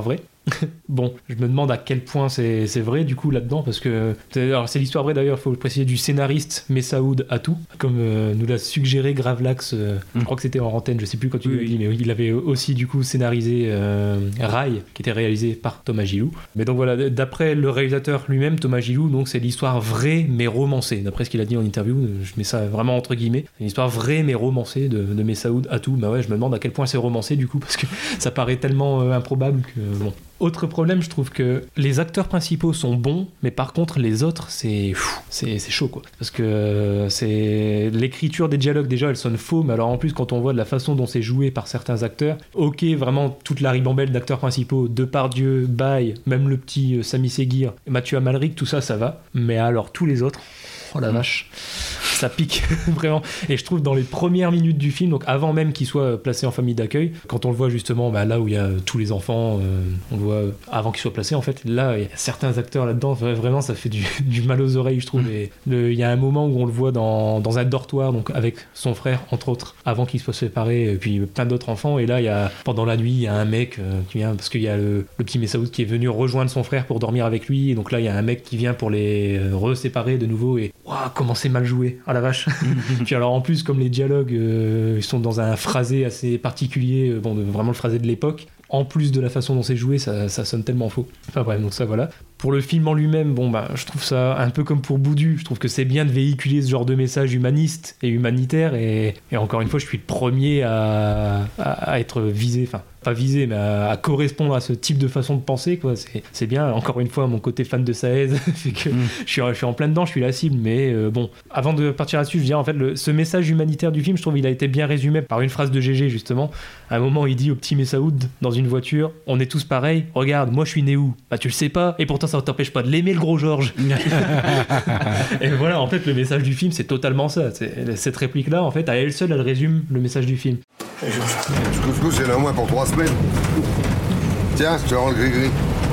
Bon, je me demande à quel point c'est, c'est vrai du coup là-dedans, parce que c'est, alors, c'est l'histoire vraie d'ailleurs, il faut le préciser, du scénariste Messaoud Atou, comme euh, nous l'a suggéré Gravelax, euh, mm. je crois que c'était en antenne, je sais plus quand tu l'as dit, mais il avait aussi du coup scénarisé euh, Rail, qui était réalisé par Thomas Gilou. Mais donc voilà, d'après le réalisateur lui-même, Thomas Gilou, donc c'est l'histoire vraie mais romancée, d'après ce qu'il a dit en interview, je mets ça vraiment entre guillemets, c'est une histoire vraie mais romancée de, de Messaoud Atou. Bah ouais, je me demande à quel point c'est romancé du coup, parce que ça paraît tellement euh, improbable que bon. Autre problème, je trouve que les acteurs principaux sont bons, mais par contre les autres, c'est pff, c'est, c'est chaud quoi. Parce que euh, c'est l'écriture des dialogues déjà, elle sonne faux, mais alors en plus quand on voit de la façon dont c'est joué par certains acteurs, ok, vraiment toute la ribambelle d'acteurs principaux, Depardieu, Baye, même le petit euh, Sami Seguir, Mathieu Amalric, tout ça, ça va. Mais alors tous les autres, oh la vache, ça pique vraiment. Et je trouve dans les premières minutes du film, donc avant même qu'il soit placé en famille d'accueil, quand on le voit justement bah, là où il y a tous les enfants, euh, on le voit avant qu'il soit placé en fait, là il y a certains acteurs là-dedans, vraiment ça fait du, du mal aux oreilles je trouve. Et le, il y a un moment où on le voit dans, dans un dortoir, donc avec son frère entre autres, avant qu'il soit séparé, et puis plein d'autres enfants, et là il y a, pendant la nuit il y a un mec euh, qui vient, parce qu'il y a le, le petit Messaoud qui est venu rejoindre son frère pour dormir avec lui, et donc là il y a un mec qui vient pour les euh, reséparer de nouveau, et waouh, comment c'est mal joué, ah la vache. Puis alors en plus comme les dialogues euh, ils sont dans un phrasé assez particulier, euh, bon de, vraiment le phrasé de l'époque, en plus de la façon dont c'est joué, ça, ça sonne tellement faux. Enfin bref, donc ça voilà. Pour le film en lui-même, bon bah je trouve ça un peu comme pour Boudu, je trouve que c'est bien de véhiculer ce genre de message humaniste et humanitaire, et, et encore une fois je suis le premier à, à, à être visé, enfin pas visé mais à, à correspondre à ce type de façon de penser quoi. C'est, c'est bien, encore une fois mon côté fan de Saez fait que mm. je, suis, je suis en plein dedans, je suis la cible, mais euh, bon, avant de partir là-dessus je dirais en fait le, ce message humanitaire du film, je trouve il a été bien résumé par une phrase de G G justement. À un moment il dit au petit Messaoud dans une voiture, on est tous pareils, regarde moi je suis né où, bah tu le sais pas, et pourtant ça t'empêche pas de l'aimer le gros Georges. Et voilà, en fait le message du film c'est totalement ça, c'est, cette réplique là en fait à elle seule elle résume le message du film. Ce couscous c'est là moins pour trois semaines. Tiens, je te rends le gris-gris.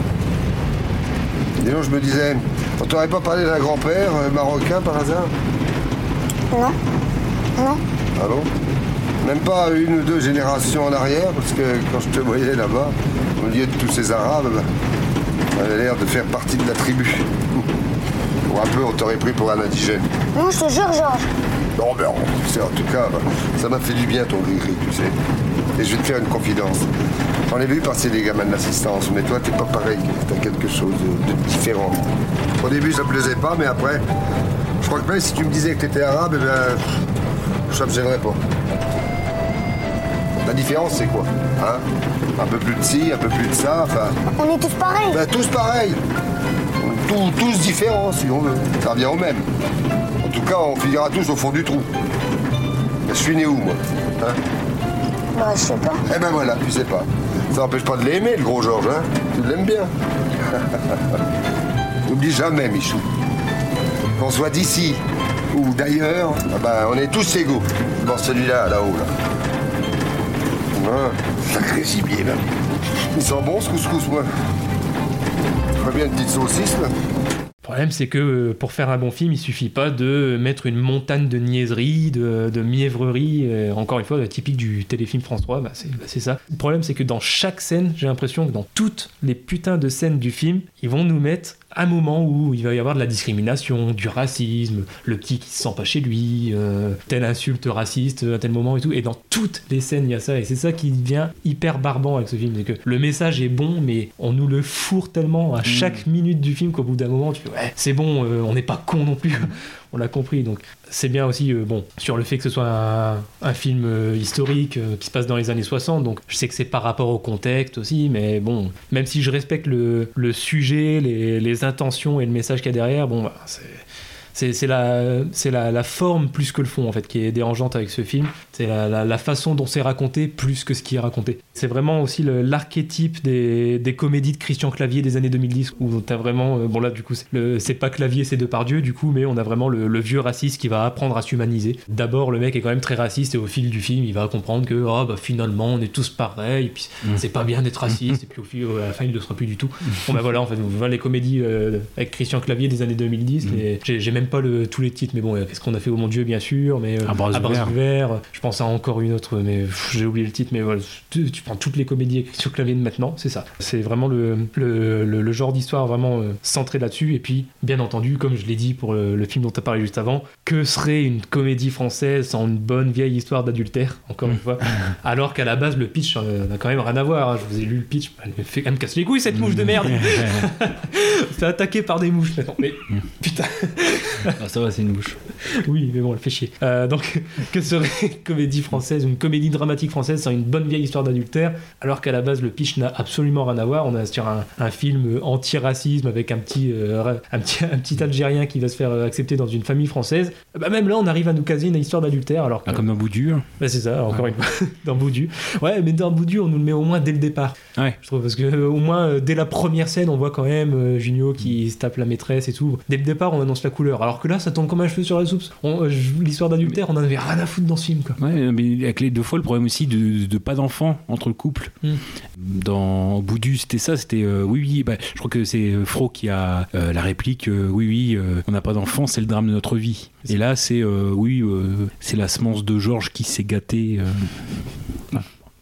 Dis donc, je me disais, on t'aurait pas parlé d'un grand-père euh, marocain par hasard? Non. Non. Ah bon? Même pas une ou deux générations en arrière, parce que quand je te voyais là-bas, au milieu de tous ces Arabes, bah, on avait l'air de faire partie de la tribu. Ou un peu, on t'aurait pris pour un indigène. Non, je te jure, Georges. Non, mais tu sais, en tout cas, bah, ça m'a fait du bien ton gris-gris, tu sais. Et je vais te faire une confidence. J'en ai vu passer des gamins de l'assistance, mais toi, t'es pas pareil, t'as quelque chose de, de différent. Au début, ça me plaisait pas, mais après, je crois que même si tu me disais que t'étais arabe, eh bien, ça me gênerait pas. La différence, c'est quoi, hein? Un peu plus de ci, un peu plus de ça, enfin... On est tous pareils. Ben, tous pareils. Tous, tous différents, si on veut. Ça revient au même. En tout cas, on finira tous au fond du trou. Ben, je suis né où, moi, hein? Bah, je sais pas. Eh ben voilà, tu sais pas. Ça n'empêche pas de l'aimer, le gros Georges, hein? Tu l'aimes bien. N'oublie jamais, Michou. Qu'on soit d'ici ou d'ailleurs, ah ben, on est tous égaux. Bon, celui-là, là-haut, là. Ah, sacré gibier, là. Il sent bon, ce couscous, moi. Je ferais bien une petite saucisse, là. Le problème, c'est que pour faire un bon film, il suffit pas de mettre une montagne de niaiseries, de, de mièvreries. Euh, encore une fois, typique du téléfilm France trois, bah c'est, bah c'est ça. Le problème, c'est que dans chaque scène, j'ai l'impression que dans toutes les putains de scènes du film, ils vont nous mettre un moment où il va y avoir de la discrimination, du racisme, le petit qui se sent pas chez lui, euh, telle insulte raciste à tel moment et tout. Et dans toutes les scènes, il y a ça. Et c'est ça qui devient hyper barbant avec ce film. C'est que le message est bon, mais on nous le fourre tellement à chaque mmh. minute du film qu'au bout d'un moment, tu fais ouais, c'est bon, euh, on n'est pas con non plus. On l'a compris, donc c'est bien aussi euh, bon sur le fait que ce soit un, un film euh, historique euh, qui se passe dans les années soixante, donc je sais que c'est par rapport au contexte aussi, mais bon, même si je respecte le, le sujet, les, les intentions et le message qu'il y a derrière, bon bah, c'est... C'est, c'est, la, c'est la, la forme plus que le fond en fait qui est dérangeante avec ce film. C'est la, la, la façon dont c'est raconté plus que ce qui est raconté. C'est vraiment aussi le, l'archétype des, des comédies de Christian Clavier des années deux mille dix où t'as vraiment, euh, bon là du coup c'est, le, c'est pas Clavier, c'est Depardieu du coup, mais on a vraiment le, le vieux raciste qui va apprendre à s'humaniser. D'abord le mec est quand même très raciste et au fil du film il va comprendre que oh, bah, finalement on est tous pareils et puis mmh. c'est pas bien d'être raciste et puis au fil, à la fin il ne le sera plus du tout. Bon bah voilà en fait, on voit les comédies euh, avec Christian Clavier des années deux mille dix, mmh. les, j'ai, j'ai même même pas le, tous les titres, mais bon, qu'est-ce qu'on a fait, oh mon Dieu, bien sûr, mais euh, à bras ouverts. Je pense à encore une autre, mais pff, j'ai oublié le titre, mais voilà, tu, tu prends toutes les comédies écrites sur clavier de maintenant, c'est ça. C'est vraiment le, le, le, le genre d'histoire vraiment euh, centré là-dessus. Et puis, bien entendu, comme je l'ai dit pour le, le film dont tu as parlé juste avant, que serait une comédie française sans une bonne vieille histoire d'adultère, encore une fois, alors qu'à la base, le pitch euh, n'a quand même rien à voir. Hein. Je vous ai lu le pitch, elle me fait quand même casser les couilles, cette mouche de merde. C'est attaqué par des mouches maintenant, mais putain. Ah, ça va, c'est une mouche. Oui, mais bon, elle fait chier. Euh, donc, que serait une comédie française, une comédie dramatique française sans une bonne vieille histoire d'adultère, alors qu'à la base, le pitch n'a absolument rien à voir. On est sur un, un film anti-racisme avec un petit, euh, un, petit, un petit Algérien qui va se faire accepter dans une famille française. Bah, même là, on arrive à nous caser une histoire d'adultère. Alors que, ah, comme dans Boudu. Bah, c'est ça, encore ouais. une fois, dans Boudu. Ouais, mais dans Boudu, on nous le met au moins dès le départ. Ouais. Je trouve, parce que euh, au moins, euh, dès la première scène, on voit quand même euh, Junio qui se tape la maîtresse et tout. Dès le départ, on annonce la couleur. Alors que là, ça tombe comme un cheveu sur la soupe. On, euh, l'histoire d'adultère, on en avait rien à foutre dans ce film, quoi. Ouais, mais avec les deux fois, le problème aussi de, de pas d'enfants entre le couple. Mm. Dans Boudu, c'était ça, c'était euh, oui, oui, bah, je crois que c'est Fro qui a euh, la réplique euh, oui, oui, euh, on n'a pas d'enfants, c'est le drame de notre vie. Et là, c'est euh, oui, euh, c'est la semence de Georges qui s'est gâtée. Euh...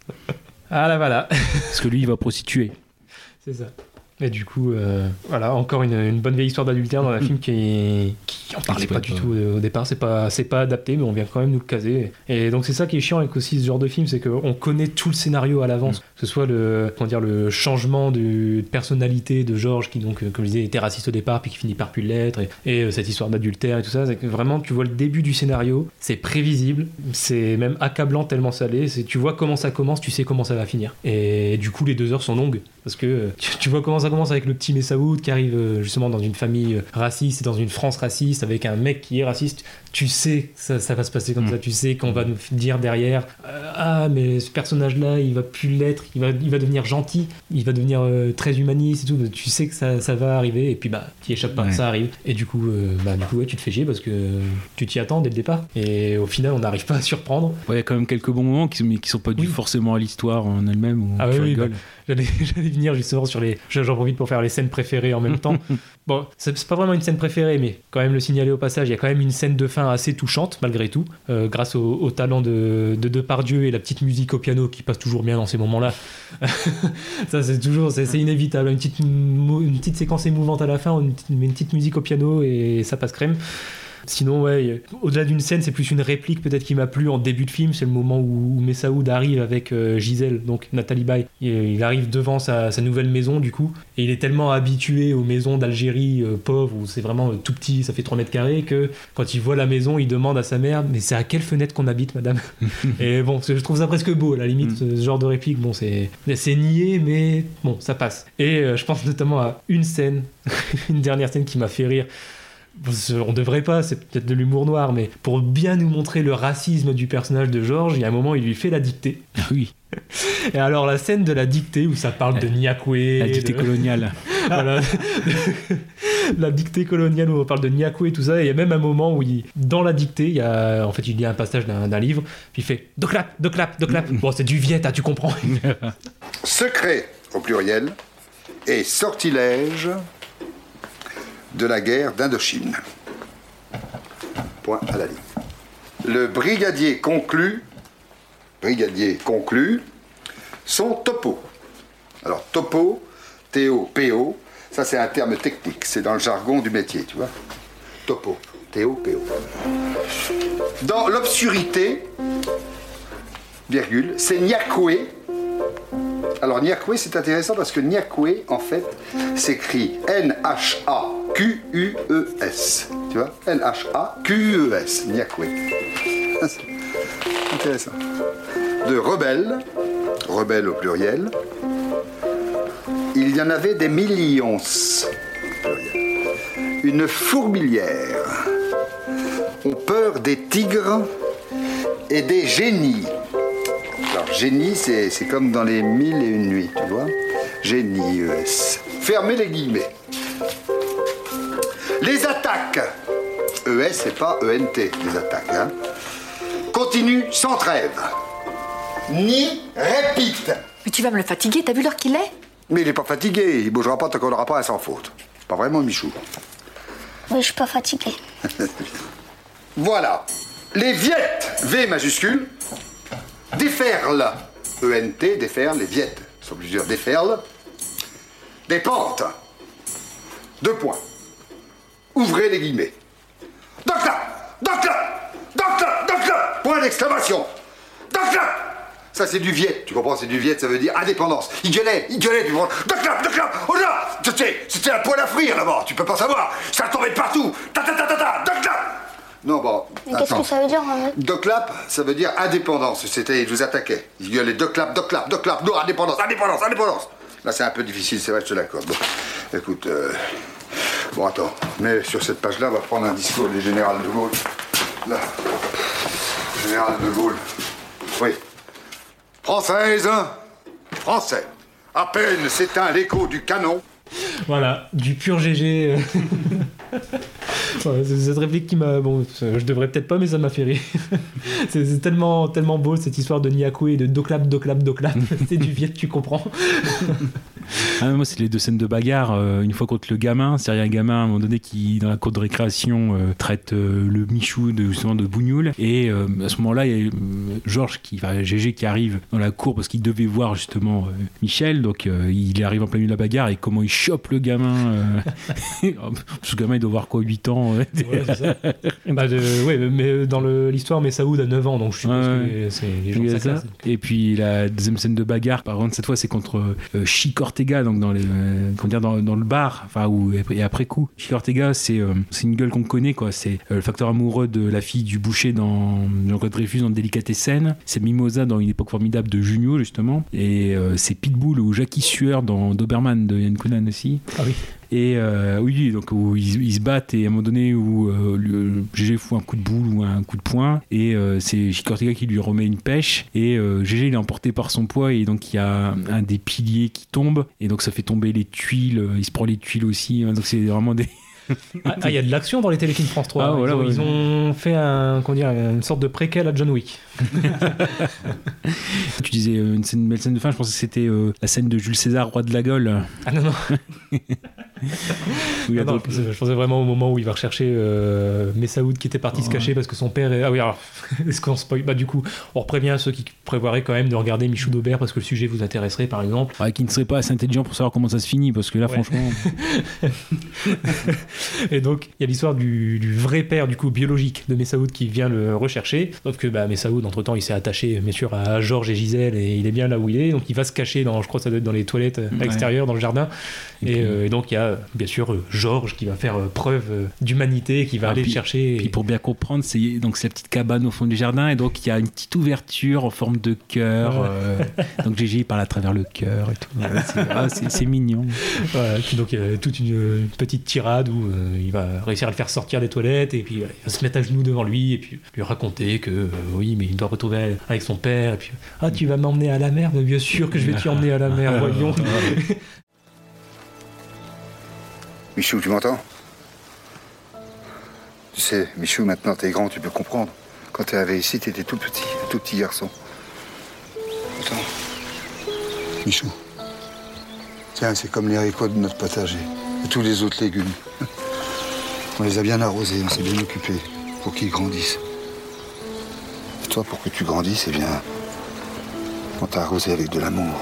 Ah là, voilà. Parce que lui, il va prostituer. C'est ça. Et du coup, euh, voilà, encore une, une bonne vieille histoire d'adultère dans un film qui, qui en parlait pas, pas du tout au départ. C'est pas, c'est pas adapté, mais on vient quand même nous le caser. Et donc c'est ça qui est chiant avec aussi ce genre de film, c'est qu'on connaît tout le scénario à l'avance. Mm. Que ce soit le, comment dire, le changement de personnalité de Georges, qui donc, comme je disais, était raciste au départ, puis qui finit par plus l'être, et, et euh, cette histoire d'adultère et tout ça, c'est que vraiment tu vois le début du scénario, c'est prévisible, c'est même accablant tellement ça l'est. C'est, tu vois comment ça commence, tu sais comment ça va finir. Et du coup, les deux heures sont longues, parce que tu, tu vois comment ça commence avec le petit Messaoud qui arrive justement dans une famille raciste et dans une France raciste avec un mec qui est raciste. Tu sais que ça, ça va se passer comme mmh. ça, tu sais qu'on va nous dire derrière euh, ah mais ce personnage là il va plus l'être, il va, il va devenir gentil, il va devenir euh, très humaniste et tout, tu sais que ça, ça va arriver et puis bah tu échappes pas, ouais. Ça arrive et du coup, euh, bah, du coup ouais, tu te fais chier parce que tu t'y attends dès le départ et au final on n'arrive pas à surprendre. Ouais, il y a quand même quelques bons moments qui, mais qui sont pas dus oui. forcément à l'histoire en elle-même où ah tu oui, rigoles. Bah, j'allais, j'allais venir justement sur les, j'en profite pour faire les scènes préférées en même temps. Bon, c'est, c'est pas vraiment une scène préférée, mais quand même le signaler au passage, il y a quand même une scène de fin assez touchante, malgré tout, euh, grâce au, au talent de, de Depardieu et la petite musique au piano qui passe toujours bien dans ces moments-là. Ça, c'est toujours, c'est, c'est inévitable. Une petite, une petite séquence émouvante à la fin, une, une petite musique au piano et ça passe crème. Sinon, ouais, au-delà d'une scène, c'est plus une réplique peut-être qui m'a plu en début de film. C'est le moment où, où Messaoud arrive avec euh, Gisèle, donc Nathalie Baye. Il, il arrive devant sa, sa nouvelle maison, du coup, et il est tellement habitué aux maisons d'Algérie euh, pauvres, où c'est vraiment euh, tout petit, ça fait trois mètres carrés, que quand il voit la maison, il demande à sa mère « Mais c'est à quelle fenêtre qu'on habite, madame ?» Et bon, je trouve ça presque beau, à la limite, ce, ce genre de réplique. Bon, c'est, c'est niais, mais bon, ça passe. Et euh, je pense notamment à une scène, une dernière scène qui m'a fait rire. On devrait pas, c'est peut-être de l'humour noir, mais pour bien nous montrer le racisme du personnage de Georges, il y a un moment, il lui fait la dictée. Oui. Et alors, la scène de la dictée où ça parle de Niakoué. La dictée de... coloniale. Voilà. La dictée coloniale où on parle de Niakoué et tout ça. Et il y a même un moment où, il, dans la dictée, il y a, en fait, il lit un passage d'un, d'un livre, puis il fait Doclap, Doclap, Doclap. Bon, c'est du Viet, hein, tu comprends. Secret, au pluriel, et sortilège de la guerre d'Indochine. Point à la ligne. Le brigadier conclut, brigadier conclut, son topo. Alors topo, T O P O, ça c'est un terme technique, c'est dans le jargon du métier, tu vois. Topo, T O P O. Dans l'obscurité, virgule, c'est Niakoué. Alors Niakoué, c'est intéressant parce que Niakoué, en fait, s'écrit N H A Q U E S. Tu vois, N H A Q U E S, Niakoué. Intéressant. De rebelles, rebelles au pluriel, il y en avait des millions. Une fourmilière. ont peur des tigres et des génies. Alors, génie, c'est, c'est comme dans les mille et une nuits, tu vois. Génie, E S. Fermez les guillemets. Les attaques, E S, c'est pas E N T, les attaques, hein. Continue sans trêve. Ni répite. Mais tu vas me le fatiguer, t'as vu l'heure qu'il est? Mais il est pas fatigué, il bougera pas tant qu'on n'aura pas un sans faute. Pas vraiment, Michou. Oui, je suis pas fatiguée. Voilà. Les viettes, V majuscule, déferlent, E N T, déferlent, les viettes sont plusieurs, déferlent, des pentes. Deux points. Ouvrez les guillemets. Donc là, donc là, donc là, donc là, point d'exclamation. Donc là. Ça, c'est du viet, tu comprends, c'est du viet, ça veut dire indépendance. Il gueulait, il gueulait, tu comprends. Donc là, donc là, oh là, c'était, c'était un poil à frire là-bas, tu peux pas savoir. Ça tombait de partout. Ta ta ta ta ta, donc là. Non, bon, Mais qu'est-ce que ça veut dire, Mohamed? Doclap, ça veut dire indépendance. C'était, je vous attaquais. Il gueulait Doclap, Doclap, Doclap, non, indépendance, indépendance, indépendance. Là, c'est un peu difficile, c'est vrai, je te l'accorde. Bon, écoute, euh... bon, attends, mais sur cette page-là, on va prendre un discours du général de Gaulle. Là, général de Gaulle. Oui. Française, français. À peine s'éteint l'écho du canon. Voilà, du pur G G. Ouais, c'est cette réplique qui m'a... Bon, je devrais peut-être pas, mais ça m'a fait rire. c'est, c'est tellement, tellement beau, cette histoire de Nyaku et de Doclap, Doclap, Doclap. C'est du Viet, tu comprends. Ah, moi, c'est les deux scènes de bagarre. Euh, une fois contre le gamin, c'est un gamin à un moment donné qui, dans la cour de récréation, euh, traite euh, le Michou de, justement de bougnoul. Et euh, à ce moment-là, il y a euh, Georges, qui, enfin, G G qui arrive dans la cour parce qu'il devait voir justement euh, Michel. Donc, euh, il arrive en plein milieu de la bagarre et comment il chope le gamin. Euh... Ce gamin, il doit avoir quoi, huit ans. Ouais, ouais c'est ça. Bah de, ouais, mais dans le, l'histoire, Messaoud a neuf ans, donc je suppose ouais, que c'est les gens de sa classe. Et puis la deuxième scène de bagarre, par contre, cette fois, c'est contre euh, Chic Ortega, donc dans, les, euh, comment dire, dans, dans le bar, enfin, où, et après coup. Chic Ortega, c'est, euh, c'est une gueule qu'on connaît, quoi. C'est euh, le facteur amoureux de la fille du boucher dans Jean-Claude Dreyfus dans Délicatessen. C'est Mimosa dans Une époque formidable de Junio, justement. Et euh, c'est Pitbull ou Jackie Sueur dans Doberman de Yann Kounan aussi. Ah oui. Et euh, oui, donc où ils, ils se battent et à un moment donné où euh, le G G fout un coup de boule ou un coup de poing et euh, c'est Chic Ortega qui lui remet une pêche et euh, G G il est emporté par son poids et donc il y a un des piliers qui tombe et donc ça fait tomber les tuiles, il se prend les tuiles aussi, donc c'est vraiment des... Ah, il y a de l'action dans les téléfilms France trois. Ah, voilà, ils, ont, ouais. ils ont fait un, comment dire, une sorte de préquel à John Wick. Tu disais euh, une, scène, une belle scène de fin, je pensais que c'était euh, la scène de Jules César, roi de la Gaule. Ah non, non. Oui, non, non, je, pensais, je pensais vraiment au moment où il va rechercher euh, Messaoud qui était parti oh. se cacher parce que son père est... Ah oui, alors, est-ce qu'on spoil? Bah du coup, on prévient ceux qui prévoiraient quand même de regarder Michou d'Aubert parce que le sujet vous intéresserait par exemple. Ouais, qui ne serait pas assez intelligent pour savoir comment ça se finit parce que là, ouais. franchement... Et donc, il y a l'histoire du, du vrai père, du coup, biologique de Messaoud qui vient le rechercher. Sauf que bah, Messaoud, entre-temps, il s'est attaché, bien sûr, à Georges et Gisèle et il est bien là où il est. Donc, il va se cacher dans, je crois que ça doit être dans les toilettes à ouais. l'extérieur, dans le jardin. Et, et, euh, et donc, il y a, bien sûr, euh, Georges qui va faire euh, preuve euh, d'humanité, qui va ah, aller puis, le chercher. Et... Puis, pour bien comprendre, c'est, donc, c'est la petite cabane au fond du jardin. Et donc, il y a une petite ouverture en forme de cœur. Ouais. Euh, donc, Gigi parle à travers le cœur et tout. Ouais, c'est, ah, c'est, c'est mignon. Voilà, puis donc, il y a toute une, une petite tirade où euh, il va réussir à le faire sortir des toilettes et puis il va se mettre à genoux devant lui et puis lui raconter que euh, oui mais il doit retrouver avec son père et puis ah tu vas m'emmener à la mer, mais bien sûr que je vais t'y emmener à la mer, voyons. Michou, tu m'entends? Tu sais, Michou, maintenant t'es grand, tu peux comprendre. Quand t'es arrivé ici, t'étais tout petit, un tout petit garçon. Attends. Michou. Tiens, c'est comme les haricots de notre potager et tous les autres légumes. On les a bien arrosés, on s'est bien occupés pour qu'ils grandissent. Et toi, pour que tu grandisses, eh bien, on t'a arrosé avec de l'amour.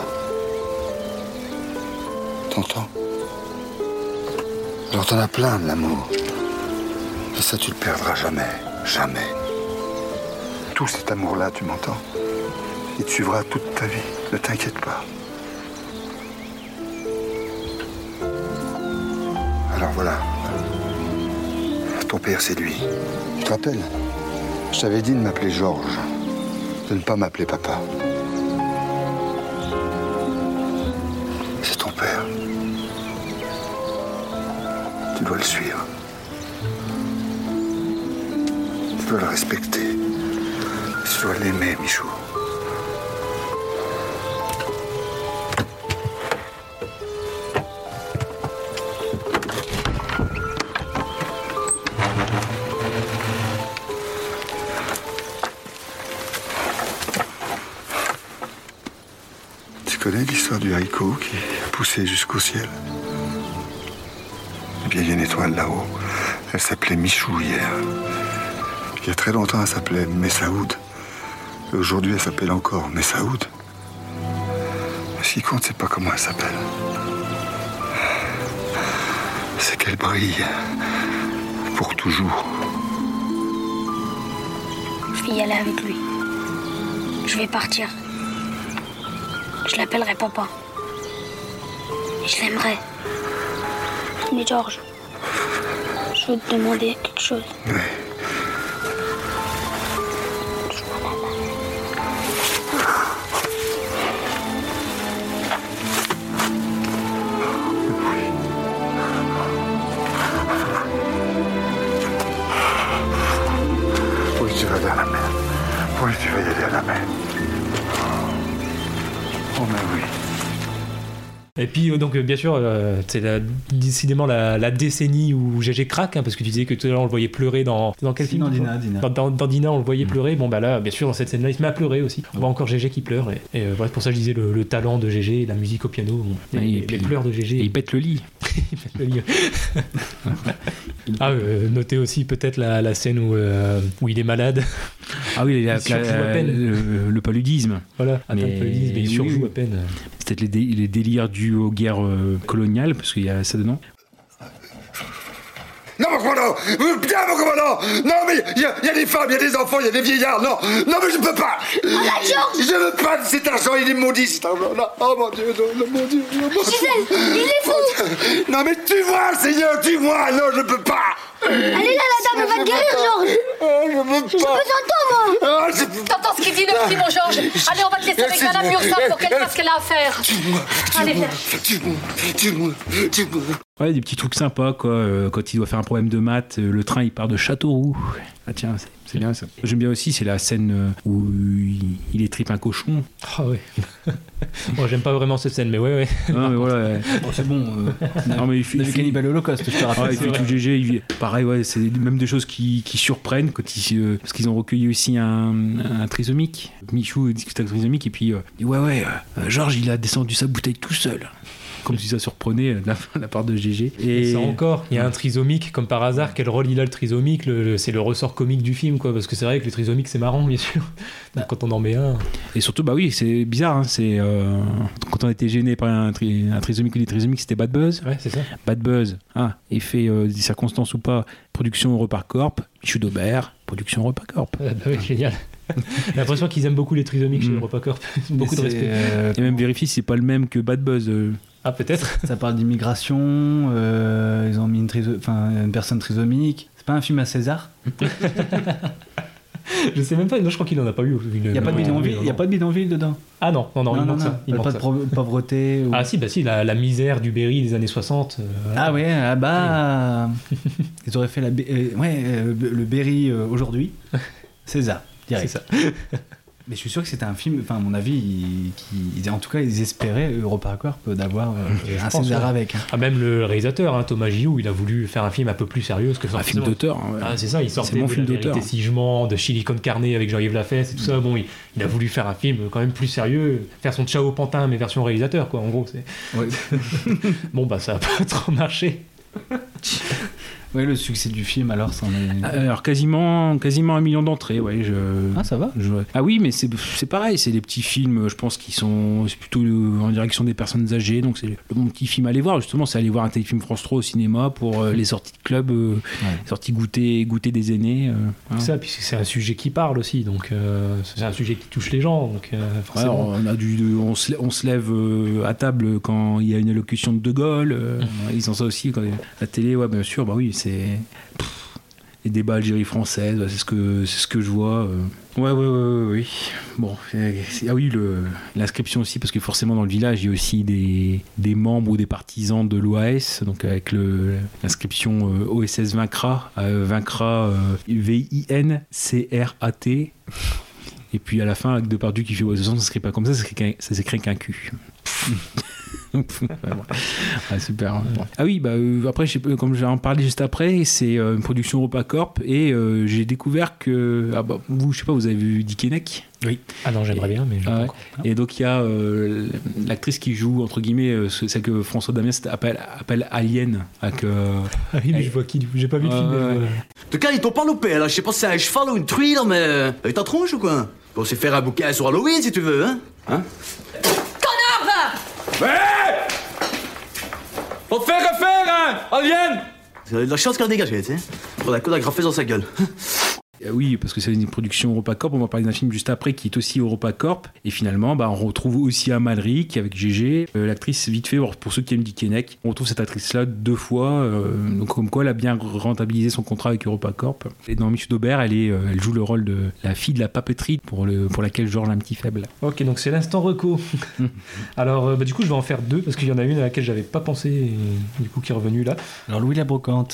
T'entends? Alors t'en as plein de l'amour. Et ça, tu le perdras jamais, jamais. Tout cet amour-là, tu m'entends? Il te suivra toute ta vie, ne t'inquiète pas. Alors voilà. Ton père, c'est lui. Tu te rappelles? Je t'avais dit de m'appeler Georges, de ne pas m'appeler papa. C'est ton père. Tu dois le suivre. Tu dois le respecter. Tu dois l'aimer, Michou. Tu connais l'histoire du haricot qui a poussé jusqu'au ciel? Eh bien, il y a une étoile là-haut. Elle s'appelait Michou hier. Il y a très longtemps, elle s'appelait Messaoud. Et aujourd'hui, elle s'appelle encore Messaoud. Ce qui compte, c'est pas comment elle s'appelle. C'est qu'elle brille. Pour toujours. Je vais y aller avec lui. Je vais partir. Je l'appellerai papa. Et je l'aimerai. Mais George, je veux te demander quelque chose. Oui. Oui, tu vas aller à la mer. Oui, tu vas y aller à la mer. Oh, mais oui. Et puis, donc, bien sûr, euh, c'est la, décidément la, la décennie où Gégé craque, hein, parce que tu disais que tout à l'heure, on le voyait pleurer dans, dans quel film dans Dina, Dina. Dans, dans, dans Dina, on le voyait pleurer. Bon, bah là, bien sûr, dans cette scène-là, il se met à pleurer aussi. On voit encore Gégé qui pleure. Et, et euh, voilà, pour ça, je disais le, le talent de Gégé, la musique au piano, bon, et, et, et puis, les pleurs de Gégé. Et il pète le lit. Il pète le lit. Ah, euh, notez aussi peut-être la, la scène où, euh, où il est malade. Ah oui, il, il surjoue à peine. Le, le paludisme. Voilà, atteint de paludisme, mais il surjoue oui, à peine. C'est peut-être les, dé, les délires dus aux guerres euh, coloniales, parce qu'il y a ça dedans. Non, mon commandant! Bien, mon commandant! Non, mais il y, y a des femmes, il y a des enfants, il y a des vieillards, non! Non, mais je peux pas! Arrête, Georges! Je veux pas de cet argent, il est maudit, cet argent-là! Oh mon Dieu, non, non, mon Dieu! Non, mon Gisèle, il est fou! Non, mais tu vois, Seigneur, tu vois! Non, je peux pas! Elle est là, la dame, elle va te guérir, Georges! Oh, je veux pas! J'ai besoin de toi, moi! Oh, je... T'entends ce qu'il dit, le petit, mon Georges? Allez, on va te laisser avec Madame Ursap pour qu'elle fasse ce qu'elle a à faire. Tue-moi, Allez, viens. tue-moi, tue-moi, tue-moi. Ouais, des petits trucs sympas, quoi. Euh, quand il doit faire un problème de maths, euh, le train, il part de Châteauroux. Ah tiens, c'est, c'est bien ça. J'aime bien aussi, c'est la scène euh, où il, il étripe un cochon. Ah ouais. Moi, j'aime pas vraiment cette scène, mais ouais, ouais. Non, mais voilà. Ouais. Bon, c'est bon. Euh, non, mais il fait, on a vu Cannibal Holocaust, je te rappelle. Ah, il fait tout G G. Il... Pareil, ouais, c'est même des choses qui, qui surprennent quand ils, euh, parce qu'ils ont recueilli aussi un, un trisomique. Michou discute avec un trisomique et puis euh, dit, ouais, ouais, euh, Georges, il a descendu sa bouteille tout seul. Comme si ça surprenait de la, de la part de Gégé. Et, et ça encore, il y a un trisomique, comme par hasard, quel rôle il a le trisomique, le, le, c'est le ressort comique du film, quoi, parce que c'est vrai que le trisomique c'est marrant, bien sûr. Donc, quand on en met un. Et surtout, bah oui, c'est bizarre, hein, c'est euh, quand on était gêné par un, tri, un trisomique ou des trisomiques, c'était Bad Buzz. Ouais, c'est ça. Bad Buzz, ah, effet euh, des circonstances ou pas, production EuropaCorp, Michou d'Aubert, production EuropaCorp. Ah, bah oui, génial. J'ai l'impression qu'ils aiment beaucoup les trisomiques chez mmh. EuropaCorp. Beaucoup de respect. Euh, et même vérifie si c'est pas le même que Bad Buzz. Euh. Ah, peut-être. Ça parle d'immigration, euh, ils ont mis une, triso- une personne trisomique. C'est pas un film à César? Je sais même pas, non, je crois qu'il en a pas eu. Il n'y a, pas de bidonville, y a pas de bidonville dedans? Ah non, non, non, non il non, manque non. ça. Il manque pas ça. de pro- pauvreté ou... Ah si, bah si, la, la misère du Berry des années soixante. Euh, voilà. Ah ouais, ah bah... Ils auraient fait la B- euh, ouais, euh, le Berry euh, aujourd'hui. César, direct. C'est ça. Mais je suis sûr que c'était un film, enfin à mon avis, ils, qui, en tout cas ils espéraient, EuropaCorp, d'avoir euh, un César avec. Hein. Ah, même le réalisateur, hein, Thomas Gilloux, il a voulu faire un film un peu plus sérieux. Que un film d'auteur. Hein, ouais. Ah, c'est ça, il sortait c'est mon de film La d'auteur. Vérité si je mens, de Chili con Carne avec Jean-Yves Lafesse et tout ça. Bon, il, il a voulu faire un film quand même plus sérieux, faire son Ciao Pantin, mais version réalisateur, quoi, en gros. C'est... Ouais. Bon, bah ça a pas trop marché. Ouais, le succès du film, alors, ça en est... Alors, quasiment, quasiment un million d'entrées, ouais. Je, ah, ça va je, Ah oui, mais c'est, c'est pareil, c'est des petits films, je pense, qui sont c'est plutôt en direction des personnes âgées, donc c'est le bon petit film à aller voir, justement, c'est aller voir un téléfilm France trois au cinéma pour euh, les sorties de club, euh, ouais. les sorties goûter, goûter des aînés. Euh, hein. Ça, puisque c'est un sujet qui parle aussi, donc euh, c'est un sujet qui touche les gens, donc euh, forcément. Ouais, on, a du, on, se, on se lève euh, à table quand il y a une allocution de De Gaulle, euh, mmh. Ils sont ça aussi, quand la télé, ouais, bien sûr, bah oui, c'est... Pff, les débats Algérie française, c'est ce que c'est ce que je vois. Euh. Ouais, ouais, ouais, ouais, oui. Bon, ah oui, le, l'inscription aussi, parce que forcément dans le village, il y a aussi des, des membres ou des partisans de l'O A S, donc avec le, l'inscription euh, O S S vaincra, euh, vaincra euh, V I N C R A T. Et puis à la fin, avec Depardieu qui fait ouais, ça s'écrit pas comme ça, ça s'écrit, ça s'écrit qu'un cul. Ah, super. Bon. Ah oui, bah, euh, après, je sais pas, comme je vais en parler juste après, c'est euh, une production EuropaCorp et euh, j'ai découvert que. Ah bah, vous, je sais pas, vous avez vu Dickeneck ? Oui. Ah non, j'aimerais et, bien, mais je ah ouais. Et donc, il y a euh, l'actrice qui joue, entre guillemets, euh, celle que François Damiens appelle, appelle Alien. Avec, euh, ah oui, mais elle... je vois qui, j'ai pas vu le film. Euh, mais... ouais. De cas, ils t'ont pas loupé, là. Je sais pas si c'est un cheval ou une truie, là, mais. Avec ta tronche ou quoi? On sait faire un bouquin sur Halloween, si tu veux, hein? Hein? Connard, va! Ouais! Faut te faire refaire, hein! Alien! Vous avez de la chance qu'elle a dégagé, tu sais. Pour la coup d'agrafer dans sa gueule. Oui, parce que c'est une production EuropaCorp. On va parler d'un film juste après qui est aussi EuropaCorp. Et finalement, bah, on retrouve aussi Amalric avec Gégé. Euh, l'actrice, vite fait, pour ceux qui aiment Dickeneck, on retrouve cette actrice-là deux fois. Euh, donc, comme quoi, elle a bien rentabilisé son contrat avec EuropaCorp. Et dans Michou d'Aubert, elle, est, euh, elle joue le rôle de la fille de la papeterie pour, le, pour laquelle Georges a un petit faible. Ok, donc c'est l'instant reco. Alors, euh, bah, du coup, je vais en faire deux parce qu'il y en a une à laquelle j'avais pas pensé et du coup qui est revenue là. Alors, Louis la Brocante.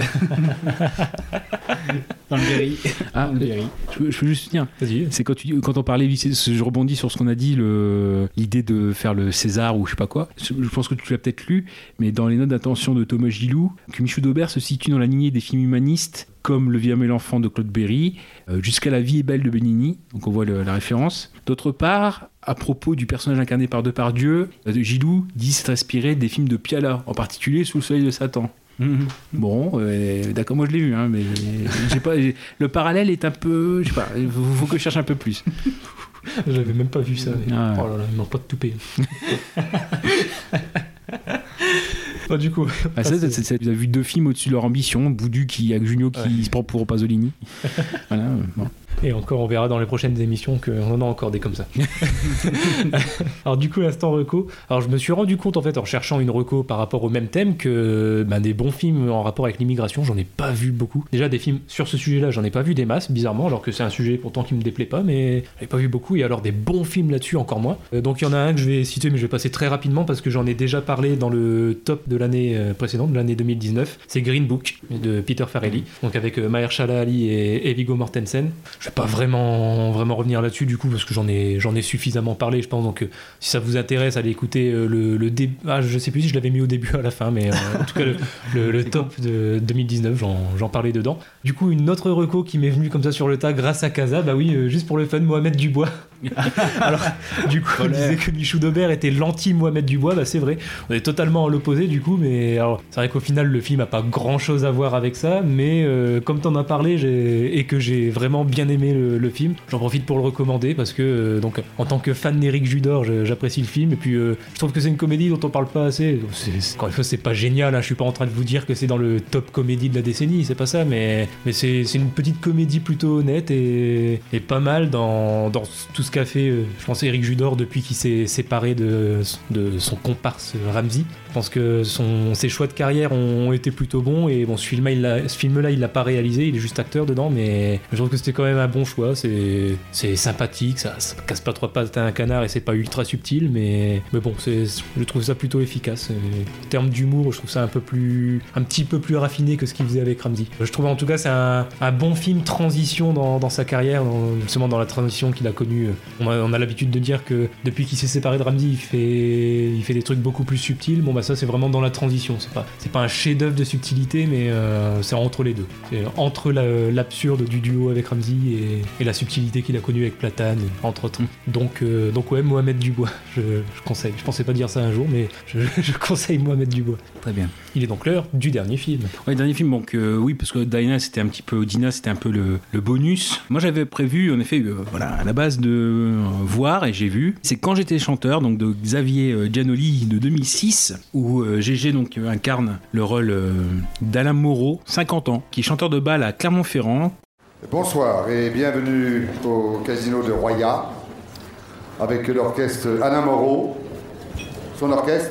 Dans le Berry. Ah, je peux, je peux juste dire, vas-y. C'est quand, tu, quand on parlait, je rebondis sur ce qu'on a dit, le, l'idée de faire le César ou je sais pas quoi. Je, je pense que tu l'as peut-être lu, mais dans les notes d'attention de Thomas Gilou, que Michou d'Aubert se situe dans la lignée des films humanistes comme Le Vieux et l'Enfant de Claude Berry, euh, jusqu'à La Vie est belle de Benigni, donc on voit le, la référence. D'autre part, à propos du personnage incarné par Depardieu, euh, Gilou dit s'être inspiré des films de Piala, en particulier Sous le soleil de Satan. Mmh. Bon, euh, d'accord, moi je l'ai vu, hein, mais j'ai pas, j'ai, le parallèle est un peu, je sais pas, il faut, faut que je cherche un peu plus. J'avais même pas vu ça. Mais... Ah, ouais. Oh là là, il manque pas de toupet. Bon, du coup, ah, ça, c'est... C'est, c'est, vous avez vu deux films au-dessus de leur ambition, Boudu qui avec Junio qui ouais. se prend pour Pasolini. Voilà. Bon. Et encore, on verra dans les prochaines émissions qu'on en a encore des comme ça. Alors du coup, l'instant reco. Alors je me suis rendu compte en fait en cherchant une reco par rapport au même thème que ben, des bons films en rapport avec l'immigration, j'en ai pas vu beaucoup. Déjà des films sur ce sujet-là, j'en ai pas vu des masses, bizarrement, alors que c'est un sujet pourtant qui me déplaît pas, mais j'en ai pas vu beaucoup. Et alors des bons films là-dessus, encore moins. Euh, donc il y en a un que je vais citer, mais je vais passer très rapidement parce que j'en ai déjà parlé dans le top de l'année précédente, de l'année deux mille dix-neuf. C'est Green Book de Peter Farrelly, donc avec euh, Mahershala Ali et, et Viggo Mortensen. Je vais pas vraiment vraiment revenir là-dessus du coup parce que j'en ai j'en ai suffisamment parlé, je pense. Donc euh, si ça vous intéresse, allez écouter euh, le, le début. Ah, je sais plus si je l'avais mis au début ou à la fin, mais euh, en tout cas le, le, le top de deux mille dix-neuf, j'en, j'en parlais dedans. Du coup, une autre reco qui m'est venue comme ça sur le tas grâce à Casa, bah oui, euh, juste pour le fun, Mohamed Dubois. Alors, du coup, on disait que Michou d'Aubert était l'anti-Mohamed Dubois, bah c'est vrai, on est totalement à l'opposé du coup, mais alors, c'est vrai qu'au final, le film a pas grand-chose à voir avec ça, mais euh, comme t'en as parlé j'ai... et que j'ai vraiment bien aimé le, le film, j'en profite pour le recommander parce que, euh, donc, en tant que fan d'Éric Judor, je, j'apprécie le film, et puis euh, je trouve que c'est une comédie dont on parle pas assez. C'est, c'est, encore une fois, c'est pas génial, hein, je suis pas en train de vous dire que c'est dans le top comédie de la décennie, c'est pas ça, mais, mais c'est, c'est une petite comédie plutôt honnête et, et pas mal dans, dans tout ce qu'a fait, euh, je pense, Éric Judor depuis qu'il s'est séparé de, de son comparse Ramzy. Je pense que son, ses choix de carrière ont été plutôt bons, et bon, ce film-là, il l'a, ce film-là, il l'a pas réalisé, il est juste acteur dedans, mais je trouve que c'était quand même un bon choix. C'est, c'est sympathique, ça, ça casse pas trois pattes à un canard et c'est pas ultra subtil, mais, mais bon, c'est, je trouve ça plutôt efficace. Et en termes d'humour, je trouve ça un peu plus, un petit peu plus raffiné que ce qu'il faisait avec Ramzy. Je trouve en tout cas c'est un, un bon film transition dans, dans sa carrière, dans, justement dans la transition qu'il a connue. On a, on a l'habitude de dire que depuis qu'il s'est séparé de Ramzy, il fait, il fait des trucs beaucoup plus subtils. Bon bah ça c'est vraiment dans la transition. C'est pas, c'est pas un chef-d'œuvre de subtilité, mais euh, c'est entre les deux. C'est entre la, l'absurde du duo avec Ramzy et, et la subtilité qu'il a connue avec Platane, entre autres. Donc, euh, donc ouais, Mohamed Dubois, je, je conseille. Je pensais pas dire ça un jour, mais je, je conseille Mohamed Dubois. Très bien. Il est donc l'heure du dernier film. Ouais, dernier film, donc euh, oui, parce que Dina c'était un petit peu, Dina c'était un peu le, le bonus. Moi j'avais prévu, en effet, euh, voilà, à la base de euh, voir, et j'ai vu. C'est Quand j'étais chanteur, donc de Xavier euh, Giannoli de deux mille six, où euh, Gégé donc euh, incarne le rôle euh, d'Alain Moreau, cinquante ans, qui est chanteur de bal à Clermont-Ferrand. Bonsoir et bienvenue au Casino de Roya avec l'orchestre Alain Moreau. Son orchestre.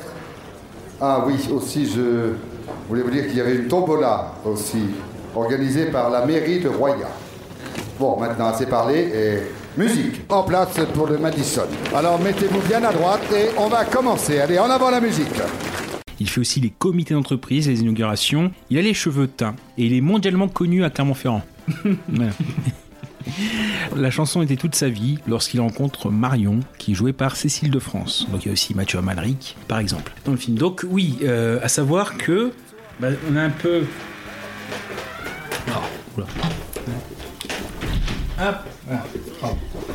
Ah oui, aussi je voulais vous dire qu'il y avait une tombola aussi, organisée par la mairie de Roya. Bon, maintenant assez parlé et musique. En place pour le Madison. Alors mettez-vous bien à droite et on va commencer. Allez, en avant la musique. Il fait aussi les comités d'entreprise, les inaugurations. Il a les cheveux teints et il est mondialement connu à Clermont-Ferrand. Voilà. La chanson était toute sa vie lorsqu'il rencontre Marion, qui est jouée par Cécile de France. Donc il y a aussi Mathieu Amalric, par exemple, dans le film. Donc oui, euh, à savoir que bah, on a un peu... Oh, oula. Hop, voilà. Oh.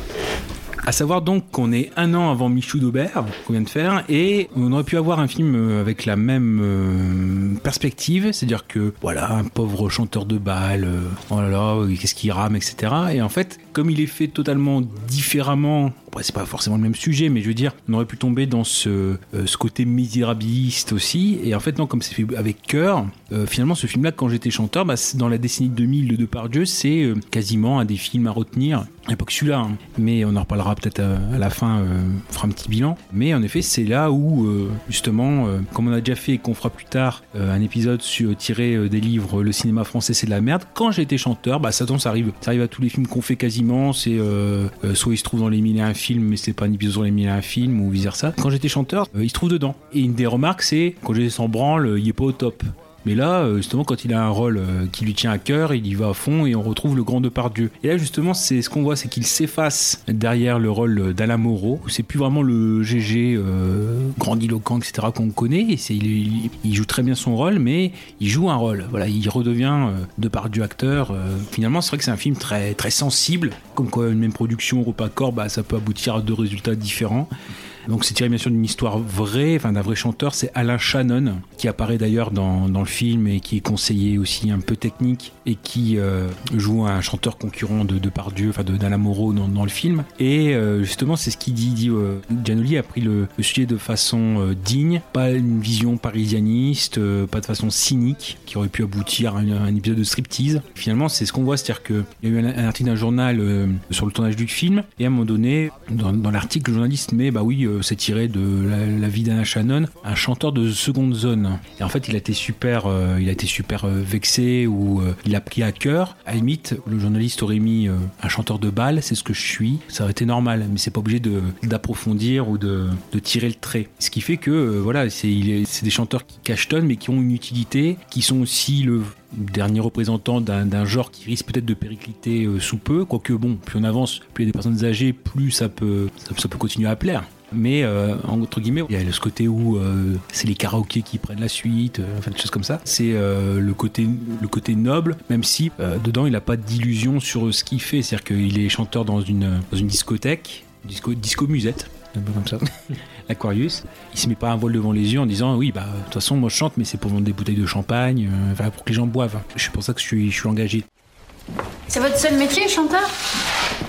À savoir donc qu'on est un an avant Michou d'Aubert, qu'on vient de faire, et on aurait pu avoir un film avec la même euh, perspective, c'est-à-dire que, voilà, un pauvre chanteur de bal, euh, oh là là, qu'est-ce qu'il rame, et cetera. Et en fait, comme il est fait totalement différemment, ouais, c'est pas forcément le même sujet, mais je veux dire, on aurait pu tomber dans ce, euh, ce côté misérabiliste aussi, et en fait, non, comme c'est fait avec cœur, euh, finalement, ce film-là, quand j'étais chanteur, bah, dans la décennie deux mille de Depardieu, c'est euh, quasiment un des films à retenir. À l'époque, celui-là, hein. Mais on en reparlera peut-être à, à la fin, euh, on fera un petit bilan. Mais en effet, c'est là où, euh, justement, euh, comme on a déjà fait et qu'on fera plus tard euh, un épisode sur, tiré euh, des livres Le cinéma français, c'est de la merde. Quand j'ai été chanteur, bah, ça, ça arrive. Ça arrive à tous les films qu'on fait quasiment. C'est euh, euh, soit il se trouve dans les mille et un films, mais c'est pas un épisode sur les mille et un films, ou vice versa. Quand j'étais chanteur, euh, il se trouve dedans. Et une des remarques, c'est quand j'étais sans branle, il est pas au top. Mais là, justement, quand il a un rôle qui lui tient à cœur, il y va à fond et on retrouve le grand Depardieu. Et là, justement, c'est ce qu'on voit, c'est qu'il s'efface derrière le rôle d'Alain Moreau. C'est plus vraiment le G G euh, grandiloquent, et cetera qu'on connaît. Et c'est, il, il joue très bien son rôle, mais il joue un rôle. Voilà, il redevient euh, Depardieu acteur. Euh, finalement, c'est vrai que c'est un film très, très sensible. Comme quoi, une même production, Repas-Corps, bah, ça peut aboutir à deux résultats différents. Donc c'est tiré bien sûr d'une histoire vraie, enfin d'un vrai chanteur, c'est Alain Shannon, qui apparaît d'ailleurs dans, dans le film et qui est conseiller aussi un peu technique et qui euh, joue un chanteur concurrent de Depardieu, enfin de, d'Alain Moreau dans, dans le film. Et euh, justement c'est ce qu'il dit, il dit euh, Giannoli a pris le, le sujet de façon euh, digne, pas une vision parisianiste, euh, pas de façon cynique, qui aurait pu aboutir à un, un épisode de striptease. Finalement c'est ce qu'on voit, c'est-à-dire qu'il y a eu un, un article d'un journal euh, sur le tournage du film, et à un moment donné, dans, dans l'article, le journaliste met, bah oui, c'est tiré de la, la vie d'Alain Shannon, un chanteur de seconde zone. Et en fait, il a été super, euh, il a été super euh, vexé ou euh, il a pris à cœur. À la limite, le journaliste aurait mis euh, un chanteur de bal, c'est ce que je suis. Ça aurait été normal, mais c'est pas obligé de, d'approfondir ou de, de tirer le trait. Ce qui fait que, euh, voilà, c'est, il est, c'est des chanteurs qui cachetonnent, mais qui ont une utilité, qui sont aussi le dernier représentant d'un, d'un genre qui risque peut-être de péricliter euh, sous peu. Quoique, bon, plus on avance, plus il y a des personnes âgées, plus ça peut, ça, ça peut continuer à plaire. Mais euh, entre guillemets, il y a ce côté où euh, c'est les karaokés qui prennent la suite, euh, enfin des choses comme ça. C'est euh, le côté le côté noble, même si euh, dedans il n'a pas d'illusion sur ce qu'il fait. C'est-à-dire qu'il est chanteur dans une dans une discothèque, disco disco musette, un peu comme ça. Aquarius. Il se met pas un voile devant les yeux en disant oui bah de toute façon moi je chante mais c'est pour vendre des bouteilles de champagne, euh, enfin pour que les gens boivent. C'est pour ça que je suis je suis engagé. C'est votre seul métier, chanteur ? Pourquoi ?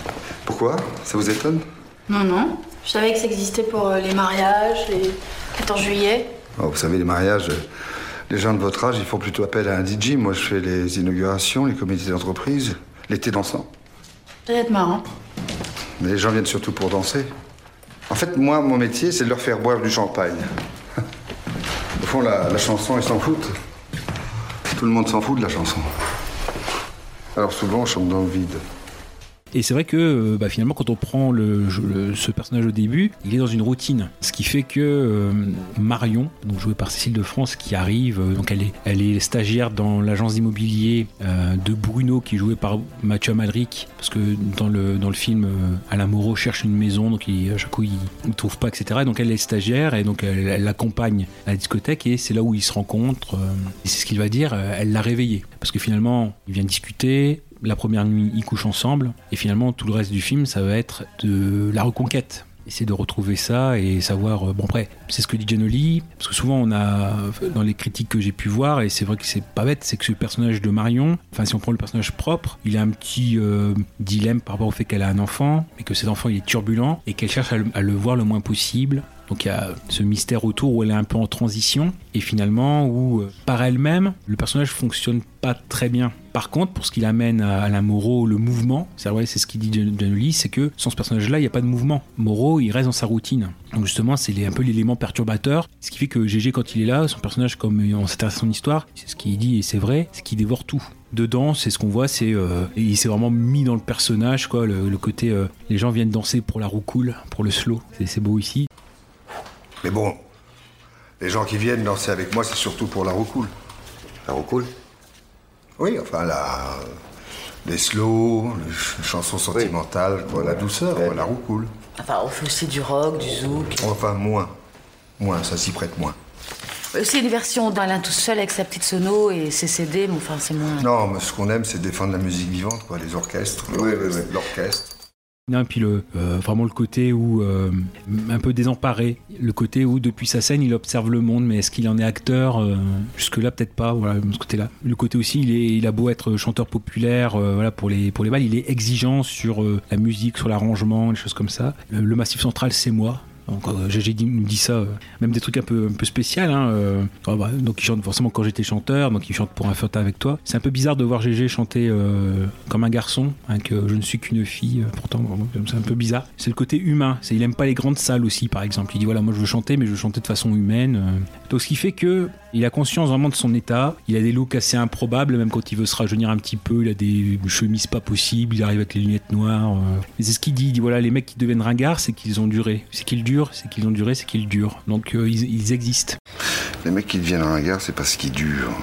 Ça vous étonne ? Non non. Je savais que ça existait pour euh, les mariages, les quatorze juillet. Oh, vous savez, les mariages, les gens de votre âge, ils font plutôt appel à un D J. Moi, je fais les inaugurations, les comités d'entreprise, l'été dansant. Ça va être marrant. Mais les gens viennent surtout pour danser. En fait, moi, mon métier, c'est de leur faire boire du champagne. Au fond, la, la chanson, ils s'en foutent. Tout le monde s'en fout de la chanson. Alors souvent, on chante dans le vide. Et c'est vrai que bah, finalement quand on prend le, le, ce personnage au début, il est dans une routine. Ce qui fait que euh, Marion, donc jouée par Cécile de France, qui arrive, euh, donc elle est, elle est stagiaire dans l'agence d'immobilier euh, de Bruno, qui est joué par Mathieu Amalric, parce que dans le, dans le film, euh, Alain Moreau cherche une maison, donc il, à chaque coup il ne trouve pas, et cetera. Et donc elle est stagiaire, et donc elle, elle l'accompagne à la discothèque, et c'est là où ils se rencontrent. Euh, et c'est ce qu'il va dire, euh, elle l'a réveillé. Parce que finalement, ils viennent discuter. La première nuit, ils couchent ensemble. Et finalement, tout le reste du film, ça va être de la reconquête. Essayer de retrouver ça et savoir... Bon, après, c'est ce que dit Giannoli. Parce que souvent, on a, dans les critiques que j'ai pu voir, et c'est vrai que c'est pas bête, c'est que ce personnage de Marion, enfin, si on prend le personnage propre, il a un petit euh, dilemme par rapport au fait qu'elle a un enfant, mais que cet enfant, il est turbulent, et qu'elle cherche à le, à le voir le moins possible. Donc il y a ce mystère autour où elle est un peu en transition et finalement où par elle-même le personnage fonctionne pas très bien. Par contre, pour ce qui l'amène à Alain Moreau, le mouvement, c'est, ouais, c'est ce qu'il dit Giannoli, c'est que sans ce personnage-là, il n'y a pas de mouvement. Moreau, il reste dans sa routine. Donc justement, c'est les, un peu l'élément perturbateur. Ce qui fait que Gégé, quand il est là, son personnage, comme on s'intéresse à son histoire, c'est ce qu'il dit et c'est vrai, c'est qu'il dévore tout. Dedans, c'est ce qu'on voit, c'est euh, il s'est vraiment mis dans le personnage, quoi, le, le côté euh, les gens viennent danser pour la roucoule, pour le slow. C'est, c'est beau ici. Mais bon, les gens qui viennent danser avec moi, c'est surtout pour la roucoule. La roucoule ? Oui, enfin, la, Les slows, les ch- chansons sentimentales, quoi, la douceur, quoi, la roue coule. Enfin, on fait aussi du rock, du zouk. Enfin, moins. Moins, ça s'y prête moins. C'est une version d'Alain tout seul avec sa petite sono et ses C D, mais enfin, c'est moins... Non, mais ce qu'on aime, c'est défendre la musique vivante, quoi, les orchestres. Oui, oui, oui. L'orchestre. Non, et puis le, euh, vraiment le côté où, euh, un peu désemparé, le côté où depuis sa scène il observe le monde, mais est-ce qu'il en est acteur euh, jusque-là peut-être pas, voilà, de ce côté-là. Le côté aussi, il, est, il a beau être chanteur populaire, euh, voilà, pour les, pour les balles, il est exigeant sur euh, la musique, sur l'arrangement, des choses comme ça. Le, le Massif Central, c'est moi. Donc, euh, Gégé me dit ça, euh, même des trucs un peu, un peu spéciaux. Hein, euh, oh, bah, donc il chante forcément quand j'étais chanteur, donc il chante pour un fête avec toi. C'est un peu bizarre de voir Gégé chanter euh, comme un garçon, hein, que je ne suis qu'une fille. Euh, pourtant, c'est un peu bizarre. C'est le côté humain. C'est, il aime pas les grandes salles aussi, par exemple. Il dit voilà, moi je veux chanter, mais je veux chanter de façon humaine. Euh. Donc ce qui fait que il a conscience vraiment de son état. Il a des looks assez improbables, même quand il veut se rajeunir un petit peu. Il a des chemises pas possibles. Il arrive avec les lunettes noires. Euh. Mais c'est ce qu'il dit. Il dit voilà, les mecs qui deviennent ringards, c'est qu'ils ont duré. C'est qu'ils durent, c'est qu'ils ont duré, c'est qu'ils durent. Donc euh, ils, ils existent. Les mecs qui deviennent ringards, c'est parce qu'ils durent.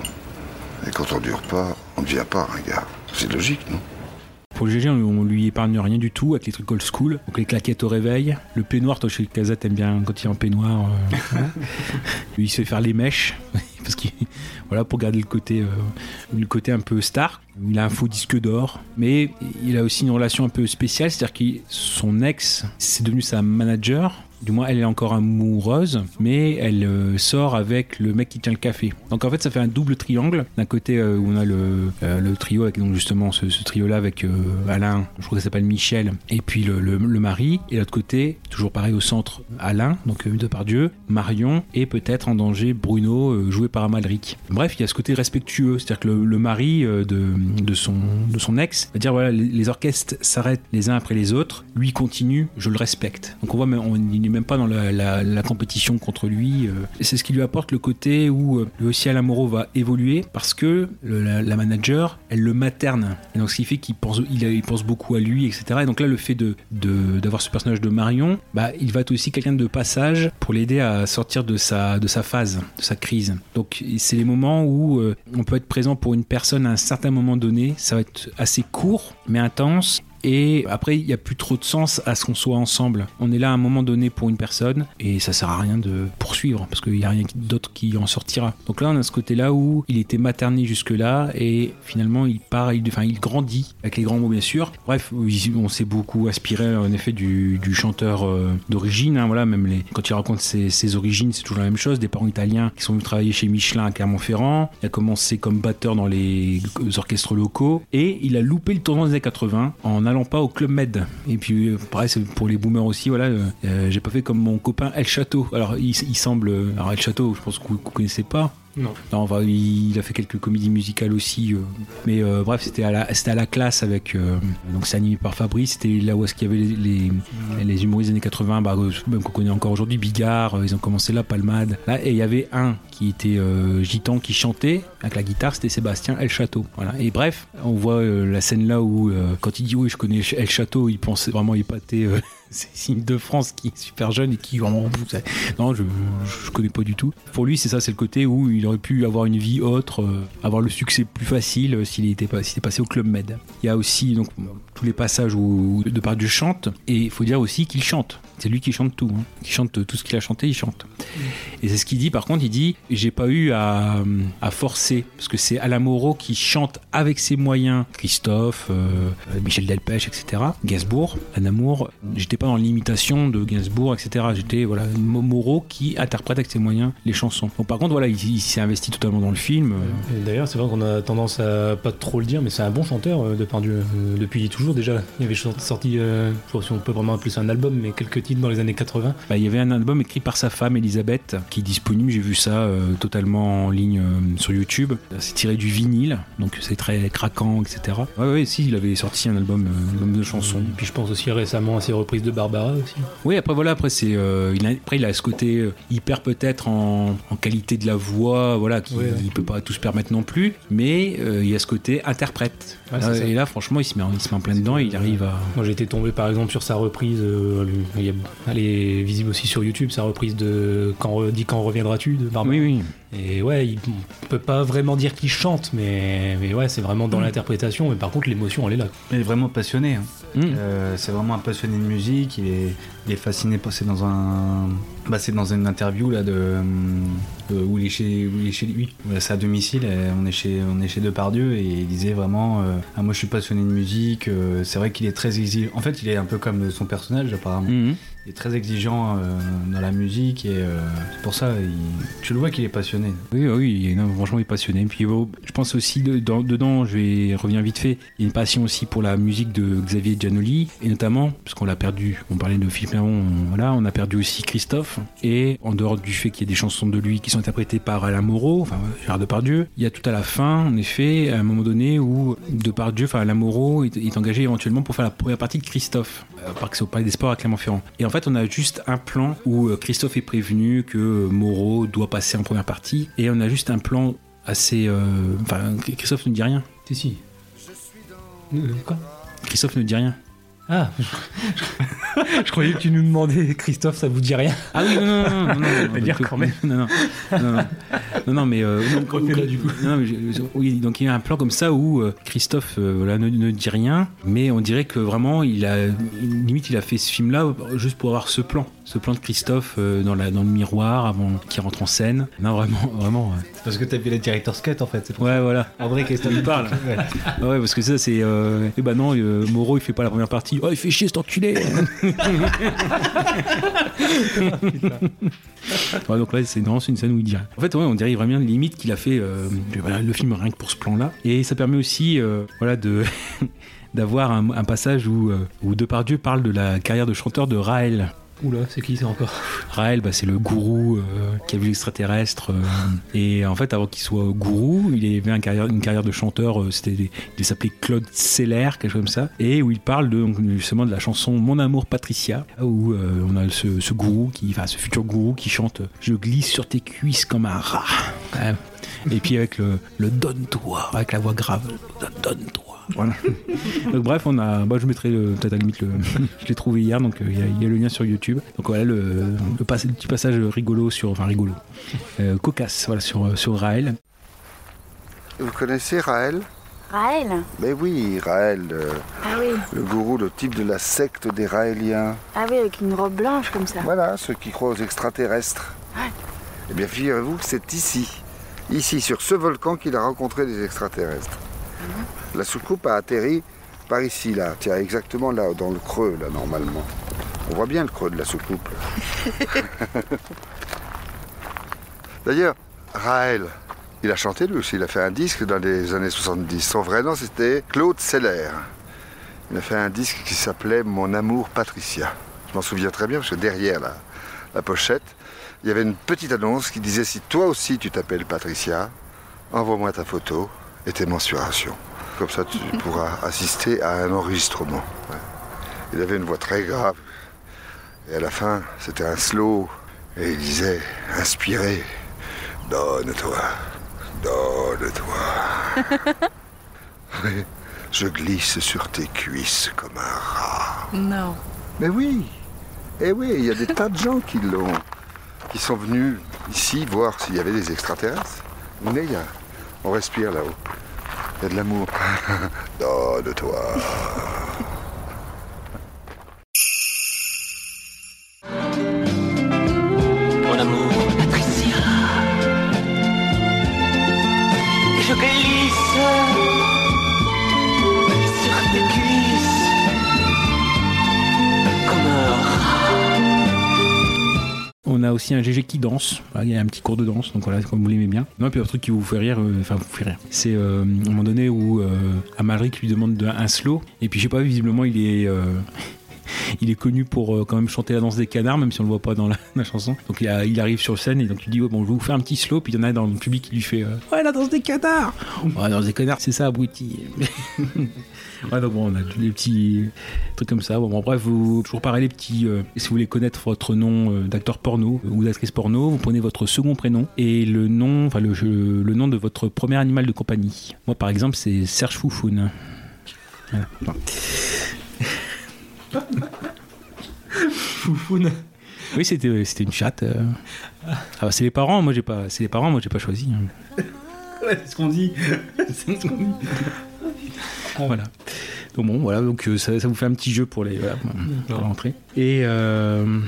Et quand on dure pas, on ne devient pas ringard. C'est logique, non? Pour le Gégé, on lui épargne rien du tout avec les trucs old school. Donc les claquettes au réveil, le peignoir, toi chez le Casa t'aimes bien quand il est en peignoir. Euh, voilà. Il se fait faire les mèches parce qu'il, voilà, pour garder le côté, euh, le côté un peu star. Il a un faux disque d'or, mais il a aussi une relation un peu spéciale, c'est-à-dire que son ex, c'est devenu sa manager. Du moins, elle est encore amoureuse, mais elle euh, sort avec le mec qui tient le café. Donc en fait, ça fait un double triangle. D'un côté, euh, où on a le, euh, le trio, avec donc justement ce, ce trio-là avec euh, Alain, je crois que ça s'appelle Michel, et puis le, le, le mari. Et l'autre côté, toujours pareil au centre, Alain, donc euh, Depardieu, Marion, et peut-être en danger Bruno, euh, joué par Amalric. Bref, il y a ce côté respectueux, c'est-à-dire que le, le mari euh, de, de, son, de son ex va dire voilà, les, les orchestres s'arrêtent les uns après les autres, lui continue, je le respecte. Donc on voit, on, il même pas dans la, la, la compétition contre lui. Euh. Et c'est ce qui lui apporte le côté où euh, lui aussi Alain Moreau va évoluer parce que le, la, la manager, elle le materne. Et donc ce qui fait qu'il pense, il, il pense beaucoup à lui, et cetera. Et donc là, le fait de, de, d'avoir ce personnage de Marion, bah, il va être aussi quelqu'un de passage pour l'aider à sortir de sa, de sa phase, de sa crise. Donc c'est les moments où euh, on peut être présent pour une personne à un certain moment donné. Ça va être assez court, mais intense. Et après, il n'y a plus trop de sens à ce qu'on soit ensemble. On est là à un moment donné pour une personne et ça sert à rien de poursuivre parce qu'il n'y a rien d'autre qui en sortira. Donc là, on a ce côté-là où il était materné jusque-là et finalement, il part, il, enfin, il grandit avec les grands mots, bien sûr. Bref, on s'est beaucoup inspiré en effet du, du chanteur euh, d'origine. Hein, voilà, même les, quand il raconte ses, ses origines, c'est toujours la même chose. Des parents italiens qui sont venus travailler chez Michelin à Clermont-Ferrand. Il a commencé comme batteur dans les orchestres locaux et il a loupé le tournant des années quatre-vingts en n'allant pas au Club Med. Et puis pareil, c'est pour les boomers aussi, voilà, euh, j'ai pas fait comme mon copain El Château. Alors il, il semble, alors El Château, je pense que vous, vous connaissez pas. Non. Non, enfin, il, il a fait quelques comédies musicales aussi, euh, mais euh, bref, c'était à la, c'était à la classe avec, euh, donc c'est animé par Fabrice. C'était là où est-ce qu'il y avait les, les, les humoristes des années quatre-vingts, bah, même qu'on connaît encore aujourd'hui, Bigard. Euh, ils ont commencé là, Palmade. Là, et il y avait un qui était euh, gitan qui chantait avec la guitare, c'était Sébastien El Château. Voilà. Et bref, on voit euh, la scène là où euh, quand il dit oui, je connais El Château, il pensait vraiment épater. Euh, c'est Signe de France qui est super jeune et qui vraiment non je, je connais pas du tout. Pour lui c'est ça, c'est le côté où il aurait pu avoir une vie autre, euh, avoir le succès plus facile euh, s'il était pas s'il était passé au Club Med. Il y a aussi donc tous les passages où Depardieu chante et il faut dire aussi qu'il chante. C'est lui qui chante tout, hein. Qui chante tout ce qu'il a chanté, il chante. Et c'est ce qu'il dit. Par contre, il dit j'ai pas eu à, à forcer parce que c'est Alain Moreau qui chante avec ses moyens. Christophe, euh, Michel Delpech, et cetera. Gainsbourg, Anamour. J'étais pas dans l'imitation de Gainsbourg, et cetera. J'étais voilà Moreau qui interprète avec ses moyens les chansons. Donc par contre voilà, il, il s'est investi totalement dans le film. Et d'ailleurs, c'est vrai qu'on a tendance à pas trop le dire, mais c'est un bon chanteur euh, Depardieu. Euh, depuis toujours déjà. Il y avait sorti, euh, je sais pas si on peut vraiment appeler ça un album, mais quelques titres dans les années quatre-vingts. Bah, il y avait un album écrit par sa femme Elisabeth qui est disponible. J'ai vu ça euh, totalement en ligne euh, sur YouTube. C'est tiré du vinyle, donc c'est très craquant, et cetera. Ouais, ouais, si, il avait sorti un album, euh, un album de chansons. Et puis je pense aussi récemment à ses reprises de Barbara aussi. Oui, après voilà, après c'est, euh, il a, après il a ce côté euh, hyper peut-être en, en qualité de la voix, voilà, qui ouais, ouais. il peut pas tout se permettre non plus, mais euh, il y a ce côté interprète. Ouais, là, et là, franchement, il se met, il se met en plein dedans et il arrive à. Moi, j'ai été tombé par exemple sur sa reprise. Euh, il y a elle est visible aussi sur YouTube, sa reprise de Quand dit Quand reviendras-tu de Barbara. Oui, oui. Et ouais, il, on peut pas vraiment dire qu'il chante, mais, mais ouais, c'est vraiment dans mmh. l'interprétation. Mais par contre, l'émotion, elle est là. Il est vraiment passionné. Hein. Mmh. Euh, c'est vraiment un passionné de musique. Il est, il est fasciné. C'est dans un, bah, c'est dans une interview là de, de où il est chez, où il est chez lui. C'est à domicile. On est chez, on est chez Depardieu et il disait vraiment, euh, ah, moi je suis passionné de musique. Euh, c'est vrai qu'il est très exigeant. En fait, il est un peu comme son personnage apparemment. Mmh. Il est très exigeant euh, dans la musique et euh, c'est pour ça, il, tu le vois qu'il est passionné. Oui, oui, non, franchement, il est passionné. Puis oh, je pense aussi de, dans, dedans, je vais revenir vite fait, il y a une passion aussi pour la musique de Xavier Giannoli et notamment parce qu'on l'a perdu. On parlait de Philippe Perron, voilà, on a perdu aussi Christophe et en dehors du fait qu'il y a des chansons de lui qui sont interprétées par Alain Moreau, enfin Gérard Depardieu, il y a tout à la fin, en effet, à un moment donné où Depardieu, enfin Alain Moreau est, est engagé éventuellement pour faire la première partie de Christophe, euh, parce que c'est au Palais des Sports à Clermont-Ferrand. Et en fait, on a juste un plan où Christophe est prévenu que Moreau doit passer en première partie et on a juste un plan assez... Euh... Enfin, Christophe ne dit rien. Si, si. Quoi ? Christophe ne dit rien. Ah, je croyais que tu nous demandais, Christophe, ça vous dit rien? Ah oui, non, non, non, non, non, non, non dire quand même. Non, non, non, non, non, non mais, euh, donc, donc, là, du coup. Non, mais je, oui, donc il y a un plan comme ça où euh, Christophe, euh, voilà, ne, ne dit rien, mais on dirait que vraiment, il a, limite, il a fait ce film-là juste pour avoir ce plan, ce plan de Christophe euh, dans, la, dans le miroir avant qu'il rentre en scène. Non, vraiment, vraiment. Ouais. C'est parce que t'as vu la director's cut en fait. C'est ouais, voilà. André, qu'est-ce que tu parles? Ouais. Ouais, parce que ça, c'est. Euh, et bah non, euh, Moreau, il fait pas la première partie. Oh, il fait chier cet enculé. Ouais, donc là, c'est vraiment une scène où il dit rien. En fait, ouais, on dirait vraiment limite qu'il a fait euh, le film rien que pour ce plan-là. Et ça permet aussi, euh, voilà, de. d'avoir un, un passage où, euh, où Depardieu parle de la carrière de chanteur de Raël. Oula, c'est qui ça encore? Raël, bah, c'est le gourou euh, qui a vu l'extraterrestre. Euh, et en fait, avant qu'il soit gourou, il avait une carrière, une carrière de chanteur. Euh, c'était, il s'appelait Claude Seller, quelque chose comme ça. Et où il parle de, justement de la chanson Mon amour Patricia, où euh, on a ce, ce gourou, qui, enfin ce futur gourou qui chante Je glisse sur tes cuisses comme un rat. Ouais. Et puis avec le, le donne-toi, avec la voix grave, donne-toi. Voilà. Donc bref, on a, bah, je mettrai le, peut-être à la limite le, je l'ai trouvé hier, donc il euh, y, y a le lien sur YouTube. Donc voilà le, le, pas, le petit passage rigolo sur, enfin rigolo, euh, cocasse, voilà sur sur Raël. Vous connaissez Raël? Raël? Mais oui, Raël, euh, ah oui. Le gourou, le type de la secte des Raéliens. Ah oui, avec une robe blanche comme ça. Voilà, ceux qui croient aux extraterrestres. Ouais. Eh bien, figurez-vous que c'est ici, ici, sur ce volcan qu'il a rencontré des extraterrestres. Mmh. La soucoupe a atterri par ici, là. Tiens, exactement là, dans le creux, là, normalement. On voit bien le creux de la soucoupe. D'ailleurs, Raël, il a chanté lui aussi. Il a fait un disque dans les années soixante-dix. Son vrai nom, c'était Claude Seller. Il a fait un disque qui s'appelait Mon amour Patricia. Je m'en souviens très bien, parce que derrière la, la pochette, il y avait une petite annonce qui disait « Si toi aussi tu t'appelles Patricia, envoie-moi ta photo et tes mensurations. Comme ça, tu pourras assister à un enregistrement. » Ouais. Il avait une voix très grave. Et à la fin, c'était un slow. Et il disait, inspiré, « Donne-toi, donne-toi. » Oui, je glisse sur tes cuisses comme un rat. Non. Mais oui. Eh oui, il y a des tas de gens qui l'ont, qui sont venus ici voir s'il y avait des extraterrestres. Mais il y a, on respire là-haut. Il y a de l'amour. Donne-toi. Mon amour, Patricia. Je glisse sur tes cuisses comme un rat. On a aussi un G G qui danse. Il y a un petit cours de danse, donc voilà, comme vous l'aimez bien. Non, et puis un truc qui vous fait rire, enfin, euh, vous fait rire. C'est euh, un moment donné où euh, Amalric lui demande de, un slow, et puis je sais pas, visiblement il est. Euh, il est connu pour euh, quand même chanter la danse des canards, même si on le voit pas dans la, la chanson. Donc il, a, il arrive sur scène et donc il dit ouais, bon, je vais vous faire un petit slow, puis il y en a dans le public qui lui fait euh, ouais, la danse des canards. Ouais, la danse des canards, c'est ça, abruti. Ouais, donc bon, on a des petits trucs comme ça. Bon, bon bref, vous, toujours pareil, les petits. Euh, si vous voulez connaître votre nom euh, d'acteur porno euh, ou d'actrice porno, vous prenez votre second prénom et le nom, enfin le, le nom de votre premier animal de compagnie. Moi, par exemple, c'est Serge Foufoune. Voilà. Bon. Foufoune. Oui, c'était, c'était une chatte. Euh... Ah, bah, c'est les parents, moi j'ai pas, c'est les parents, moi j'ai pas choisi. Ouais, c'est ce qu'on dit. C'est ce qu'on dit. Voilà. Donc bon, voilà, donc euh, ça, ça vous fait un petit jeu pour les, voilà, pour l'entrée. Et euh...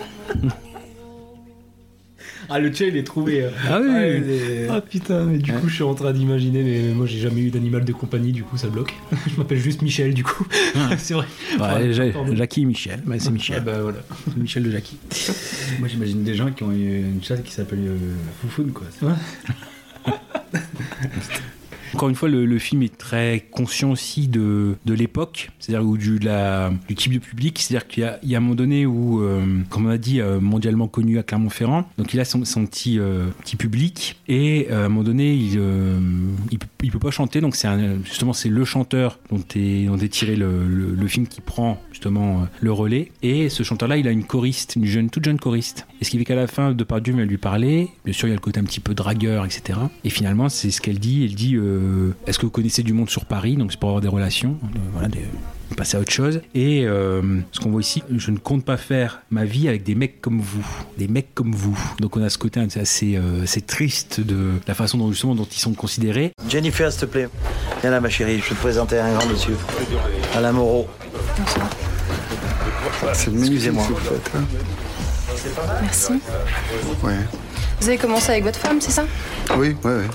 Ah, le tien, il est trouvé. Euh... Ah oui, ouais, oui. mais... Ah putain, mais du coup, je suis en train d'imaginer, mais moi, j'ai jamais eu d'animal de compagnie, du coup, ça bloque. Je m'appelle juste Michel, du coup. C'est vrai. Ouais, ja- Jackie et Michel. Bah, c'est Michel. Ah bah voilà. Michel de Jackie. Moi, j'imagine des gens qui ont une chatte qui s'appelle euh, Foufoune, quoi. Ouais. Encore une fois, le, le film est très conscient aussi de, de l'époque, c'est-à-dire ou du, de la, du type de public. C'est-à-dire qu'il y a, il y a un moment donné où, euh, comme on a dit, euh, mondialement connu à Clermont-Ferrand, donc il a son, son petit, euh, petit public, et euh, à un moment donné, il, euh, il, peut, il peut pas chanter, donc c'est un, justement c'est le chanteur dont est, dont est tiré le, le, le film qui prend justement euh, le relais, et ce chanteur-là, il a une choriste, une jeune, toute jeune choriste. Et ce qui fait qu'à la fin, Depardieu va lui parler, bien sûr, il y a le côté un petit peu dragueur, et cetera. Et finalement, c'est ce qu'elle dit, elle dit... Euh, est-ce que vous connaissez du monde sur Paris? Donc c'est pour avoir des relations, de, voilà, de, de passer à autre chose. Et euh, ce qu'on voit ici, je ne compte pas faire ma vie avec des mecs comme vous, des mecs comme vous. Donc on a ce côté assez, euh, assez triste de la façon dont justement dont ils sont considérés. Jennifer, s'il te plaît, viens là ma chérie, je vais te présenter un grand monsieur, Alain Moreau. Bonsoir. C'est le Excusez-moi. que vous faites, hein. Merci. Ouais. Vous avez commencé avec votre femme, c'est ça? Oui, ouais, ouais.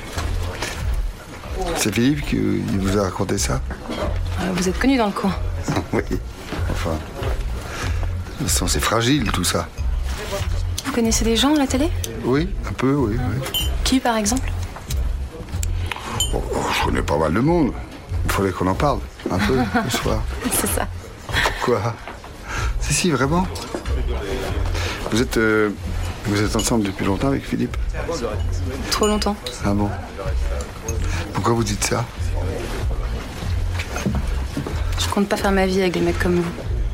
C'est Philippe qui il vous a raconté ça? Euh, Vous êtes connu dans le coin. Oui. Enfin. De toute façon, c'est fragile tout ça. Vous connaissez des gens à la télé? Oui, un peu, oui, oui. Qui, par exemple? Bon, je connais pas mal de monde. Il faudrait qu'on en parle un peu ce soir. C'est ça. Quoi? Si, si, vraiment. Vous êtes, euh, vous êtes ensemble depuis longtemps avec Philippe? Trop longtemps. Ah bon? Pourquoi vous dites ça? Je compte pas faire ma vie avec des mecs comme vous.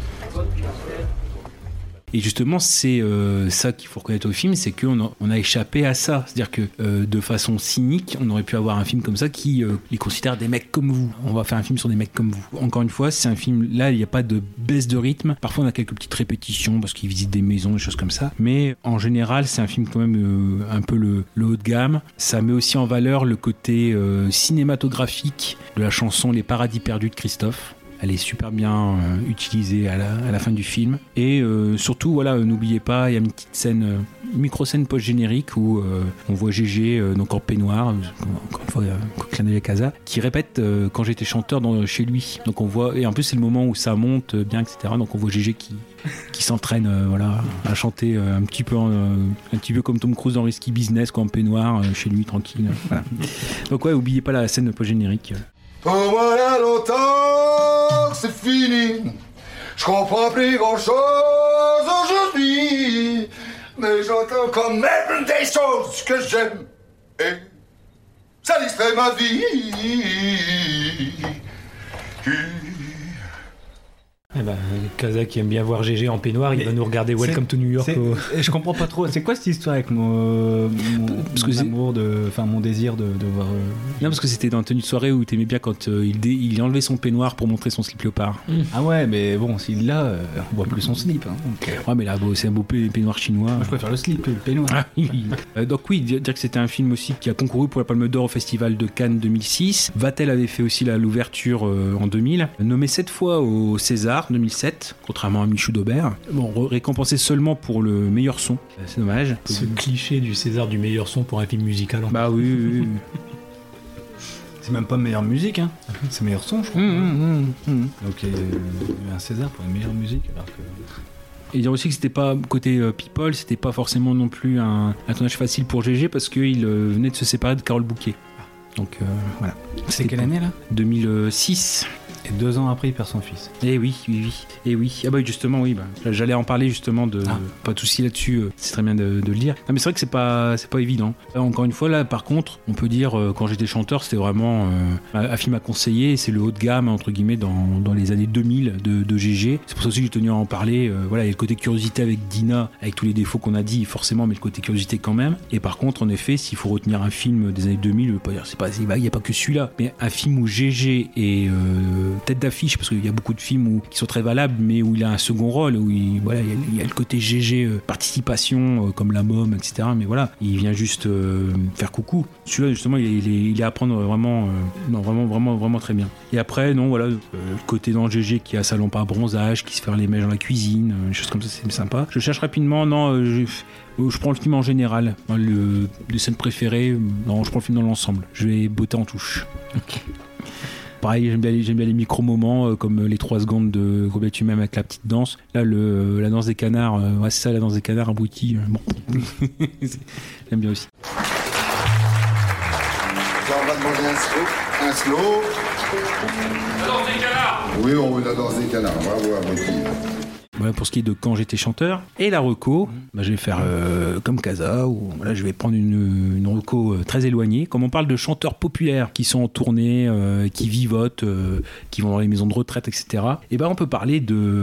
Et justement, c'est euh, ça qu'il faut reconnaître au film, c'est qu'on a, on a échappé à ça. C'est-à-dire que euh, de façon cynique, on aurait pu avoir un film comme ça qui euh, les considère des mecs comme vous. On va faire un film sur des mecs comme vous. Encore une fois, c'est un film, là, il n'y a pas de baisse de rythme. Parfois, on a quelques petites répétitions parce qu'ils visitent des maisons, des choses comme ça. Mais en général, c'est un film quand même euh, un peu le, le haut de gamme. Ça met aussi en valeur le côté euh, cinématographique de la chanson Les Paradis Perdus de Christophe. Elle est super bien euh, utilisée à la, à la fin du film. Et euh, surtout, voilà, euh, n'oubliez pas, il y a une petite scène, euh, une micro-scène post-générique où euh, on voit Gégé, euh, donc en peignoir, euh, encore une fois, euh, clin d'œil à Casa, qui répète euh, quand j'étais chanteur dans, chez lui. Donc on voit, et en plus c'est le moment où ça monte bien, et cetera. Donc on voit Gégé qui, qui s'entraîne euh, voilà, à chanter euh, un, petit peu, euh, un petit peu comme Tom Cruise dans Risky Business, quoi, en peignoir, euh, chez lui, tranquille. Voilà. Donc ouais, n'oubliez pas la scène post-générique. Pour moi, là, longtemps, c'est fini. Je comprends plus grand chose aujourd'hui. Mais j'entends quand même des choses que j'aime. Et ça distrait ma vie. Eh ben, Casa qui aime bien voir Gégé en peignoir, il va nous regarder Welcome to New York. Au... Je comprends pas trop. C'est quoi cette histoire avec mon, mon, parce que mon amour, de, enfin mon désir de, de voir. Euh... Non, parce que c'était dans une tenue de soirée où t'aimais bien quand euh, il, dé, il enlevait son peignoir pour montrer son slip léopard. Mmh. Ah ouais, mais bon, s'il l'a, euh, on voit plus son slip. Hein, donc... Ouais, mais là, bon, c'est un beau peignoir chinois. Moi, je préfère le slip que le peignoir. Ah, oui. euh, donc oui, dire que c'était un film aussi qui a concouru pour la Palme d'Or au Festival de Cannes deux mille six. Vatel avait fait aussi la, l'ouverture euh, en deux mille. Nommé sept fois au César deux mille sept. Contrairement à Michou d'Aubert. Bon, récompensé seulement pour le meilleur son. C'est dommage. Ce cliché du César du meilleur son pour un film musical. En bah oui, oui, oui. C'est même pas meilleure musique, hein. C'est meilleur son, je crois. Mmh, mmh, mmh. Donc il y a eu un César pour la meilleure musique, alors que... Et dire aussi que c'était pas côté euh, People, c'était pas forcément non plus un, un tournage facile pour Gégé parce qu'il euh, venait de se séparer de Carole Bouquet. Donc euh, voilà. C'était quelle année là? deux mille six. Et deux ans après, il perd son fils. Eh oui, oui, oui. Et oui. Ah bah justement, oui. Bah, j'allais en parler justement de. Ah. Pas de souci là-dessus. Euh, c'est très bien de, de le dire. Ah, mais c'est vrai que c'est pas, c'est pas évident. Là, encore une fois, là, par contre, on peut dire euh, quand j'étais chanteur, c'était vraiment euh, un film à conseiller. C'est le haut de gamme entre guillemets dans, dans les années deux mille de, de Gégé. C'est pour ça aussi que j'ai tenu à en parler. Euh, voilà, il y a le côté curiosité avec Dina, avec tous les défauts qu'on a dit, forcément, mais le côté curiosité quand même. Et par contre, en effet, s'il faut retenir un film des années deux mille, je veux pas dire, c'est pas, il n'y a pas que celui-là, mais un film où Gégé est euh, tête d'affiche, parce qu'il y a beaucoup de films où, qui sont très valables, mais où il a un second rôle, où il, voilà, il, y a, il y a le côté G G, euh, participation, euh, comme la môme, et cetera. Mais voilà, il vient juste euh, faire coucou. Celui-là, justement, il est, il est, il est à prendre vraiment, euh, non, vraiment, vraiment, vraiment très bien. Et après, non, voilà, euh, le côté dans le G G qui a sa lampe à bronzage, qui se fait les mèches dans la cuisine, euh, des choses comme ça, c'est sympa. Je cherche rapidement, non, euh, je, je prends le film en général. Le, les scènes préférées, non, je prends le film dans l'ensemble. Je vais botter en touche. Pareil, j'aime bien les, j'aime bien les micro-moments, euh, comme les trois secondes de Combien tu m'aimes avec la petite danse. Là, le, euh, la danse des canards, euh, ouais, c'est ça, la danse des canards abrutis. Euh, bon. J'aime bien aussi. On va demander un slow. Un slow. La danse des canards. Oui, on veut la danse des canards. On va voir, Motive. Voilà pour ce qui est de quand j'étais chanteur. Et la reco, bah, je vais faire euh, comme Casa, où voilà, je vais prendre une, une reco euh, très éloignée. Comme on parle de chanteurs populaires qui sont en tournée, euh, qui vivotent, euh, qui vont dans les maisons de retraite, et cetera. Et ben on peut parler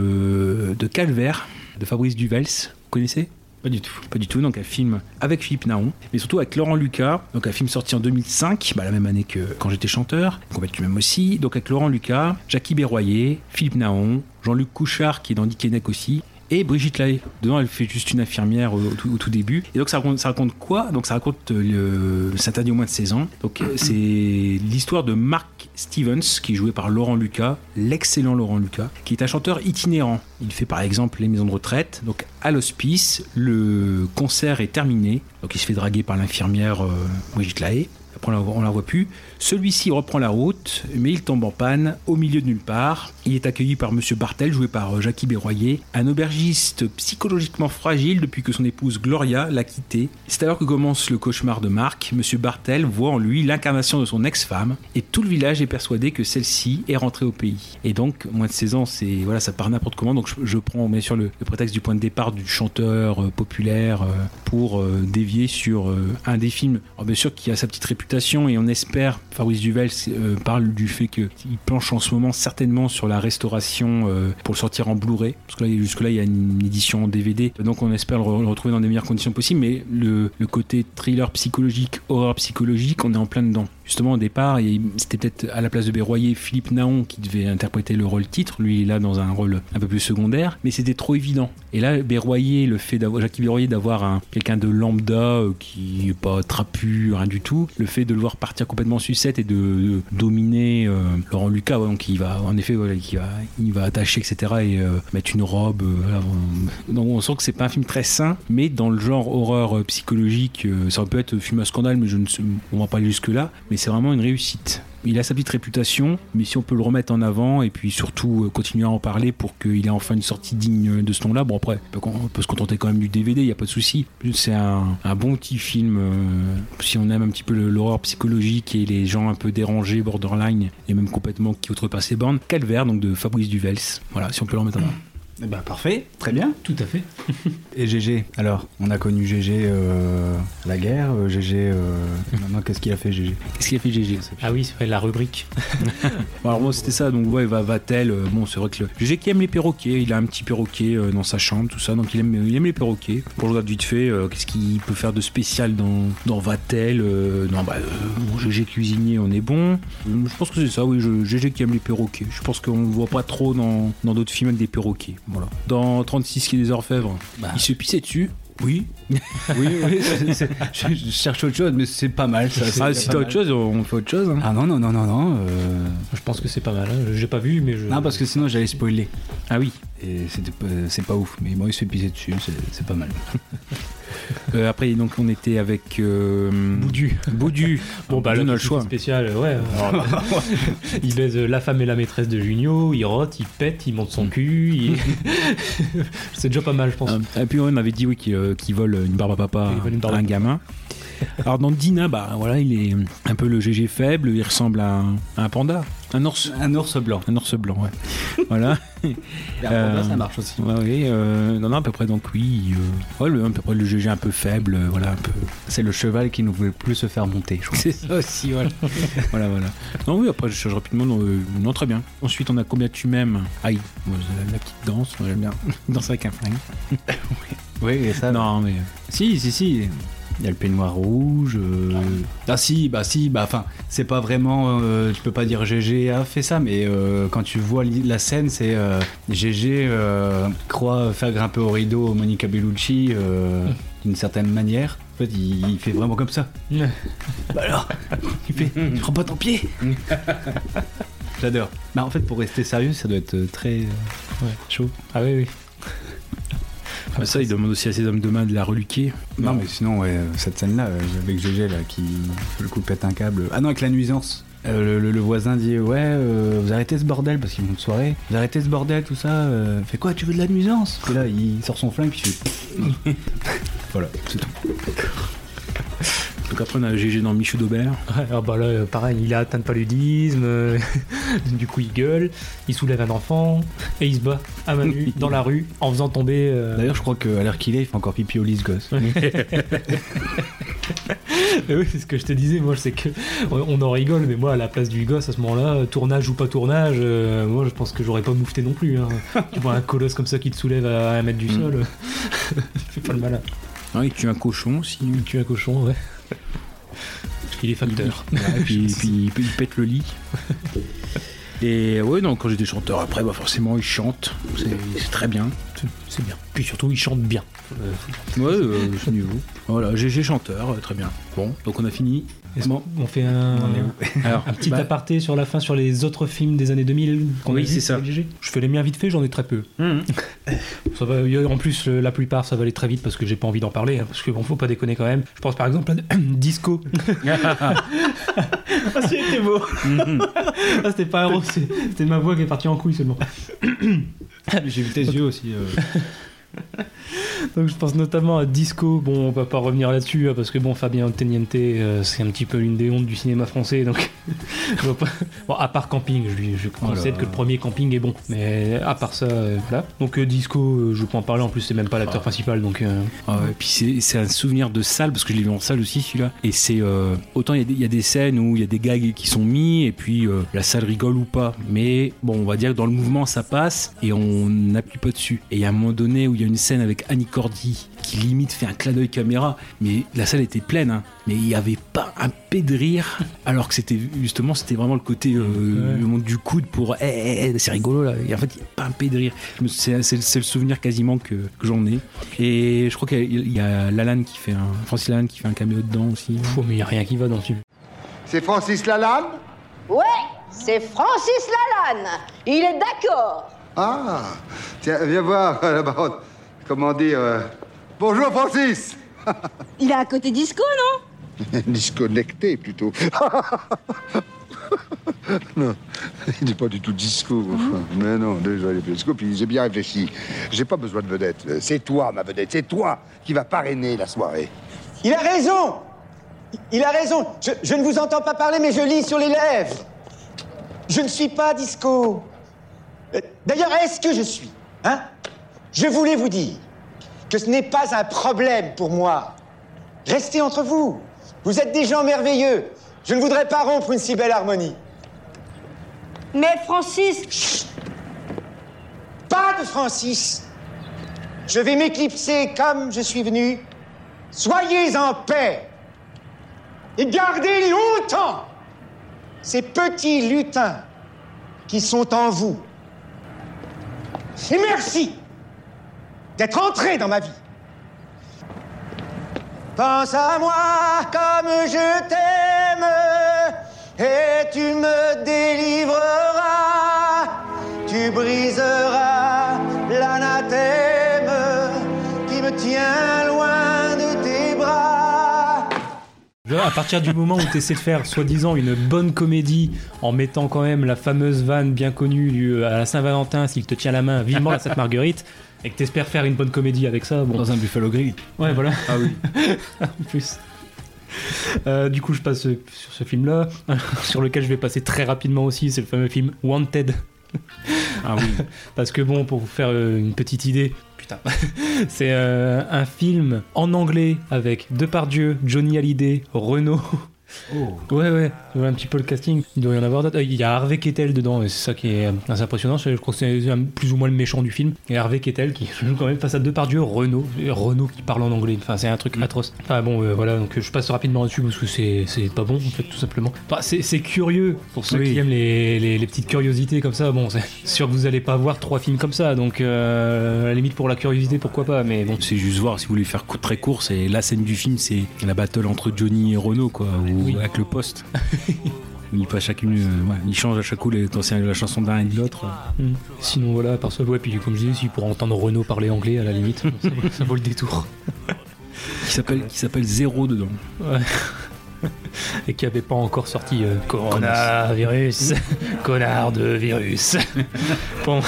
de, de Calvaire, de Fabrice Duvels. Vous connaissez ? Pas du tout. Pas du tout. Donc un film avec Philippe Naon, mais surtout avec Laurent Lucas. Donc un film sorti en deux mille cinq, bah, la même année que quand j'étais chanteur. Combien tu m'aimes aussi. Donc avec Laurent Lucas, Jackie Berroyer, Philippe Naon, Jean-Luc Couchard qui est dans Dick Henneck aussi. Et Brigitte Lahaie. Dedans, elle fait juste une infirmière au, au, tout, au tout début. Et donc, ça raconte, ça raconte quoi ? Donc, ça raconte le, le Saint-Interdit au moins de seize ans. Donc, c'est l'histoire de Mark Stevens, qui est joué par Laurent Lucas, l'excellent Laurent Lucas, qui est un chanteur itinérant. Il fait par exemple les maisons de retraite. Donc, à l'hospice, le concert est terminé. Donc, il se fait draguer par l'infirmière euh, Brigitte Lahaie. Après, on ne la voit plus. Celui-ci reprend la route, mais il tombe en panne au milieu de nulle part. Il est accueilli par Monsieur Bartel, joué par Jackie Berroyer, un aubergiste psychologiquement fragile depuis que son épouse Gloria l'a quitté. C'est alors que commence le cauchemar de Marc. Monsieur Bartel voit en lui l'incarnation de son ex-femme, et tout le village est persuadé que celle-ci est rentrée au pays. Et donc, moins de seize ans, c'est, voilà, ça part n'importe comment. Donc, je, je prends bien sûr le, le prétexte du point de départ du chanteur euh, populaire euh, pour euh, dévier sur euh, un des films, alors, bien sûr, qui a sa petite réputation, et on espère. Fabrice Duvels euh, parle du fait qu'il planche en ce moment certainement sur la restauration euh, pour le sortir en Blu-ray, parce que là, jusque-là il y a une édition en D V D, donc on espère le, re- le retrouver dans des meilleures conditions possibles, mais le, le côté thriller psychologique, horreur psychologique, on est en plein dedans. Justement, au départ, c'était peut-être à la place de Berroyer Philippe Naon qui devait interpréter le rôle titre. Lui, il est là dans un rôle un peu plus secondaire, mais c'était trop évident. Et là, Berroyer, le fait d'avoir, Jackie Berroyer, d'avoir un, quelqu'un de lambda euh, qui n'est pas trapu, rien du tout, le fait de le voir partir complètement en sucette et de, de dominer euh, Laurent Lucas, ouais, donc il va, en effet, voilà, il va, il va attacher, et cetera, et euh, mettre une robe. Euh, voilà, on, donc on sent que c'est pas un film très sain, mais dans le genre horreur euh, psychologique, euh, ça peut être film à scandale, mais je ne, on va pas aller jusque-là. Mais c'est vraiment une réussite. Il a sa petite réputation, mais si on peut le remettre en avant et puis surtout euh, continuer à en parler pour qu'il ait enfin une sortie digne de ce nom-là, bon après, on peut, on peut se contenter quand même du D V D, il n'y a pas de souci. C'est un, un bon petit film, euh, si on aime un petit peu le, l'horreur psychologique et les gens un peu dérangés, borderline, et même complètement qui outrepassent les bornes. Calvaire, donc de Fabrice Duvels. Voilà, si on peut le remettre en avant. Eh ben, parfait, très bien. Tout à fait. Et G G, alors, on a connu G G euh, à la guerre, euh, G G, euh, maintenant qu'est-ce qu'il a fait G G Qu'est-ce qu'il a fait G G Ah oui, c'est vrai, la rubrique. Bon, alors moi c'était ça, donc ouais, va, va-t-elle, euh, bon c'est vrai que le G G qui aime les perroquets, il a un petit perroquet euh, dans sa chambre, tout ça, donc il aime, il aime les perroquets. Pour je regarde vite fait, euh, qu'est-ce qu'il peut faire de spécial dans, dans va-t-elle euh, Non bah, euh, bon, G G cuisinier, on est bon. Euh, je pense que c'est ça, oui, je, G G qui aime les perroquets. Je pense qu'on ne voit pas trop dans, dans d'autres films avec des perroquets. Voilà. Dans trente-six qui est des orfèvres, bah. Il se pissait dessus. Oui. oui, oui, c'est, c'est, je, je cherche autre chose, mais c'est pas mal. Ça, ah, si t'as autre chose, on fait autre chose. Hein. Ah non, non, non, non, non. Euh... Je pense que c'est pas mal. Hein. J'ai pas vu, mais je. Non, parce que sinon j'allais spoiler. Ah oui. Et c'était, c'est pas ouf, mais bon, il se fait pisser dessus, c'est, c'est pas mal. Euh, après, donc, on était avec euh, Boudu. Boudu. Bon, bah, Boudu, le choix. Spécial, ouais. Alors, il baise la femme et la maîtresse de Junio, il rote, il pète, il monte son cul. Il... C'est déjà pas mal, je pense. Et puis, on avait dit, oui, qu'il, euh, qu'il vole une barbe à papa à un gamin. Alors, dans Dina, bah, voilà, il est un peu le G G faible, il ressemble à un, à un panda. Un ours. Un ours blanc. Un ours blanc, ouais. Voilà. Et un panda, euh, ça marche aussi. Ouais, oui, euh, non, non, à peu près, donc oui. Euh, ouais, le, à peu près le G G un peu faible, euh, voilà, un peu. C'est le cheval qui ne voulait plus se faire monter, je crois. C'est ça aussi, voilà. voilà, voilà. Non, oui, après, je cherche rapidement, non, euh, non, très bien. Ensuite, on a Combien tu m'aimes. Aïe, moi, la petite danse, moi, j'aime bien. Danse avec un flingue. oui, et ça. Non, mais. Si, si, si. Il y a le peignoir rouge. Euh... Ah si, bah si, bah enfin, c'est pas vraiment. Euh, tu peux pas dire G G a fait ça, mais euh, quand tu vois la scène, c'est euh, G G euh, croit faire grimper au rideau Monica Bellucci euh, d'une certaine manière. En fait, il, il fait vraiment comme ça. Bah alors, il fait, tu prends pas ton pied. J'adore. Bah en fait, pour rester sérieux, ça doit être très euh, ouais, chaud. Ah oui, oui. Ah, ça, il demande aussi à ses hommes de main de la reluquer. Non, mais sinon, ouais, cette scène-là, euh, avec G G là, qui, le coup, pète un câble. Ah non, avec la nuisance. Euh, le, le, le voisin dit ouais, euh, vous arrêtez ce bordel parce qu'ils vont de soirée. Vous arrêtez ce bordel, tout ça. Euh, fait quoi, tu veux de la nuisance? Et là, il sort son flingue puis il fait. Voilà, c'est tout. Donc après on a G G dans Michou d'Aubert. Ouais, ah bah là pareil, il a atteint le paludisme, euh, du coup il gueule, il soulève un enfant et il se bat à main nue dans la rue en faisant tomber. Euh... D'ailleurs je crois qu'à l'heure qu'il est, il fait encore pipi au lit ce gosse. Mais oui, c'est ce que je te disais, moi c'est que on en rigole, mais moi à la place du gosse à ce moment-là, tournage ou pas tournage, euh, moi je pense que j'aurais pas moufté non plus. Hein. Tu vois un colosse comme ça qui te soulève à un mètre du sol, mm. Fais pas le malin. Ah, il tue un cochon aussi. Il tue un cochon, ouais. Il est facteur. Il, ouais, puis, puis, puis il pète le lit. Et ouais, non, quand j'étais chanteur, après, bah forcément, il chante. C'est, c'est très bien. C'est, c'est bien. Puis surtout, il chante bien. Euh, ouais, euh, c'est niveau. Voilà, G G chanteur, euh, très bien. Bon, donc on a fini. Bon, on fait un, Alors, un petit bah, aparté sur la fin sur les autres films des années deux mille. Oui, c'est ça. G G. Je fais les miens vite fait, j'en ai très peu. Mmh. Ça va, en plus, la plupart, ça va aller très vite parce que j'ai pas envie d'en parler. Hein, parce que bon, faut pas déconner quand même. Je pense par exemple à Disco. Ah, c'était beau. Mmh. Ah, c'était pas un rose, c'était ma voix qui est partie en couille seulement. J'ai vu tes yeux aussi. Euh... Donc je pense notamment à Disco. Bon, on va pas revenir là-dessus hein, parce que bon, Fabien Otteniente, euh, c'est un petit peu l'une des hontes du cinéma français. Donc, je vois pas... bon, à part Camping, je, lui, je concède oh que le premier Camping est bon, mais à part ça, euh, voilà. Donc euh, Disco, euh, je peux en parler. En plus, c'est même pas l'acteur ah. principal, donc. Euh... Ah ouais, puis c'est, c'est un souvenir de salle parce que je l'ai vu en salle aussi celui-là. Et c'est euh, autant il y, y a des scènes où il y a des gags qui sont mis et puis euh, la salle rigole ou pas. Mais bon, on va dire que dans le mouvement ça passe et on n'appuie pas dessus. Et il y a un moment donné où il y a une scène avec Annie Cordy qui limite fait un clin d'œil caméra, mais la salle était pleine, hein. Mais il n'y avait pas un pet de rire, alors que c'était justement c'était vraiment le côté euh, ouais. le monde du coude pour hey, hey, hey, c'est rigolo là. Et en fait il n'y a pas un pet de rire. C'est, c'est, c'est le souvenir quasiment que, que j'en ai. Et je crois qu'il y a Lalanne qui fait un Francis Lalanne qui fait un caméo dedans aussi. Oh, mais il n'y a rien qui va dans ce film. C'est Francis Lalanne? Ouais, c'est Francis Lalanne. Il est d'accord. Ah, tiens, viens voir là-bas. Comment dire euh... Bonjour Francis. Il est à côté Disco, non? Disconnecté plutôt. Non, il n'est pas du tout disco. Enfin. Mais non, déjà il est disco, puis j'ai bien réfléchi. J'ai pas besoin de vedette. C'est toi ma vedette, c'est toi qui vas parrainer la soirée. Il a raison. Il a raison. Je, je ne vous entends pas parler, mais je lis sur les lèvres. Je ne suis pas disco. D'ailleurs, est-ce que je suis? Hein? Je voulais vous dire que ce n'est pas un problème pour moi. Restez entre vous. Vous êtes des gens merveilleux. Je ne voudrais pas rompre une si belle harmonie. Mais Francis... Chut. Pas de Francis. Je vais m'éclipser comme je suis venu. Soyez en paix. Et gardez longtemps ces petits lutins qui sont en vous. Et merci d'être entré dans ma vie. Pense à moi comme je t'aime et tu me délivreras, tu briseras l'anathème qui me tient loin de tes bras. À partir du moment où tu essaies de faire soi-disant une bonne comédie en mettant quand même la fameuse vanne bien connue du, à la Saint-Valentin, s'il te tient la main, vivement la Sainte Marguerite, et que t'espères faire une bonne comédie avec ça, bon. Dans un Buffalo Grill. Ouais, voilà. Ah oui. En plus. Euh, du coup, je passe sur ce film-là, sur lequel je vais passer très rapidement aussi, c'est le fameux film Wanted. Ah oui. Parce que bon, pour vous faire une petite idée, putain, c'est euh, un film en anglais avec Depardieu, Johnny Hallyday, Renaud, Oh. Ouais, ouais, ouais, un petit peu le casting. Il doit y en avoir d'autres. Il y a Harvey Keitel dedans, et c'est ça qui est assez impressionnant. Je crois que c'est plus ou moins le méchant du film. Et Harvey Keitel qui joue quand même face à Depardieu, Renaud. Renaud qui parle en anglais. Enfin, c'est un truc atroce. Enfin, bon, euh, voilà, donc je passe rapidement dessus parce que c'est, c'est pas bon, en fait, tout simplement. Enfin, c'est, c'est curieux pour ceux oui. qui aiment les, les, les petites curiosités comme ça. Bon, c'est sûr que vous allez pas voir trois films comme ça, donc euh, à la limite pour la curiosité, pourquoi pas, mais bon. C'est juste voir si vous voulez faire très court, c'est la scène du film, c'est la battle entre Johnny et Renaud, quoi, ou oui. avec le poste. Il passe chacune, euh, ouais, il change à chaque coup les, la chanson d'un et de l'autre. Mmh. Sinon voilà, par ça, ouais, puis comme je disais, s'il pourra entendre Renaud parler anglais à la limite, ça, vaut, ça vaut le détour. qui s'appelle, qui s'appelle Zéro dedans. Ouais. Et qui avait pas encore sorti euh, Coronavirus, connard de virus. Bon.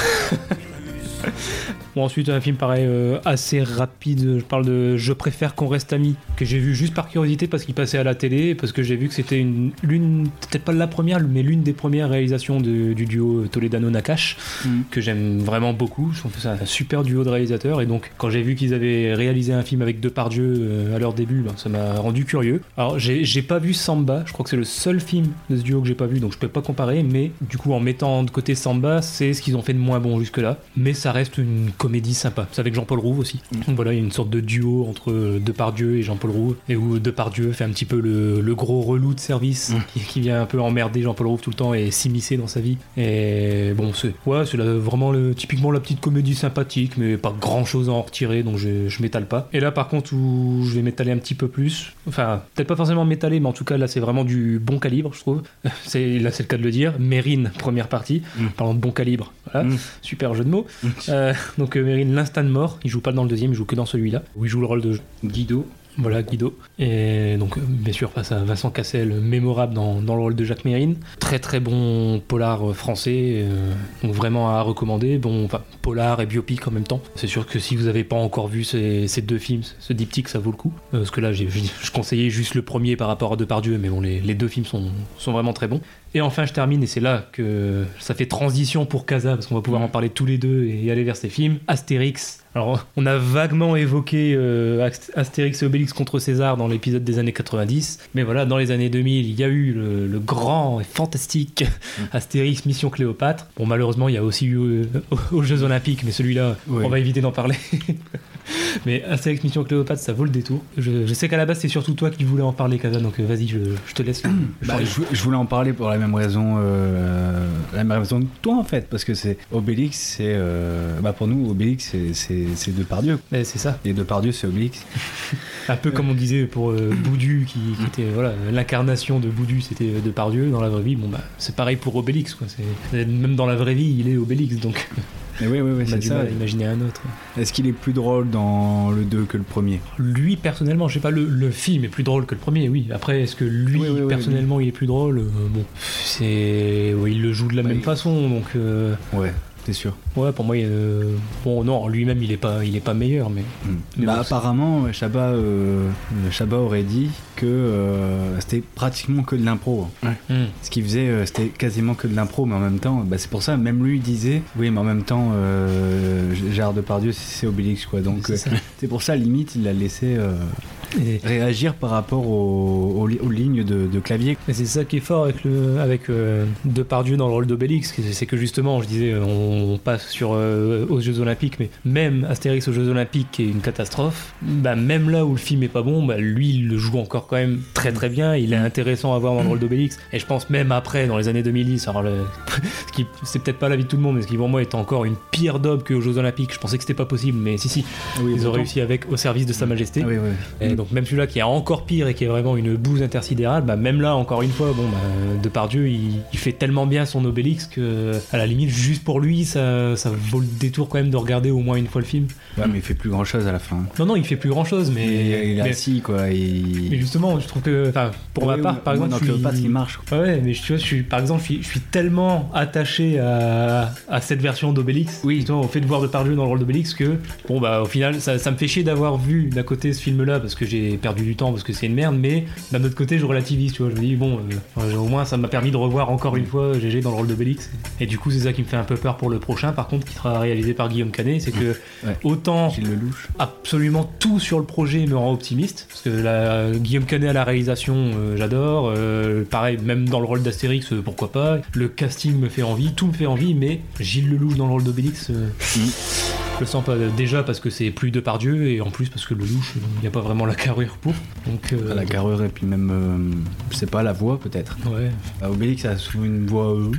Bon, ensuite un film pareil euh, assez rapide, je parle de Je préfère qu'on reste amis, que j'ai vu juste par curiosité parce qu'il passait à la télé, parce que j'ai vu que c'était une, l'une, peut-être pas la première, mais l'une des premières réalisations de, du duo Toledano-Nakache, mm. que j'aime vraiment beaucoup. Je trouve que c'est un super duo de réalisateurs, et donc quand j'ai vu qu'ils avaient réalisé un film avec Depardieu euh, à leur début, ben, ça m'a rendu curieux. Alors j'ai, j'ai pas vu Samba, je crois que c'est le seul film de ce duo que j'ai pas vu, donc je peux pas comparer, mais du coup en mettant de côté Samba, c'est ce qu'ils ont fait de moins bon jusque là, mais ça reste une comédie sympa. C'est avec Jean-Paul Rouve aussi. Mmh. Donc voilà, il y a une sorte de duo entre Depardieu et Jean-Paul Rouve, et où Depardieu fait un petit peu le, le gros relou de service, mmh. qui, qui vient un peu emmerder Jean-Paul Rouve tout le temps et s'immiscer dans sa vie. Et bon, c'est, ouais, c'est la, vraiment le, typiquement la petite comédie sympathique, mais pas grand-chose à en retirer, donc je, je m'étale pas. Et là, par contre, où je vais m'étaler un petit peu plus, enfin, peut-être pas forcément m'étaler, mais en tout cas, là, c'est vraiment du bon calibre, je trouve. C'est, là, c'est le cas de le dire. Mérine, première partie. Mmh. Parlant de bon calibre, voilà, mmh. super jeu de mots. Mmh. Euh, donc, euh, Mérine, l'instant de mort, il joue pas dans le deuxième, il joue que dans celui-là, où il joue le rôle de Guido. Voilà, Guido. Et donc, bien sûr, face à Vincent Cassel, mémorable dans, dans le rôle de Jacques Mérine. Très très bon polar français, euh, donc vraiment à recommander. Bon, enfin, polar et biopic en même temps. C'est sûr que si vous n'avez pas encore vu ces, ces deux films, ce diptyque, ça vaut le coup. Euh, parce que là, j'ai, je, je conseillais juste le premier par rapport à Depardieu, mais bon, les, les deux films sont, sont vraiment très bons. Et enfin, je termine, et c'est là que ça fait transition pour Casa, parce qu'on va pouvoir en parler tous les deux et aller vers ces films. Astérix. Alors, on a vaguement évoqué euh, Astérix et Obélix contre César dans l'épisode des années quatre-vingt-dix, mais voilà, dans les années deux mille, il y a eu le, le grand et fantastique Astérix Mission Cléopâtre. Bon, malheureusement, il y a aussi eu euh, aux Jeux Olympiques, mais celui-là, oui. on va éviter d'en parler. Mais Astérix Mission Cléopâtre, ça vaut le détour. Je, je sais qu'à la base, c'est surtout toi qui voulais en parler, Casa, donc euh, vas-y, je, je te laisse. Bah, je, je voulais en parler pour la même raison, euh, la même raison que toi, en fait, parce que c'est Obélix, c'est euh, bah pour nous, Obélix, c'est, c'est, c'est Depardieu. Mais c'est ça. Et Depardieu, c'est Obélix. Un peu comme on disait pour euh, Boudu, qui, qui était voilà, l'incarnation de Boudu, c'était Depardieu dans la vraie vie. Bon bah, c'est pareil pour Obélix, quoi. C'est, même dans la vraie vie, il est Obélix, donc. Mais oui, oui, oui, on a c'est du ça. mal à imaginer un autre. Est-ce qu'il est plus drôle dans le deux que le premier ? Lui, personnellement, je sais pas, le, le film est plus drôle que le premier, oui. Après, est-ce que lui, oui, oui, oui, personnellement, oui. il est plus drôle ? euh, Bon, c'est. Oui, il le joue de la bah, même il... façon, donc. Euh... Ouais. T'es sûr ? Ouais, pour moi, il, euh... bon, non, lui-même, il est pas, il est pas meilleur, mais. Mm. mais bah, bon, apparemment, Chabat, euh, Chabat aurait dit que euh, c'était pratiquement que de l'impro. Ouais. Mm. Ce qu'il faisait, euh, c'était quasiment que de l'impro, mais en même temps, bah, c'est pour ça, même lui disait, oui, mais en même temps, euh, Gérard Depardieu, c'est Obélix, quoi. Donc, c'est, euh, c'est pour ça, limite, il l'a laissé. Euh... Et réagir par rapport aux, aux, aux lignes de, de clavier. Et c'est ça qui est fort avec, le, avec euh, Depardieu dans le rôle d'Obélix, c'est que justement, je disais, on passe sur, euh, aux Jeux Olympiques, mais même Astérix aux Jeux Olympiques qui est une catastrophe, bah, même là où le film est pas bon, bah, lui il le joue encore quand même très très bien, il est intéressant à voir dans le rôle d'Obélix, et je pense même après, dans les années deux mille dix, alors le, ce qui, c'est peut-être pas l'avis de tout le monde, mais ce qui pour moi est encore une pire daube qu'aux Jeux Olympiques, je pensais que c'était pas possible, mais si si, oui, ils ont réussi avec Au service de Sa Majesté. Ah, oui, oui. Et donc même celui-là qui est encore pire et qui est vraiment une bouse intersidérale, bah même là encore une fois, bon, bah, Depardieu il, il fait tellement bien son Obélix que à la limite juste pour lui ça, ça vaut le détour quand même de regarder au moins une fois le film. Ouais, mais il fait plus grand chose à la fin. Non non, il fait plus grand chose, mais il, il est mais, assis quoi. Il... Mais justement, je trouve que, enfin, pour ouais, ma part, ouais, par exemple, je suis... pas ce qui marche. Quoi. Ouais, mais tu vois, je suis, par exemple, je suis, je suis tellement attaché à, à cette version d'Obélix, oui, justement, au fait de voir Depardieu dans le rôle d'Obélix que, bon bah, au final, ça, ça me fait chier d'avoir vu d'un côté ce film-là parce que j'ai perdu du temps parce que c'est une merde, mais d'un autre côté je relativise, tu vois, je me dis bon euh, au moins ça m'a permis de revoir encore une fois G G dans le rôle d'Obélix, et du coup c'est ça qui me fait un peu peur pour le prochain, par contre, qui sera réalisé par Guillaume Canet. C'est que ouais. autant absolument tout sur le projet me rend optimiste, parce que la, Guillaume Canet à la réalisation euh, j'adore, euh, pareil même dans le rôle d'Astérix euh, pourquoi pas, le casting me fait envie, tout me fait envie, mais Gilles Lelouch dans le rôle d'Obélix euh, mmh. je le sens pas, déjà parce que c'est plus Depardieu, et en plus parce que Lelouch il n'y a pas vraiment la carrure pour, donc euh, la carrure, et puis même euh, je sais pas, la voix peut-être, ouais. Bah, Obélix a souvent une voix euh,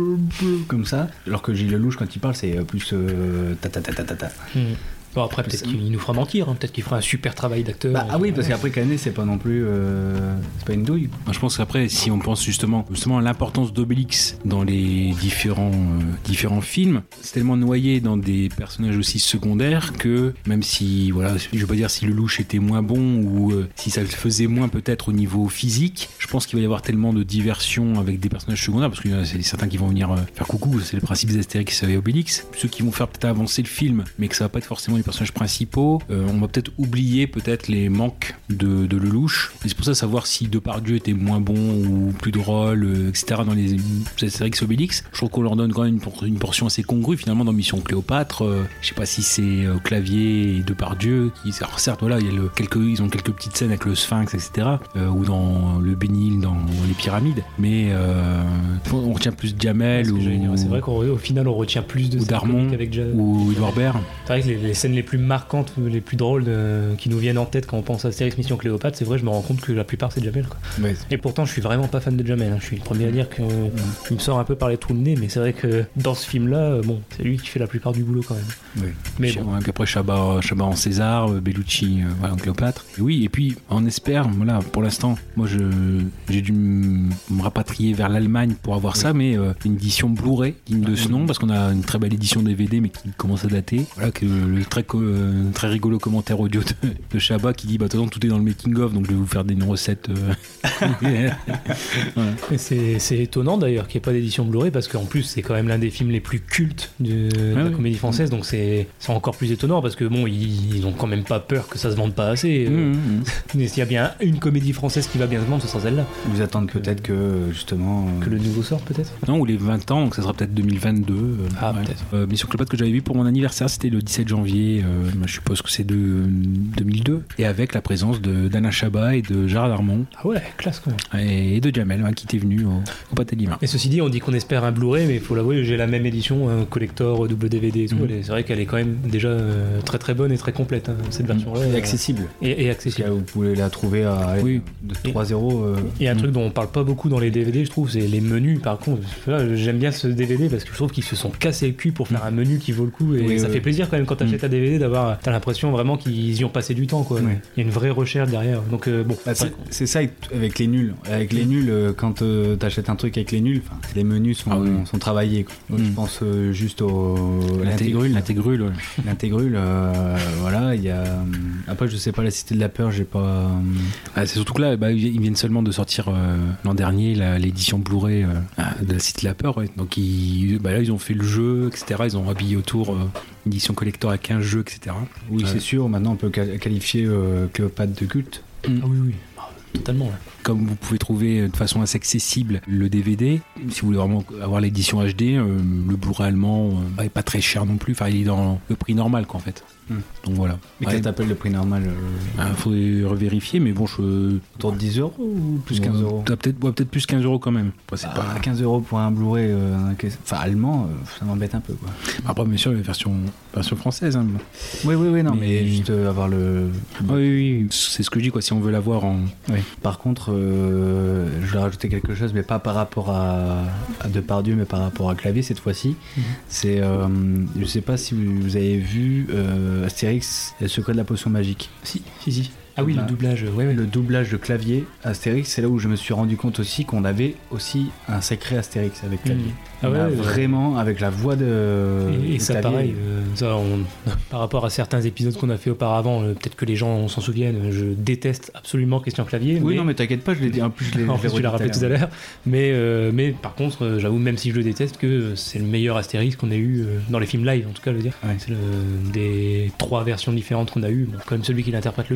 comme ça, alors que Gilles Lelouch quand il parle c'est plus euh, ta ta ta ta ta ta. Mmh. Bon, après peut-être qu'il nous fera mentir, hein. Peut-être qu'il fera un super travail d'acteur. Bah, ah oui, parce qu'après Canet c'est pas non plus euh, c'est pas une douille. Moi, je pense qu'après si on pense justement justement à l'importance d'Obélix dans les différents euh, différents films, c'est tellement noyé dans des personnages aussi secondaires que même si voilà, je veux pas dire si Lelouch était moins bon ou euh, si ça le faisait moins peut-être au niveau physique, je pense qu'il va y avoir tellement de diversion avec des personnages secondaires, parce qu'il y en a certains qui vont venir euh, faire coucou, c'est le principe des Astérix et Obélix, ceux qui vont faire peut-être avancer le film mais que ça va pas être forcément les personnages principaux, euh, on va peut-être oublier peut-être les manques de, de Lelouch, et c'est pour ça savoir si Depardieu était moins bon ou plus drôle, euh, et cetera dans les Astérix et Obélix. Je trouve qu'on leur donne quand même une, une portion assez congrue finalement dans Mission Cléopâtre. Euh, je sais pas si c'est euh, Clavier et Depardieu qui, alors certes voilà, il y a le, quelques, ils ont quelques petites scènes avec le Sphinx, et cetera. Euh, ou dans le Bénil, dans les pyramides, mais euh, on retient plus Jamel ou c'est vrai qu'au final on retient plus de ou Darmon avec Jamel ou Edouard Baird. C'est vrai que les, les scènes les plus marquantes, les plus drôles de, qui nous viennent en tête quand on pense à Astérix Mission Cléopâtre, c'est vrai, je me rends compte que la plupart c'est Jamel, quoi. Ouais. Et pourtant je suis vraiment pas fan de Jamel, hein. Je suis le premier à dire qu'il euh, mmh. me sort un peu par les trous de nez, mais c'est vrai que dans ce film là, bon, c'est lui qui fait la plupart du boulot quand même. Oui. Mais Ch- bon. ouais, après Chabat, Chabat en César, Bellucci euh, voilà, en Cléopâtre. Et oui, et puis on espère, voilà, pour l'instant, moi je, j'ai dû me rapatrier vers l'Allemagne pour avoir oui. ça, mais euh, une édition Blu-ray digne de ce nom, parce qu'on a une très belle édition D V D mais qui commence à dater. Voilà, que le très, euh, très rigolo commentaire audio de, de Chabat qui dit bah de toute façon tout est dans le making of, donc je vais vous faire des recettes. Euh... voilà. Et c'est, c'est étonnant d'ailleurs qu'il n'y ait pas d'édition Blu-ray, parce qu'en plus c'est quand même l'un des films les plus cultes de, de ah, la oui. comédie française, donc c'est, c'est encore plus étonnant parce que bon, ils, ils ont quand même pas peur que ça se vende pas assez. Mmh, mmh. Mais s'il y a bien une comédie française qui va bien se vendre, ce sera celle-là. Vous attendez peut-être que justement que le nouveau sort peut-être. Non, ou les vingt ans, donc ça sera peut-être deux mille vingt-deux. Euh, ah ouais. peut-être. Euh, Mission Cléopâtre que j'avais vu pour mon anniversaire, c'était le dix-sept janvier. Euh, je suppose que c'est de deux mille deux, et avec la présence de d'Alain Chabat et de Gérard Darmon. Ah ouais, classe quand même. Et de Jamel hein, qui était venu au, au Pâté Lima. Et ceci dit, on dit qu'on espère un Blu-ray, mais il faut l'avouer, j'ai la même édition, un collector, double D V D et tout. Mmh. C'est vrai qu'elle est quand même déjà euh, très très bonne et très complète, hein, cette version-là. Et accessible. Et, et accessible. Là, vous pouvez la trouver à oui. de trois euros. Euh... Il y a un mmh. truc dont on parle pas beaucoup dans les D V D, je trouve, c'est les menus. Par contre, là, j'aime bien ce D V D parce que je trouve qu'ils se sont cassés le cul pour faire un menu qui vaut le coup, et oui, ça oui, fait oui. plaisir quand même quand t'achètes mmh. un D V D d'avoir, t'as l'impression vraiment qu'ils y ont passé du temps, quoi. Oui. Il y a une vraie recherche derrière. Donc euh, bon. Bah, c'est, c'est ça avec les nuls. Avec les nuls, euh, quand euh, t'achètes un truc avec les nuls, les menus sont, ah oui. sont travaillés. Donc, mmh. je pense euh, juste au l'intégrule, l'intégrule, ouais. l'intégrule. Euh, voilà, il y a. Après, je sais pas, la Cité de la Peur, j'ai pas. Ah, c'est surtout que là, bah, ils viennent seulement de sortir euh, l'an dernier la, l'édition Blu-ray euh, de la Cité de la Peur. Ouais. Donc ils, bah, là, ils ont fait le jeu, et cetera. Ils ont habillé autour euh, une édition collector à quinze jeux, et cetera. Oui, ouais. c'est sûr. Maintenant, on peut qualifier euh, Cléopâtre de culte. Mmh. Ah oui, oui. Totalement. Là. Comme vous pouvez trouver de façon assez accessible le D V D, si vous voulez vraiment avoir l'édition H D, euh, le Blu-ray allemand euh, bah, est pas très cher non plus. Enfin, il est dans le prix normal, quoi, en fait. Mmh. Donc voilà. Mais ouais. Qu'est-ce que t'appelles le prix normal euh... ah, faudrait revérifier, mais bon, je. Autour de dix euros ou plus quinze euros ouais, peut-être, ouais, peut-être plus quinze euros quand même. Bah, c'est ah, pas quinze euros pour un Blu-ray, euh, enfin allemand, euh, ça m'embête un peu, quoi. Après, bien sûr, la version, version française. Hein. Oui, oui, oui, non, mais, mais juste euh, avoir le. Oui, oui, oui, c'est ce que je dis, quoi. Si on veut l'avoir en. Oui. Par contre, euh, je vais rajouter quelque chose, mais pas par rapport à, à Depardieu, mais par rapport à Clavier cette fois-ci. Mm-hmm. C'est, euh, je sais pas si vous avez vu euh, Astérix et le secret de la potion magique. Si, si, si. Ah oui, bah, le doublage, ouais, ouais. Le doublage de Clavier, Astérix, c'est là où je me suis rendu compte aussi qu'on avait aussi un sacré Astérix avec Clavier. Mmh. Ah ouais, ouais, vraiment avec la voix de. Et, et de ça, Clavier. pareil, euh, ça, on, par rapport à certains épisodes qu'on a fait auparavant, euh, peut-être que les gens s'en souviennent, je déteste absolument Christian Clavier. Oui, mais... non, mais t'inquiète pas, je l'ai dit. En plus, je l'ai, en plus, tu l'as rappelé tout à l'heure. Mais, euh, mais par contre, euh, j'avoue, même si je le déteste, que c'est le meilleur Astérix qu'on ait eu euh, dans les films live, en tout cas, je veux dire. Ouais. C'est le, des trois versions différentes qu'on a eues, bon, quand même celui qui l'interprète le mieux. Mais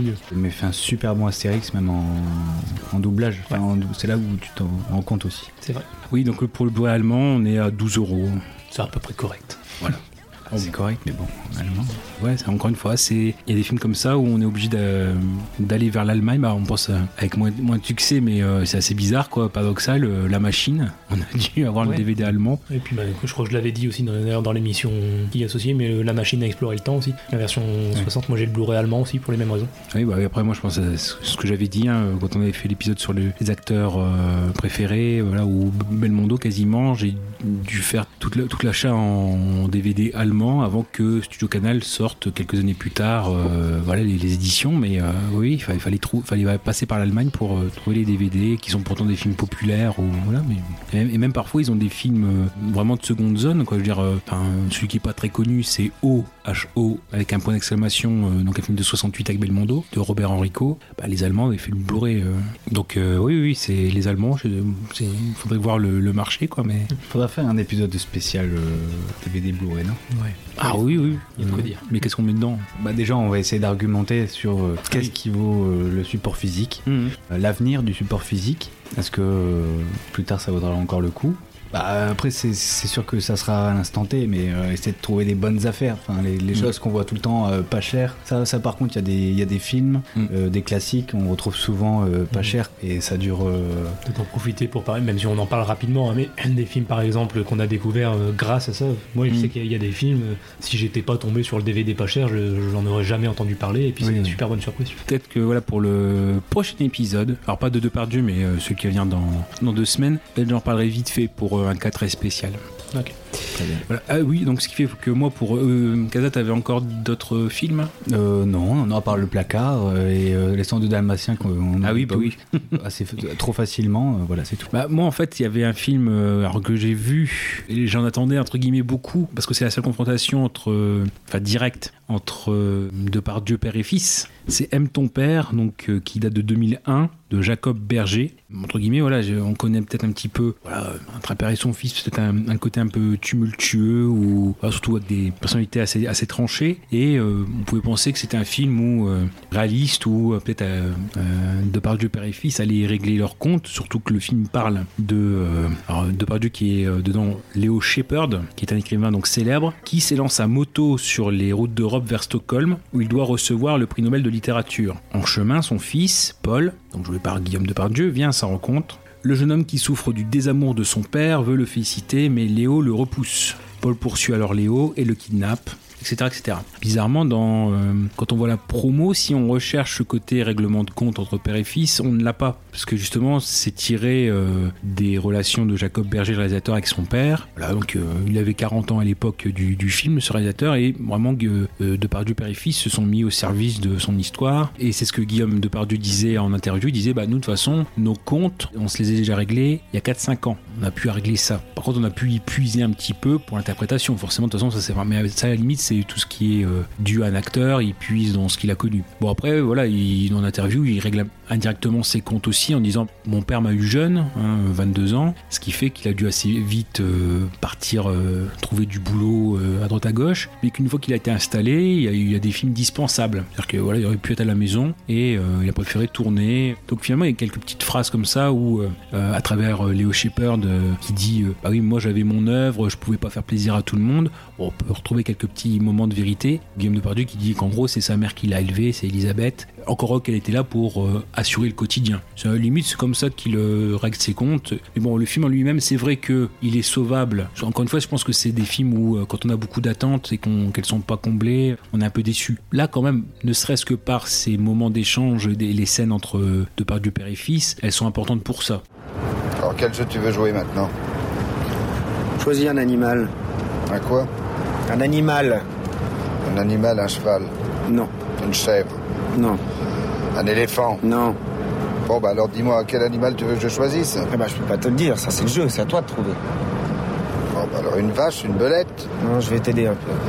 avait fait un super bon Astérix, même en, en doublage. Enfin, en, c'est là où tu t'en rends compte aussi. C'est vrai. Oui, donc pour le Blu-ray allemand, on est à douze euros. C'est à peu près correct. Voilà. Ah, c'est correct, mais bon, allemand. Ouais, c'est, encore une fois, c'est il y a des films comme ça où on est obligé de, d'aller vers l'Allemagne. Bah, on pense euh, avec moins, moins de succès, mais euh, c'est assez bizarre, quoi, paradoxal. Euh, La Machine, on a dû avoir ouais. le D V D allemand. Et puis, bah, je crois que je l'avais dit aussi dans, dans l'émission qui est associée, mais euh, La Machine a exploré le temps aussi. La version ouais. soixante, moi j'ai le Blu-ray allemand aussi pour les mêmes raisons. Oui, bah, après, moi je pense à ce que j'avais dit hein, quand on avait fait l'épisode sur les, les acteurs euh, préférés, voilà, où Belmondo quasiment, j'ai dû faire toute la, toute l'achat en D V D allemand avant que Studio Canal sorte quelques années plus tard euh, voilà, les, les éditions, mais euh, oui, il fallait, fallait, trou- fallait passer par l'Allemagne pour euh, trouver les D V D qui sont pourtant des films populaires. Ou, voilà, mais, et, et même parfois, ils ont des films euh, vraiment de seconde zone. Quoi, je veux dire, euh, celui qui n'est pas très connu, c'est O, H O, avec un point d'exclamation, euh, donc un film de soixante-huit avec Belmondo, de Robert Enrico. Bah, les Allemands avaient fait le Blu-ray. Euh. Donc euh, oui, oui, c'est les Allemands. Il faudrait voir le, le marché, quoi. Mais il faudra faire un épisode spécial euh, D V D Blu-ray, non? Ouais. Ah oui, oui. Il y a de quoi dire. Mais qu'est-ce qu'on met dedans? Bah déjà, on va essayer d'argumenter sur euh, qu'est-ce qui vaut euh, le support physique, mmh. euh, l'avenir du support physique. Est-ce que euh, plus tard, ça vaudra encore le coup? Bah, après, c'est, c'est sûr que ça sera à l'instant T, mais euh, essayer de trouver des bonnes affaires, enfin, les, les mmh. choses qu'on voit tout le temps euh, pas cher. Ça, ça, par contre, il y, y a des films, mmh. euh, des classiques, on retrouve souvent euh, pas mmh. cher et ça dure. Euh... Peut-être en profiter pour parler, même si on en parle rapidement, hein, mais des films par exemple qu'on a découvert euh, grâce à ça. Moi, je mmh. sais qu'il y a, y a des films, euh, si j'étais pas tombé sur le D V D pas cher, je, j'en aurais jamais entendu parler, et puis oui, c'est une oui. super bonne surprise. Peut-être que voilà, pour le prochain épisode, alors pas de Depardieu, mais euh, celui qui va venir dans, dans deux semaines, peut-être j'en parlerai vite fait pour euh, un cas très spécial. Ok. Très bien. Voilà. Ah oui, donc ce qui fait que moi, pour euh, Casa, t'avais encore d'autres films euh, Non, non, à part Le Placard euh, et euh, Les cent deux Dalmatiens qu'on ah oui, bah oui, assez trop facilement. Euh, voilà, c'est tout. Bah, moi, en fait, il y avait un film euh, alors, que j'ai vu et j'en attendais entre guillemets beaucoup parce que c'est la seule confrontation entre, euh, enfin directe entre euh, Depardieu père et fils. C'est Aime ton père, donc euh, qui date de deux mille un, de Jacob Berger. Entre guillemets, voilà, on connaît peut-être un petit peu, voilà, entre un père et son fils, peut-être un, un côté un peu tumultueux ou voilà, surtout avec des personnalités assez, assez tranchées. Et euh, on pouvait penser que c'était un film où euh, réaliste où euh, peut-être euh, euh, Depardieu père et fils allaient régler leur compte. Surtout que le film parle de euh, alors, Depardieu qui est euh, dedans Léo Shepherd, qui est un écrivain donc célèbre, qui s'élance à moto sur les routes d'Europe vers Stockholm, où il doit recevoir le prix Nobel de littérature. En chemin, son fils Paul, donc joué par Guillaume Depardieu, vient à sa rencontre. Le jeune homme qui souffre du désamour de son père veut le féliciter, mais Léo le repousse. Paul poursuit alors Léo et le kidnappe, et cetera, et cetera. Bizarrement, dans, euh, quand on voit la promo, si on recherche ce côté règlement de compte entre père et fils, on ne l'a pas. Parce que justement, c'est tiré euh, des relations de Jacob Berger, le réalisateur, avec son père. Voilà, donc euh, il avait quarante ans à l'époque du, du film, ce réalisateur, et vraiment, euh, Depardieu père et fils se sont mis au service de son histoire. Et c'est ce que Guillaume Depardieu disait en interview. Il disait, bah, nous, de toute façon, nos comptes, on se les a déjà réglés il y a quatre cinq ans. On a pu régler ça. Par contre, on a pu y puiser un petit peu pour l'interprétation. Forcément, de toute façon, ça c'est vraiment, mais ça, à la limite, c'est tout ce qui est euh, dû à un acteur, il puise dans ce qu'il a connu. Bon, après, voilà, il, en interview, il règle indirectement ses comptes aussi en disant mon père m'a eu jeune, hein, vingt-deux ans, ce qui fait qu'il a dû assez vite euh, partir euh, trouver du boulot euh, à droite à gauche, mais qu'une fois qu'il a été installé, il y a, il y a des films dispensables. C'est-à-dire que voilà, il aurait pu être à la maison et euh, il a préféré tourner. Donc finalement, il y a quelques petites phrases comme ça où, euh, à travers euh, Léo Shepherd euh, qui dit euh, bah oui, moi j'avais mon œuvre, je pouvais pas faire plaisir à tout le monde. Bon, on peut retrouver quelques petits moments de vérité. Guillaume Depardieu qui dit qu'en gros, c'est sa mère qui l'a élevé, c'est Elisabeth. Encore qu'elle était là pour euh, assurer le quotidien. C'est, à la limite, c'est comme ça qu'il euh, règle ses comptes. Mais bon, le film en lui-même, c'est vrai qu'il est sauvable. Encore une fois, je pense que c'est des films où, euh, quand on a beaucoup d'attentes et qu'on, qu'elles sont pas comblées, on est un peu déçu. Là, quand même, ne serait-ce que par ces moments d'échange, des, les scènes entre euh, Depardieu père et fils, elles sont importantes pour ça. Alors, quel jeu tu veux jouer maintenant? Choisis un animal. Un quoi? Un animal. Un animal, un cheval? Non. Une chèvre? Non. Un éléphant? Non. Bon, bah alors dis-moi, quel animal tu veux que je choisisse? Eh ben, je peux pas te le dire, ça c'est le jeu, c'est à toi de trouver. Bon, bah alors une vache, une belette? Non, je vais t'aider un peu.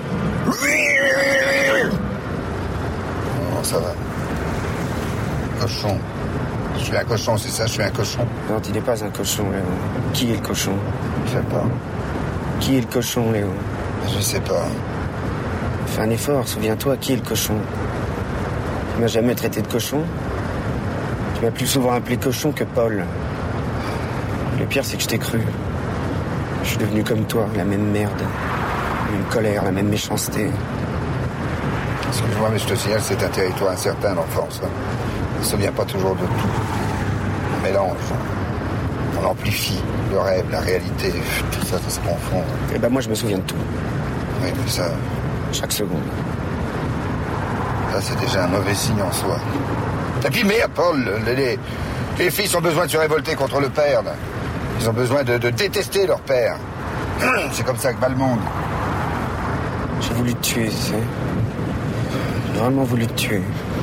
Non, ça va. Cochon. Je suis un cochon, c'est ça, je suis un cochon. Non, tu n'es pas un cochon, Léo. Qui est le cochon? Je sais pas. Qui est le cochon, Léo? Je sais pas. Fais un effort, souviens-toi, qui est le cochon? Tu m'as jamais traité de cochon. Tu m'as plus souvent appelé cochon que Paul. Le pire, c'est que je t'ai cru. Je suis devenu comme toi, la même merde. La même colère, la même méchanceté. Excuse-moi, mais je te signale, c'est un territoire incertain, l'enfance. Hein. On ne se souvient pas toujours de tout. On mélange. On amplifie le rêve, la réalité, tout ça, ça se confond. Eh ben moi, je me souviens de tout. Oui, mais ça... Chaque seconde. Ça, c'est déjà un mauvais signe en soi. Et puis merde, Paul, les, les, les fils ont besoin de se révolter contre le père. Là. Ils ont besoin de, de détester leur père. C'est comme ça que va le monde. J'ai voulu te tuer, tu sais. J'ai vraiment voulu te tuer.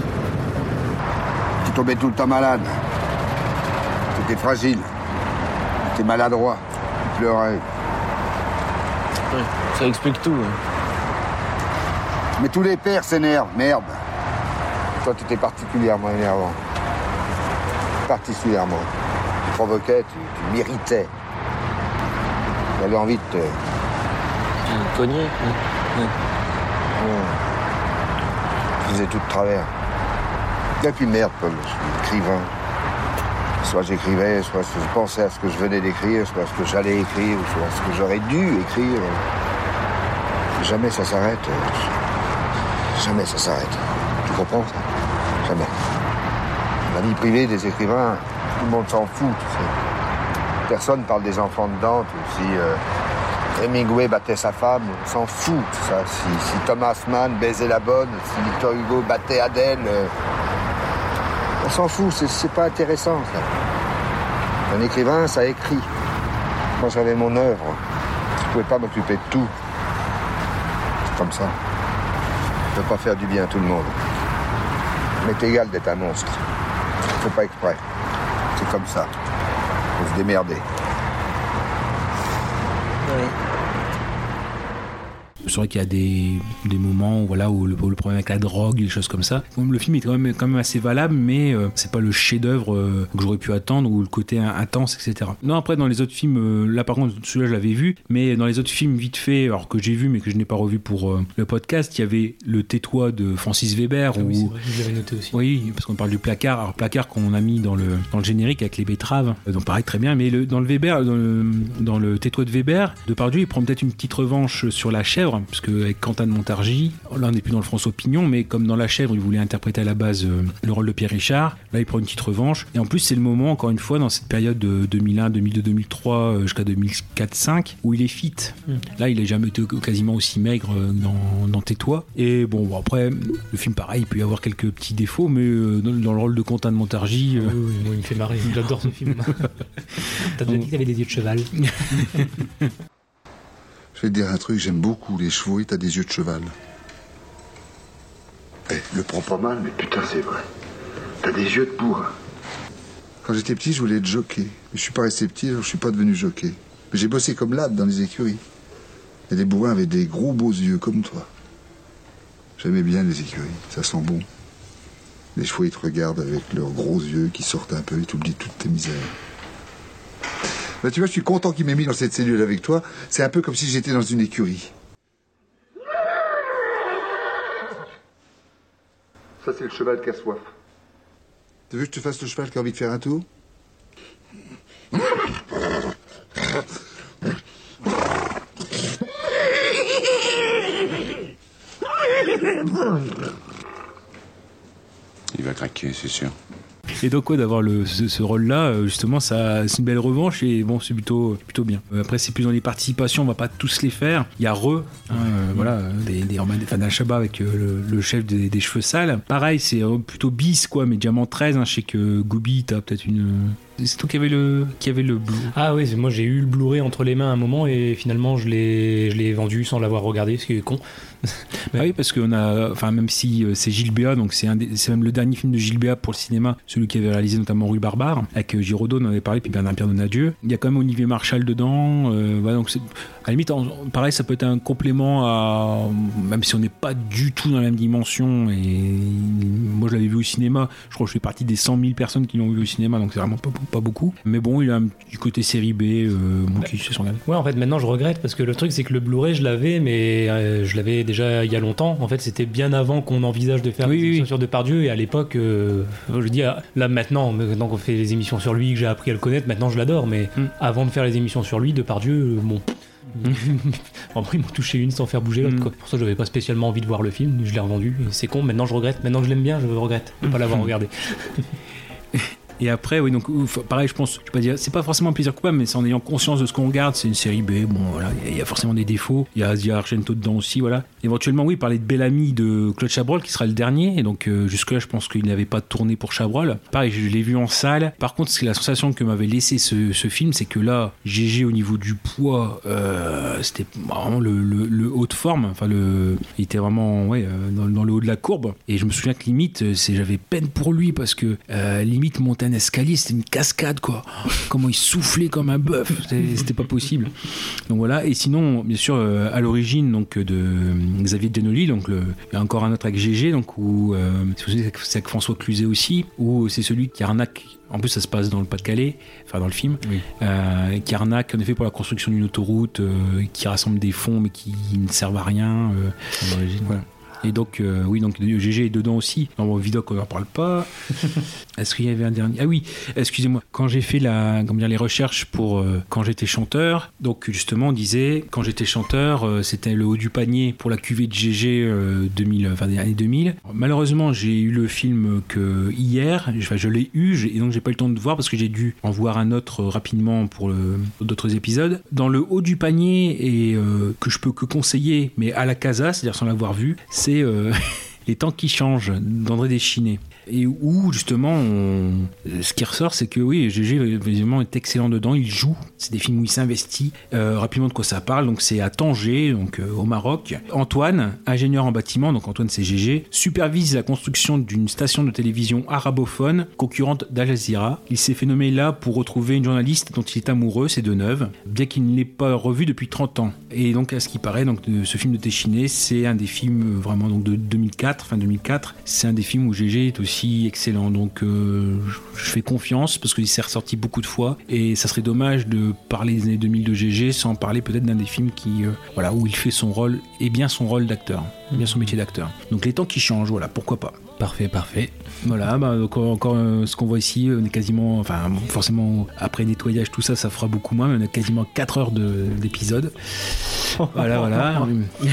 Tu tombais tout le temps malade. Tu étais fragile. Tu étais maladroit. Tu pleurais. Ouais, ça explique tout. Hein. Mais tous les pères s'énervent, merde. Toi, tu étais particulièrement énervant. Particulièrement. Tu provoquais, tu, tu m'irritais. J'avais envie de te... Tu me cognais, hein. Ouais. Ouais. Je faisais tout de travers. Et puis merde, Paul, je suis écrivain. Soit j'écrivais, soit je pensais à ce que je venais d'écrire, soit à ce que j'allais écrire, soit à ce que j'aurais dû écrire. Jamais ça s'arrête. Jamais ça s'arrête. Tu comprends ça? Jamais. La vie privée des écrivains, tout le monde s'en fout, tu sais. Personne parle des enfants de Dante, ou si euh, Hemingway battait sa femme, on s'en fout, ça. Si, si Thomas Mann baisait la bonne, si Victor Hugo battait Adèle, euh, on s'en fout, c'est, c'est pas intéressant, ça. Un écrivain, ça écrit. Moi, j'avais mon œuvre. Je pouvais pas m'occuper de tout. C'est comme ça. Je peux pas faire du bien à tout le monde. Mais égal d'être un monstre. Faut pas exprès. C'est comme ça. Faut se démerder. Oui. C'est vrai qu'il y a des, des moments voilà, où le, le problème avec la drogue, des choses comme ça. Le film est quand même, quand même assez valable, mais euh, c'est pas le chef-d'œuvre euh, que j'aurais pu attendre, ou le côté intense, et cetera. Non, après, dans les autres films, euh, là par contre, celui-là je l'avais vu, mais dans les autres films vite fait, alors que j'ai vu, mais que je n'ai pas revu pour euh, le podcast, il y avait Le Tais-toi de Francis Weber. Ah où... oui, c'est vrai, je l'avais noté aussi. Oui, parce qu'on parle du placard, alors placard qu'on a mis dans le, dans le générique avec les betteraves, euh, donc pareil, très bien, mais le, dans le Weber, dans le, dans le Tais-toi de Weber, Depardieu, il prend peut-être une petite revanche sur La Chèvre, parce qu'avec Quentin de Montargis, là on n'est plus dans le François Pignon, mais comme dans La Chèvre, il voulait interpréter à la base euh, le rôle de Pierre Richard, là il prend une petite revanche, et en plus c'est le moment, encore une fois, dans cette période de deux mille un, deux mille deux, deux mille trois, euh, jusqu'à deux mille quatre, deux mille cinq, où il est fit. Mmh. Là il n'a jamais été quasiment aussi maigre euh, dans, dans Tais-toi, et bon, bon, après, le film pareil, il peut y avoir quelques petits défauts, mais euh, dans, dans le rôle de Quentin de Montargis... Euh... Oui, oui, moi il me fait marrer, j'adore ce film. T'as déjà dit que t'avais des yeux de cheval. Je vais te dire un truc, j'aime beaucoup les chevaux et t'as des yeux de cheval. Eh, le prends pas mal, mais putain, c'est vrai. T'as des yeux de bourrin. Quand j'étais petit, je voulais être jockey. Mais je suis pas resté petit, alors je suis pas devenu jockey. Mais j'ai bossé comme lad dans les écuries. Et les bourrins avaient des gros beaux yeux, comme toi. J'aimais bien les écuries, ça sent bon. Les chevaux, ils te regardent avec leurs gros yeux qui sortent un peu, ils t'oublient toutes tes misères. Bah, tu vois, je suis content qu'il m'ait mis dans cette cellule avec toi. C'est un peu comme si j'étais dans une écurie. Ça, c'est le cheval qui a soif. Tu veux que je te fasse le cheval qui a envie de faire un tour? Il va craquer, c'est sûr. Et donc ouais, d'avoir le, ce, ce rôle-là, justement, ça, c'est une belle revanche et bon, c'est plutôt, plutôt bien. Après, c'est plus dans les participations, on va pas tous les faire. Il y a Re, hein, euh, voilà, des, des, des fans d'Al-Shabaab avec euh, le, le chef des, des cheveux sales. Pareil, c'est euh, plutôt bis, quoi, mais Diamant treize, hein, je sais que Goubi, t'as peut-être une... C'est toi qui avait le, qui avait le Blu. Ah oui, moi j'ai eu le Blu-ray entre les mains à un moment et finalement je l'ai, je l'ai vendu sans l'avoir regardé, ce qui est con. Bah oui, parce qu'on a, enfin même si c'est Gilles Béat, donc c'est, un des, c'est même le dernier film de Gilles Béat pour le cinéma, celui qui avait réalisé notamment Rue Barbare, avec Giraudot, on en avait parlé, puis Bernard-Pierre Donadieu. Il y a quand même Olivier Marchal dedans, euh, voilà, donc c'est, à la limite, en, pareil, ça peut être un complément à, même si on n'est pas du tout dans la même dimension. Et moi je l'avais vu au cinéma, je crois que je fais partie des cent mille personnes qui l'ont vu au cinéma, donc c'est vraiment pas beaucoup. pas beaucoup. Mais bon, il a un petit côté série B, euh, bon, qui se sont regardés. Ouais, en fait, maintenant je regrette parce que le truc c'est que le Blu-ray je l'avais, mais euh, je l'avais déjà il y a longtemps. En fait, c'était bien avant qu'on envisage de faire Oui, des oui, émissions oui. sur Depardieu, et à l'époque, euh, je dis là maintenant, maintenant qu'on fait les émissions sur lui, que j'ai appris à le connaître, maintenant je l'adore. Mais Mm. avant de faire les émissions sur lui, Depardieu, euh, bon. En vrai, il m'a touché une sans faire bouger l'autre. Mm. quoi. Pour ça, j'avais pas spécialement envie de voir le film, je l'ai revendu. Et c'est con, maintenant je regrette. Maintenant que je l'aime bien, je regrette de pas l'avoir regardé. Et après, oui, donc ouf, pareil, je pense, je vais pas dire, c'est pas forcément un plaisir coupable, mais c'est en ayant conscience de ce qu'on regarde. C'est une série B, bon, voilà, il y, a forcément des défauts. Il y a Asia Argento dedans aussi, voilà. Éventuellement, oui, parler de Bellamy de Claude Chabrol, qui sera le dernier. Et donc, euh, jusque-là, je pense qu'il n'avait pas tourné pour Chabrol. Pareil, je l'ai vu en salle. Par contre, c'est la sensation que m'avait laissé ce, ce film, c'est que là, G G, au niveau du poids, euh, c'était vraiment le, le, le haut de forme. Enfin, le, il était vraiment, ouais, euh, dans, dans le haut de la courbe. Et je me souviens que limite, c'est, j'avais peine pour lui parce que, euh, limite, monter un escalier, c'était une cascade, quoi. Comment il soufflait comme un bœuf, c'était, c'était pas possible. Donc voilà. Et sinon, bien sûr, euh, à l'origine donc de Xavier Giannoli, donc le, il y a encore un autre avec G G, donc où euh, c'est avec François Cluzet aussi, où c'est celui qui arnaque. En plus, ça se passe dans le Pas-de-Calais, enfin dans le film, oui. euh, qui arnaque en effet pour la construction d'une autoroute, euh, qui rassemble des fonds mais qui ne servent à rien. Euh, à l'origine. Voilà. Et donc, euh, oui, donc G G est dedans aussi. Dans mon Vidoc, on n'en parle pas. Est-ce qu'il y avait un dernier ? Ah oui, excusez-moi. Quand j'ai fait la, comment dire, les recherches pour euh, quand j'étais chanteur, donc justement, on disait, quand j'étais chanteur, euh, c'était le haut du panier pour la cuvée de G G euh, deux mille, enfin, des années deux mille. Malheureusement, j'ai eu le film que hier, enfin, je l'ai eu, j'ai, et donc j'ai pas eu le temps de voir parce que j'ai dû en voir un autre rapidement pour le, d'autres épisodes. Dans le haut du panier, et euh, que je peux que conseiller, mais à la casa, c'est-à-dire sans l'avoir vu, c'est Euh, Les temps qui changent d'André Deschiné. Et où justement on... ce qui ressort, c'est que oui, G G évidemment est excellent dedans, il joue, c'est des films où il s'investit. Euh, rapidement de quoi ça parle, donc c'est à Tanger, donc euh, au Maroc. Antoine, ingénieur en bâtiment, donc Antoine c'est G G, supervise la construction d'une station de télévision arabophone concurrente d'Al Jazeera. Il s'est fait nommer là pour retrouver une journaliste dont il est amoureux, c'est Deneuve, bien qu'il ne l'ait pas revue depuis trente ans. Et donc à ce qui paraît, donc de, ce film de Deschiné, c'est un des films vraiment donc de deux mille quatre, fin deux mille quatre, c'est un des films où G G est aussi excellent, donc euh, je fais confiance parce qu'il s'est ressorti beaucoup de fois et ça serait dommage de parler des années deux mille de G G sans parler peut-être d'un des films qui, euh, voilà, où il fait son rôle, et bien son rôle d'acteur, et bien son métier d'acteur. Donc les temps qui changent, voilà, pourquoi pas. Parfait, parfait. Voilà, bah, donc, encore euh, ce qu'on voit ici, on est quasiment, enfin forcément après nettoyage tout ça, ça fera beaucoup moins, mais on a quasiment quatre heures de, d'épisode. Voilà, voilà.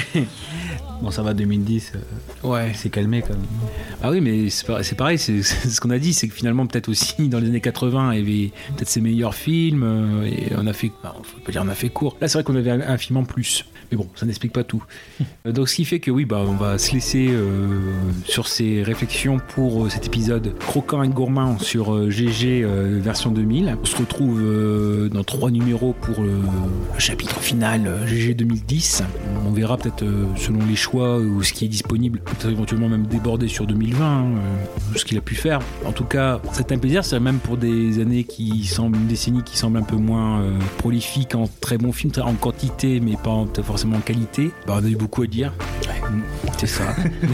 Bon, ça va, deux mille dix, euh, ouais, c'est calmé quand même. Ah oui, mais c'est, c'est pareil, c'est, c'est ce qu'on a dit, c'est que finalement, peut-être aussi, dans les années quatre-vingts, il y avait peut-être ses meilleurs films, euh, et on a fait, enfin, faut pas dire on a fait court. Là, c'est vrai qu'on avait un, un film en plus, mais bon, ça n'explique pas tout. euh, donc, ce qui fait que oui, bah, on va se laisser euh, sur ces réflexions pour euh, cet épisode croquant et gourmand sur euh, G G euh, version deux mille. On se retrouve euh, dans trois numéros pour le, le chapitre final euh, G G deux mille dix. On verra peut-être euh, selon les choix ou ce qui est disponible, peut-être éventuellement même déborder sur deux mille vingt, hein, euh, ce qu'il a pu faire. En tout cas, c'est un plaisir, c'est même pour des années qui semblent, une décennie qui semble un peu moins euh, prolifique en très bons films, en quantité, mais pas en, peut-être forcément en qualité. Bah, on a eu beaucoup à dire. Ouais, c'est ça.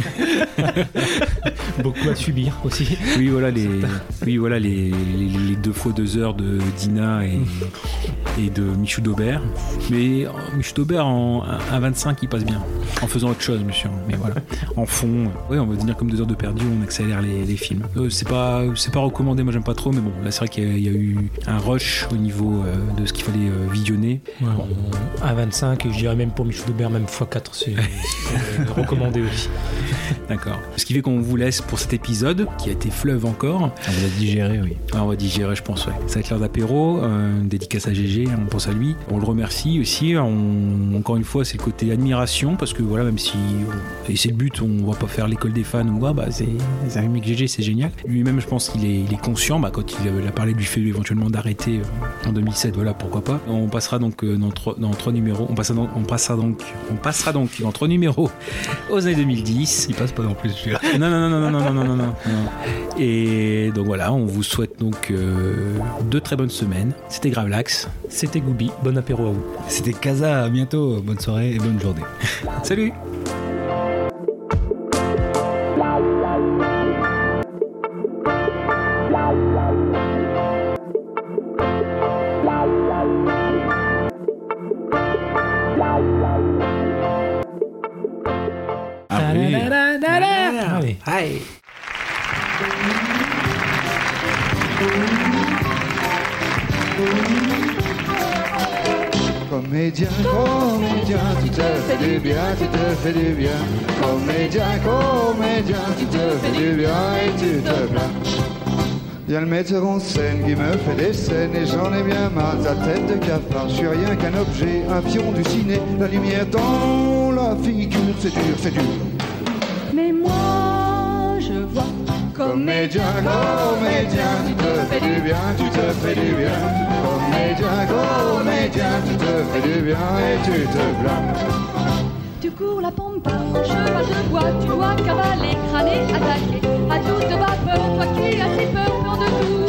Beaucoup à subir aussi. Oui, voilà les, oui, voilà les, les, les deux fois deux heures de Dina et, et de Michou Daubert. Mais Michou Daubert en un vingt-cinq, il passe bien. En faisant autre chose, monsieur. Mais voilà. En fond, oui, on va dire comme deux heures de perdu, on accélère les, les films. Euh, c'est pas, c'est pas recommandé, moi j'aime pas trop, mais bon, là c'est vrai qu'il y a, il y a eu un rush au niveau euh, de ce qu'il fallait euh, visionner. Ouais, bon. un vingt-cinq, et je dirais même pour Michou Daubert, même fois quatre, c'est, c'est recommandé aussi. D'accord. Ce qui fait qu'on vous laisse pour cet épisode, qui a été fleuve encore. On va digérer, oui. Ah, on va digérer, je pense, ouais. Ça va être l'heure d'apéro, euh, dédicace à G G, on pense à lui. On le remercie aussi. On, encore une fois, c'est le côté admiration, parce que voilà, même si on, et c'est le but, on va pas faire l'école des fans ou ah, bah c'est, c'est un mec G G, c'est génial. Lui-même, je pense qu'il est, il est conscient, bah, quand il a, il a parlé du fait éventuellement d'arrêter euh, en deux mille sept, voilà, pourquoi pas. On passera donc euh, dans, trois, dans trois numéros, on passera, dans, on passera donc, on passera donc dans trois numéros aux années deux mille dix. Il passe pas non plus celui-là. Non, non, non, non, non, non, non, non, non, non. Et donc voilà, on vous souhaite donc euh, deux très bonnes semaines. C'était Gravelax. C'était Goubi. Bon apéro à vous. C'était Casa. À bientôt. Bonne soirée et bonne journée. Salut. Allez. Allez. Comédien, comédien, tu te fais du bien, tu te fais du bien. Comédien, comédien, tu te fais du bien et tu te plains. Y'a le metteur en scène qui me fait des scènes et j'en ai bien marre de sa tête de cafard. Je suis rien qu'un objet, un pion du ciné, la lumière dans la figure, c'est dur, c'est dur. Mais moi, je vois. Comédien, comédien, tu te fais du bien, tu te fais du bien. Comédien, comédien, tu te fais du bien et tu te plains. Tu cours la pampa, en cheval de bois, tu dois cavaler, crâner, attaquer. À toute vapeur, toi qui as si peur, peur de tout.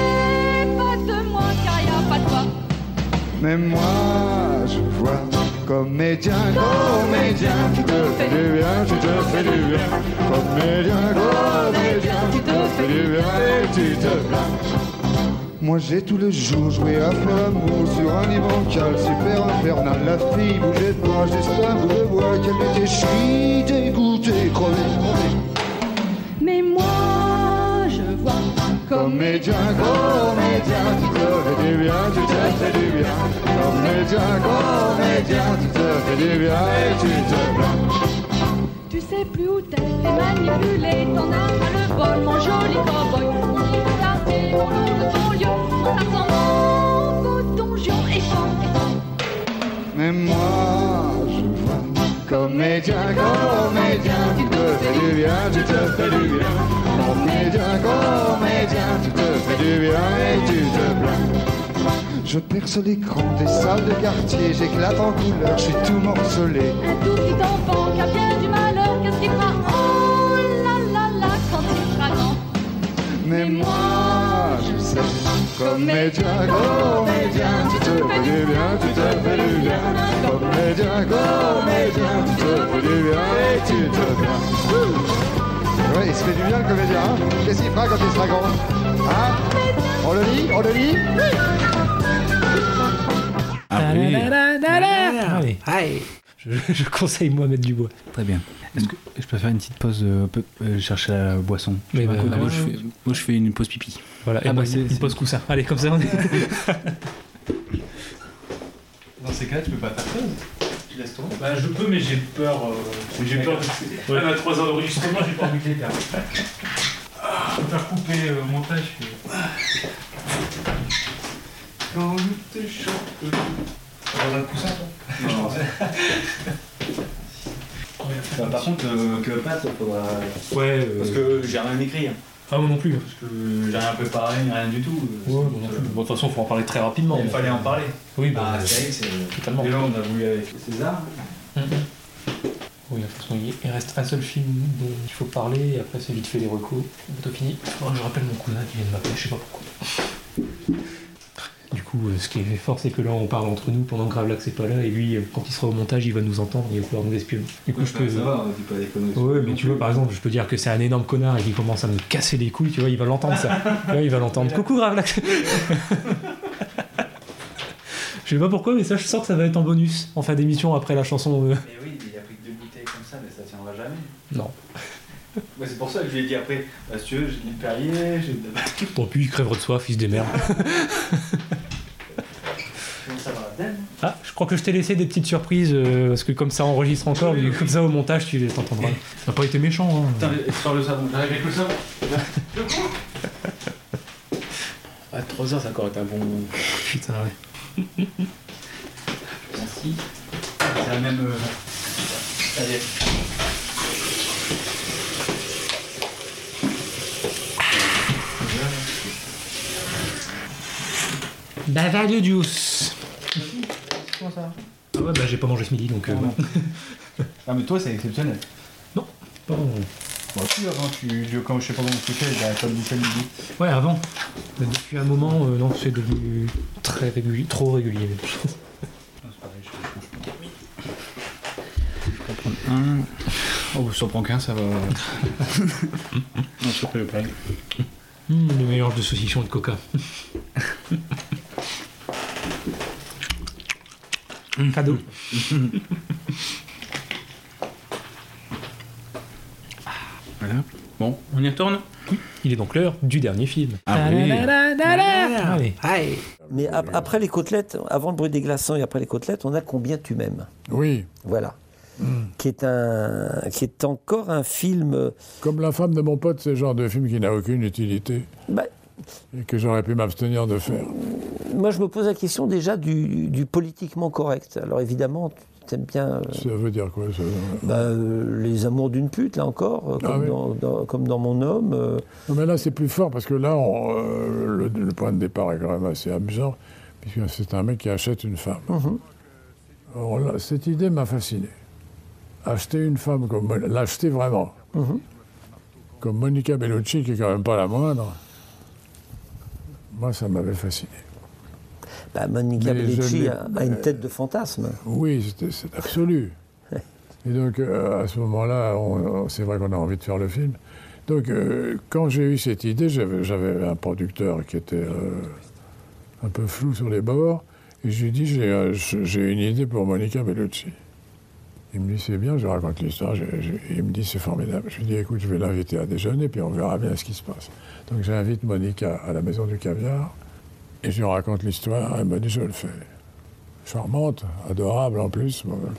Et pas de moi, car y a pas de toi. Mais moi, je vois. Comédien, comédien, tu te fais du bien, tu te fais du bien. Comédien, comédien, tu te fais du bien et tu te plains. Moi j'ai tout le jour joué à faire l'amour sur un lit bancal super infernal. La fille bougeait pas, juste un bout de bois qu'elle était chie, dégoûtée, crevée, crevée. Mais moi, je vois. Comédien, comédien, tu te fais du bien, tu te fais du bien. Comédien, comédien, tu te fais du bien et tu te plains. Tu sais plus où t'es, t'es manipulé, t'en as ras le bol, mon joli cowboy. On dit que t'as fait mon lot de ton lieu, on t'attend mon donjon et fort, et fort. Mais moi, je vois. Comédien, comédien, tu te fais du bien, tu te fais du bien. Comédien, comédien, tu te fais du bien et tu te plains. Je perce l'écran des salles de quartier, j'éclate en couleur, je suis tout morcelé. Un tout petit enfant qui a bien du malheur, qu'est-ce qu'il fera? Oh là là là, quand il sera grand. Mais moi, je sais. Comédien, comédien, tu te fais du bien, tu te fais du bien. Comédien, comédien, tu te fais du bien et tu te plains. Ouais, il se fait du bien le comédien, hein. Qu'est-ce qu'il fera quand il sera grand? Hein? On le lit? On le lit? Allez. Allez. Je, je conseille Mohamed Dubois. Très bien. Est-ce que je peux faire une petite pause, euh, peu, euh, chercher la boisson? Mais bah, bah, moi, je fais, moi je fais une pause pipi. Voilà, ah et bah, bah, une pause coussin. Allez, comme ça on est. Dans ces cas-là, tu peux pas faire pause? Tu laisses tourner? Bah, je peux, mais j'ai peur. Euh... J'ai peur de. Ouais. Même à trois heures d'enregistrement, j'ai pas envie de les perdre. Je peux faire couper euh, au montage. Quand je te chante. Dans un coussin, toi? Non. Bah, par contre, euh, que Pat, faudra. Ouais. Euh... Parce que j'ai rien écrit. Hein. Ah, moi non plus. Parce que j'ai rien préparé, rien du tout. Ouais, bon, non plus. Bon, de toute façon, il faut en parler très rapidement. Il fallait en parler. Oui, bah, ah, c'est vrai que c'est. Totalement. Et là, on a voulu avec César. Mmh. Oui, de toute façon, il reste un seul film dont il faut parler, et après, c'est vite fait les recos. Bientôt fini. Oh, je rappelle mon cousin qui vient de m'appeler, je sais pas pourquoi. Du coup, euh, ce qui est fort, c'est que là, on parle entre nous pendant que Gravelax c'est pas là, et lui, quand il sera au montage, il va nous entendre, il va pouvoir nous espionner. Du coup, ouais, je peux. Ça va, on dit pas des conneries. Ouais, mais tu vois, par exemple, je peux dire que c'est un énorme connard et qu'il commence à me casser les couilles, tu vois, il va l'entendre ça. Là, il va l'entendre. Coucou Gravelax. Je sais pas pourquoi, mais ça, je sens que ça va être en bonus en fin d'émission après la chanson. Euh... Mais oui, il a pris que deux bouteilles comme ça, mais ça tiendra jamais. Non. Ouais, c'est pour ça que je lui ai dit après, bah, si tu veux, j'ai du Perrier, j'ai de. Bon, puis il crèvera de soif, fils des merdes. Comment ça va, Dan? Ah, je crois que je t'ai laissé des petites surprises, euh, parce que comme ça enregistre encore, oui, oui, comme ça au montage, tu les entendras. Ça n'a pas été méchant. Hein. Attends, sors le savon, j'arrive avec le savon. À trois heures, ça a encore été un bon. Putain, ouais. Merci. C'est la même. Euh... Allez. Bavard de juice. Comment ça? Ah ouais, bah j'ai pas mangé ce midi donc. Euh... Ah, mais toi, c'est exceptionnel. Non, pas bon. Bon, si, avant, tu, comme je sais pas comment tu fais, il a comme du midi. Ouais, avant. Mais depuis un moment, euh, non, c'est devenu très régulier, trop régulier. Même. Non, c'est pareil, je change pas. Oui. Je vais prendre un. Oh, si on prend qu'un, ça va. Non, je peux le pareil. Mmh, le mélange de saucisson et de coca. Mmh, cadeau. Voilà. Bon, on y retourne. Oui, il est donc l'heure du dernier film. Ah oui. Allez. Allez. Mais ap- après les côtelettes, avant le bruit des glaçons et après les côtelettes, on a Combien tu m'aimes. Oui. Voilà. Mm. Qui est un, qui est encore un film. Comme La femme de mon pote, c'est le genre de film qui n'a aucune utilité. Bah, et que j'aurais pu m'abstenir de faire. Moi, je me pose la question déjà du, du politiquement correct. Alors évidemment, tu aimes bien. Euh, ça veut dire quoi ça bah, euh, les amours d'une pute, là encore, comme, ah, oui. dans, dans, comme dans Mon homme. Euh... Non, mais là, c'est plus fort parce que là, on, euh, le, le point de départ est quand même assez amusant, puisque c'est un mec qui achète une femme. Mm-hmm. Alors, là, cette idée m'a fasciné. Acheter une femme comme l'acheter vraiment, mm-hmm. comme Monica Bellucci, qui est quand même pas la moindre. Moi, ça m'avait fasciné. Bah, Monica Bellucci a, a une tête de fantasme. Oui, c'est, c'est absolu. Et donc, euh, à ce moment-là, on, on, c'est vrai qu'on a envie de faire le film. Donc, euh, quand j'ai eu cette idée, j'avais, j'avais un producteur qui était euh, un peu flou sur les bords, et je lui ai dit, j'ai, euh, j'ai une idée pour Monica Bellucci. Il me dit, c'est bien, je raconte l'histoire. Je, je, il me dit, c'est formidable. Je lui dis, écoute, je vais l'inviter à déjeuner, puis on verra bien ce qui se passe. Donc j'invite Monica à la Maison du Caviar, et je lui raconte l'histoire. Elle me dit, je le fais. Charmante, adorable en plus.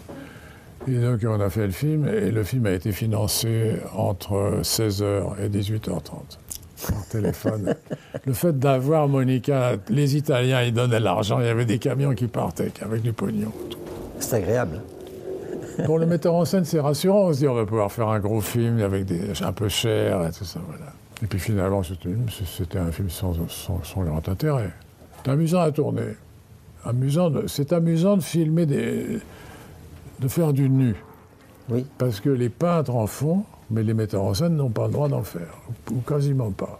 Et donc on a fait le film, et le film a été financé entre seize heures et dix-huit heures trente. Par téléphone. Le fait d'avoir Monica, les Italiens, ils donnaient l'argent, il y avait des camions qui partaient avec du pognon. C'est agréable. Pour le metteur en scène, c'est rassurant. On se dit, on va pouvoir faire un gros film avec des un peu cher et tout ça, voilà. Et puis finalement, c'était, c'était un film sans, sans, sans grand intérêt. C'est amusant à tourner. Amusant de, c'est amusant de filmer des... de faire du nu. Oui. Parce que les peintres en font, mais les metteurs en scène n'ont pas le droit d'en faire. Ou, ou quasiment pas.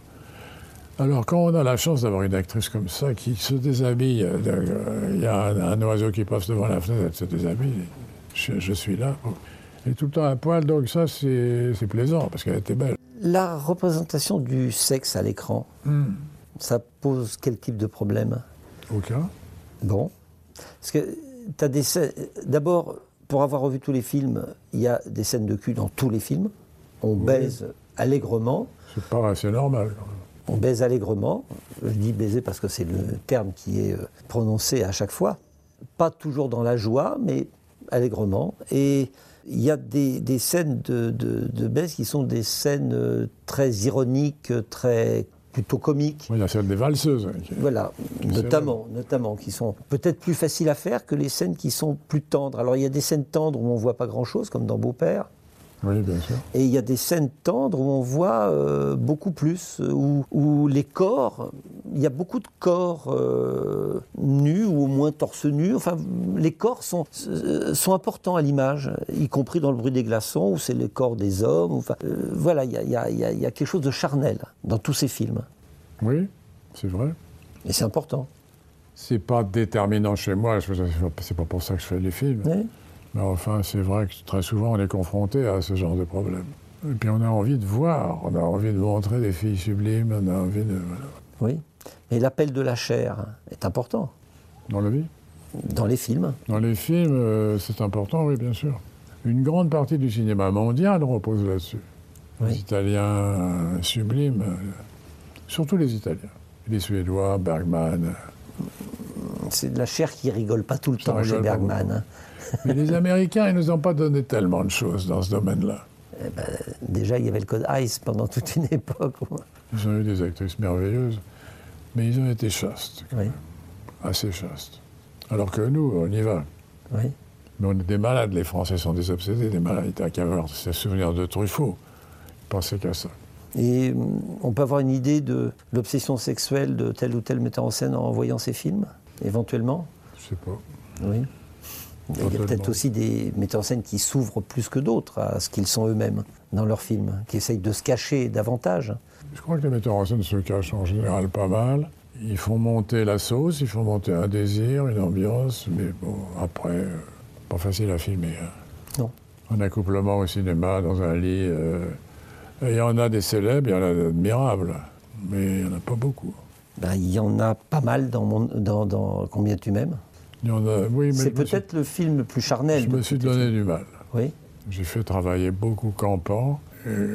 Alors, quand on a la chance d'avoir une actrice comme ça, qui se déshabille, il euh, y a un, un oiseau qui passe devant la fenêtre, elle se déshabille. Je, je suis là. Et tout le temps à poil, donc ça, c'est, c'est plaisant, parce qu'elle était belle. La représentation du sexe à l'écran, mm. ça pose quel type de problème ? Aucun. Bon. Parce que t'as des scènes... D'abord, pour avoir revu tous les films, il y a des scènes de cul dans tous les films. On oui. baise allègrement. C'est pas assez normal, quand même. On baise allègrement. Je dis baiser parce que c'est le terme qui est prononcé à chaque fois. Pas toujours dans la joie, mais allègrement. Et il y a des, des scènes de, de, de baise qui sont des scènes très ironiques, très plutôt comiques. Oui, il y a celle des valseuses. Qui, voilà, qui notamment, notamment, qui sont peut-être plus faciles à faire que les scènes qui sont plus tendres. Alors il y a des scènes tendres où on ne voit pas grand-chose, comme dans Beau-Père. Oui, bien sûr. Et il y a des scènes tendres où on voit euh, beaucoup plus, où, où les corps, il y a beaucoup de corps euh, nus ou au moins torse nu. Enfin, les corps sont, euh, sont importants à l'image, y compris dans Le bruit des glaçons, où c'est le corps des hommes. Enfin, euh, voilà, il y a, y, a, y, a, y a quelque chose de charnel dans tous ces films. Oui, c'est vrai. Et c'est important. C'est pas déterminant chez moi, c'est pas pour ça que je fais les films. Oui. Mais enfin, c'est vrai que très souvent, on est confronté à ce genre de problème. Et puis, on a envie de voir, on a envie de montrer des filles sublimes, on a envie de... Voilà. Oui, et l'appel de la chair est important. Dans la vie ? Dans les films. Dans les films, euh, c'est important, oui, bien sûr. Une grande partie du cinéma mondial repose là-dessus. Oui. Les Italiens euh, sublimes, euh, surtout les Italiens. Les Suédois, Bergman. C'est de la chair qui rigole pas tout le Ça temps chez Bergman. Hein. Mais les Américains, ils ne nous ont pas donné tellement de choses dans ce domaine-là. Eh ben, déjà, il y avait le code Ice pendant toute une époque. Ils ont eu des actrices merveilleuses, mais ils ont été chastes. Oui. Assez chastes. Alors que nous, on y va. Oui. Mais on est des malades, les Français sont des obsédés, des malades. Ils n'ont avoir ces souvenirs de Truffaut. Ils pensaient qu'à ça. Et on peut avoir une idée de l'obsession sexuelle de tel ou tel metteur en scène en voyant ces films, éventuellement ? Je sais pas. Oui. Il y a peut-être aussi des metteurs en scène qui s'ouvrent plus que d'autres à ce qu'ils sont eux-mêmes dans leurs films, qui essayent de se cacher davantage. Je crois que les metteurs en scène se cachent en général pas mal. Ils font monter la sauce, ils font monter un désir, une ambiance, mais bon, après, euh, pas facile à filmer. Hein. Non. Un accouplement au cinéma, dans un lit. Euh, il y en a des célèbres, il y en a d'admirables, mais il n'y en a pas beaucoup. Ben, il y en a pas mal dans, mon, dans, dans Combien tu m'aimes. Il y en a, oui, mais c'est peut-être suis, le film le plus charnel. Je me suis donné du mal. Oui. J'ai fait travailler beaucoup Campan. Et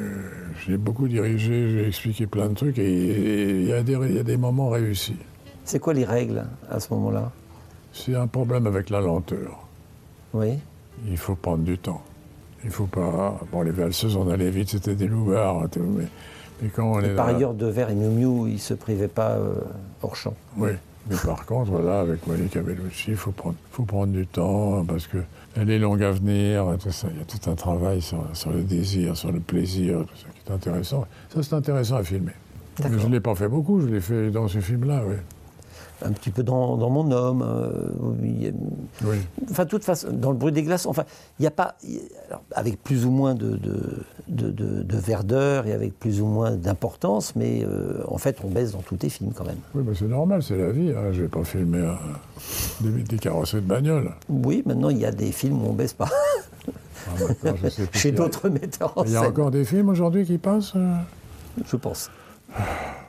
j'ai beaucoup dirigé, j'ai expliqué plein de trucs et il y, a des- il y a des moments réussis. C'est quoi les règles à ce moment-là? C'est un problème avec la lenteur. Oui. Il faut prendre du temps. Il faut pas... Bon, les valseuses, on allait vite, c'était des loupards. Mais, mais quand on Et est par dans la- ailleurs, Devers et Miu Miu, ils se privaient pas euh, hors champ. Oui, mais par contre, là, avec Monica Bellucci, il faut prendre, faut prendre du temps, parce qu'elle est longue à venir, tout ça. Il y a tout un travail sur, sur le désir, sur le plaisir, tout ça qui est intéressant. Ça, c'est intéressant à filmer. Mais je ne l'ai pas fait beaucoup, je l'ai fait dans ce film-là, oui. Un petit peu dans, dans Mon Homme. euh, il y a- Oui. Enfin, de toute façon, dans Le Bruit des glaces, enfin, il n'y a pas. il y a- alors, avec plus ou moins de, de, de, de- de verdeur et avec plus ou moins d'importance, mais euh, en fait, on baisse dans tous tes films quand même. Oui, mais c'est normal, c'est la vie. Hein. Je ne vais pas filmer euh, des, des carrosseries de bagnole. Oui, maintenant, il y a des films où on baisse pas. Ah, maintenant, je sais plus Chez qu'il y a- d'autres metteurs en Il y a scène. encore des films aujourd'hui qui passent euh Je pense.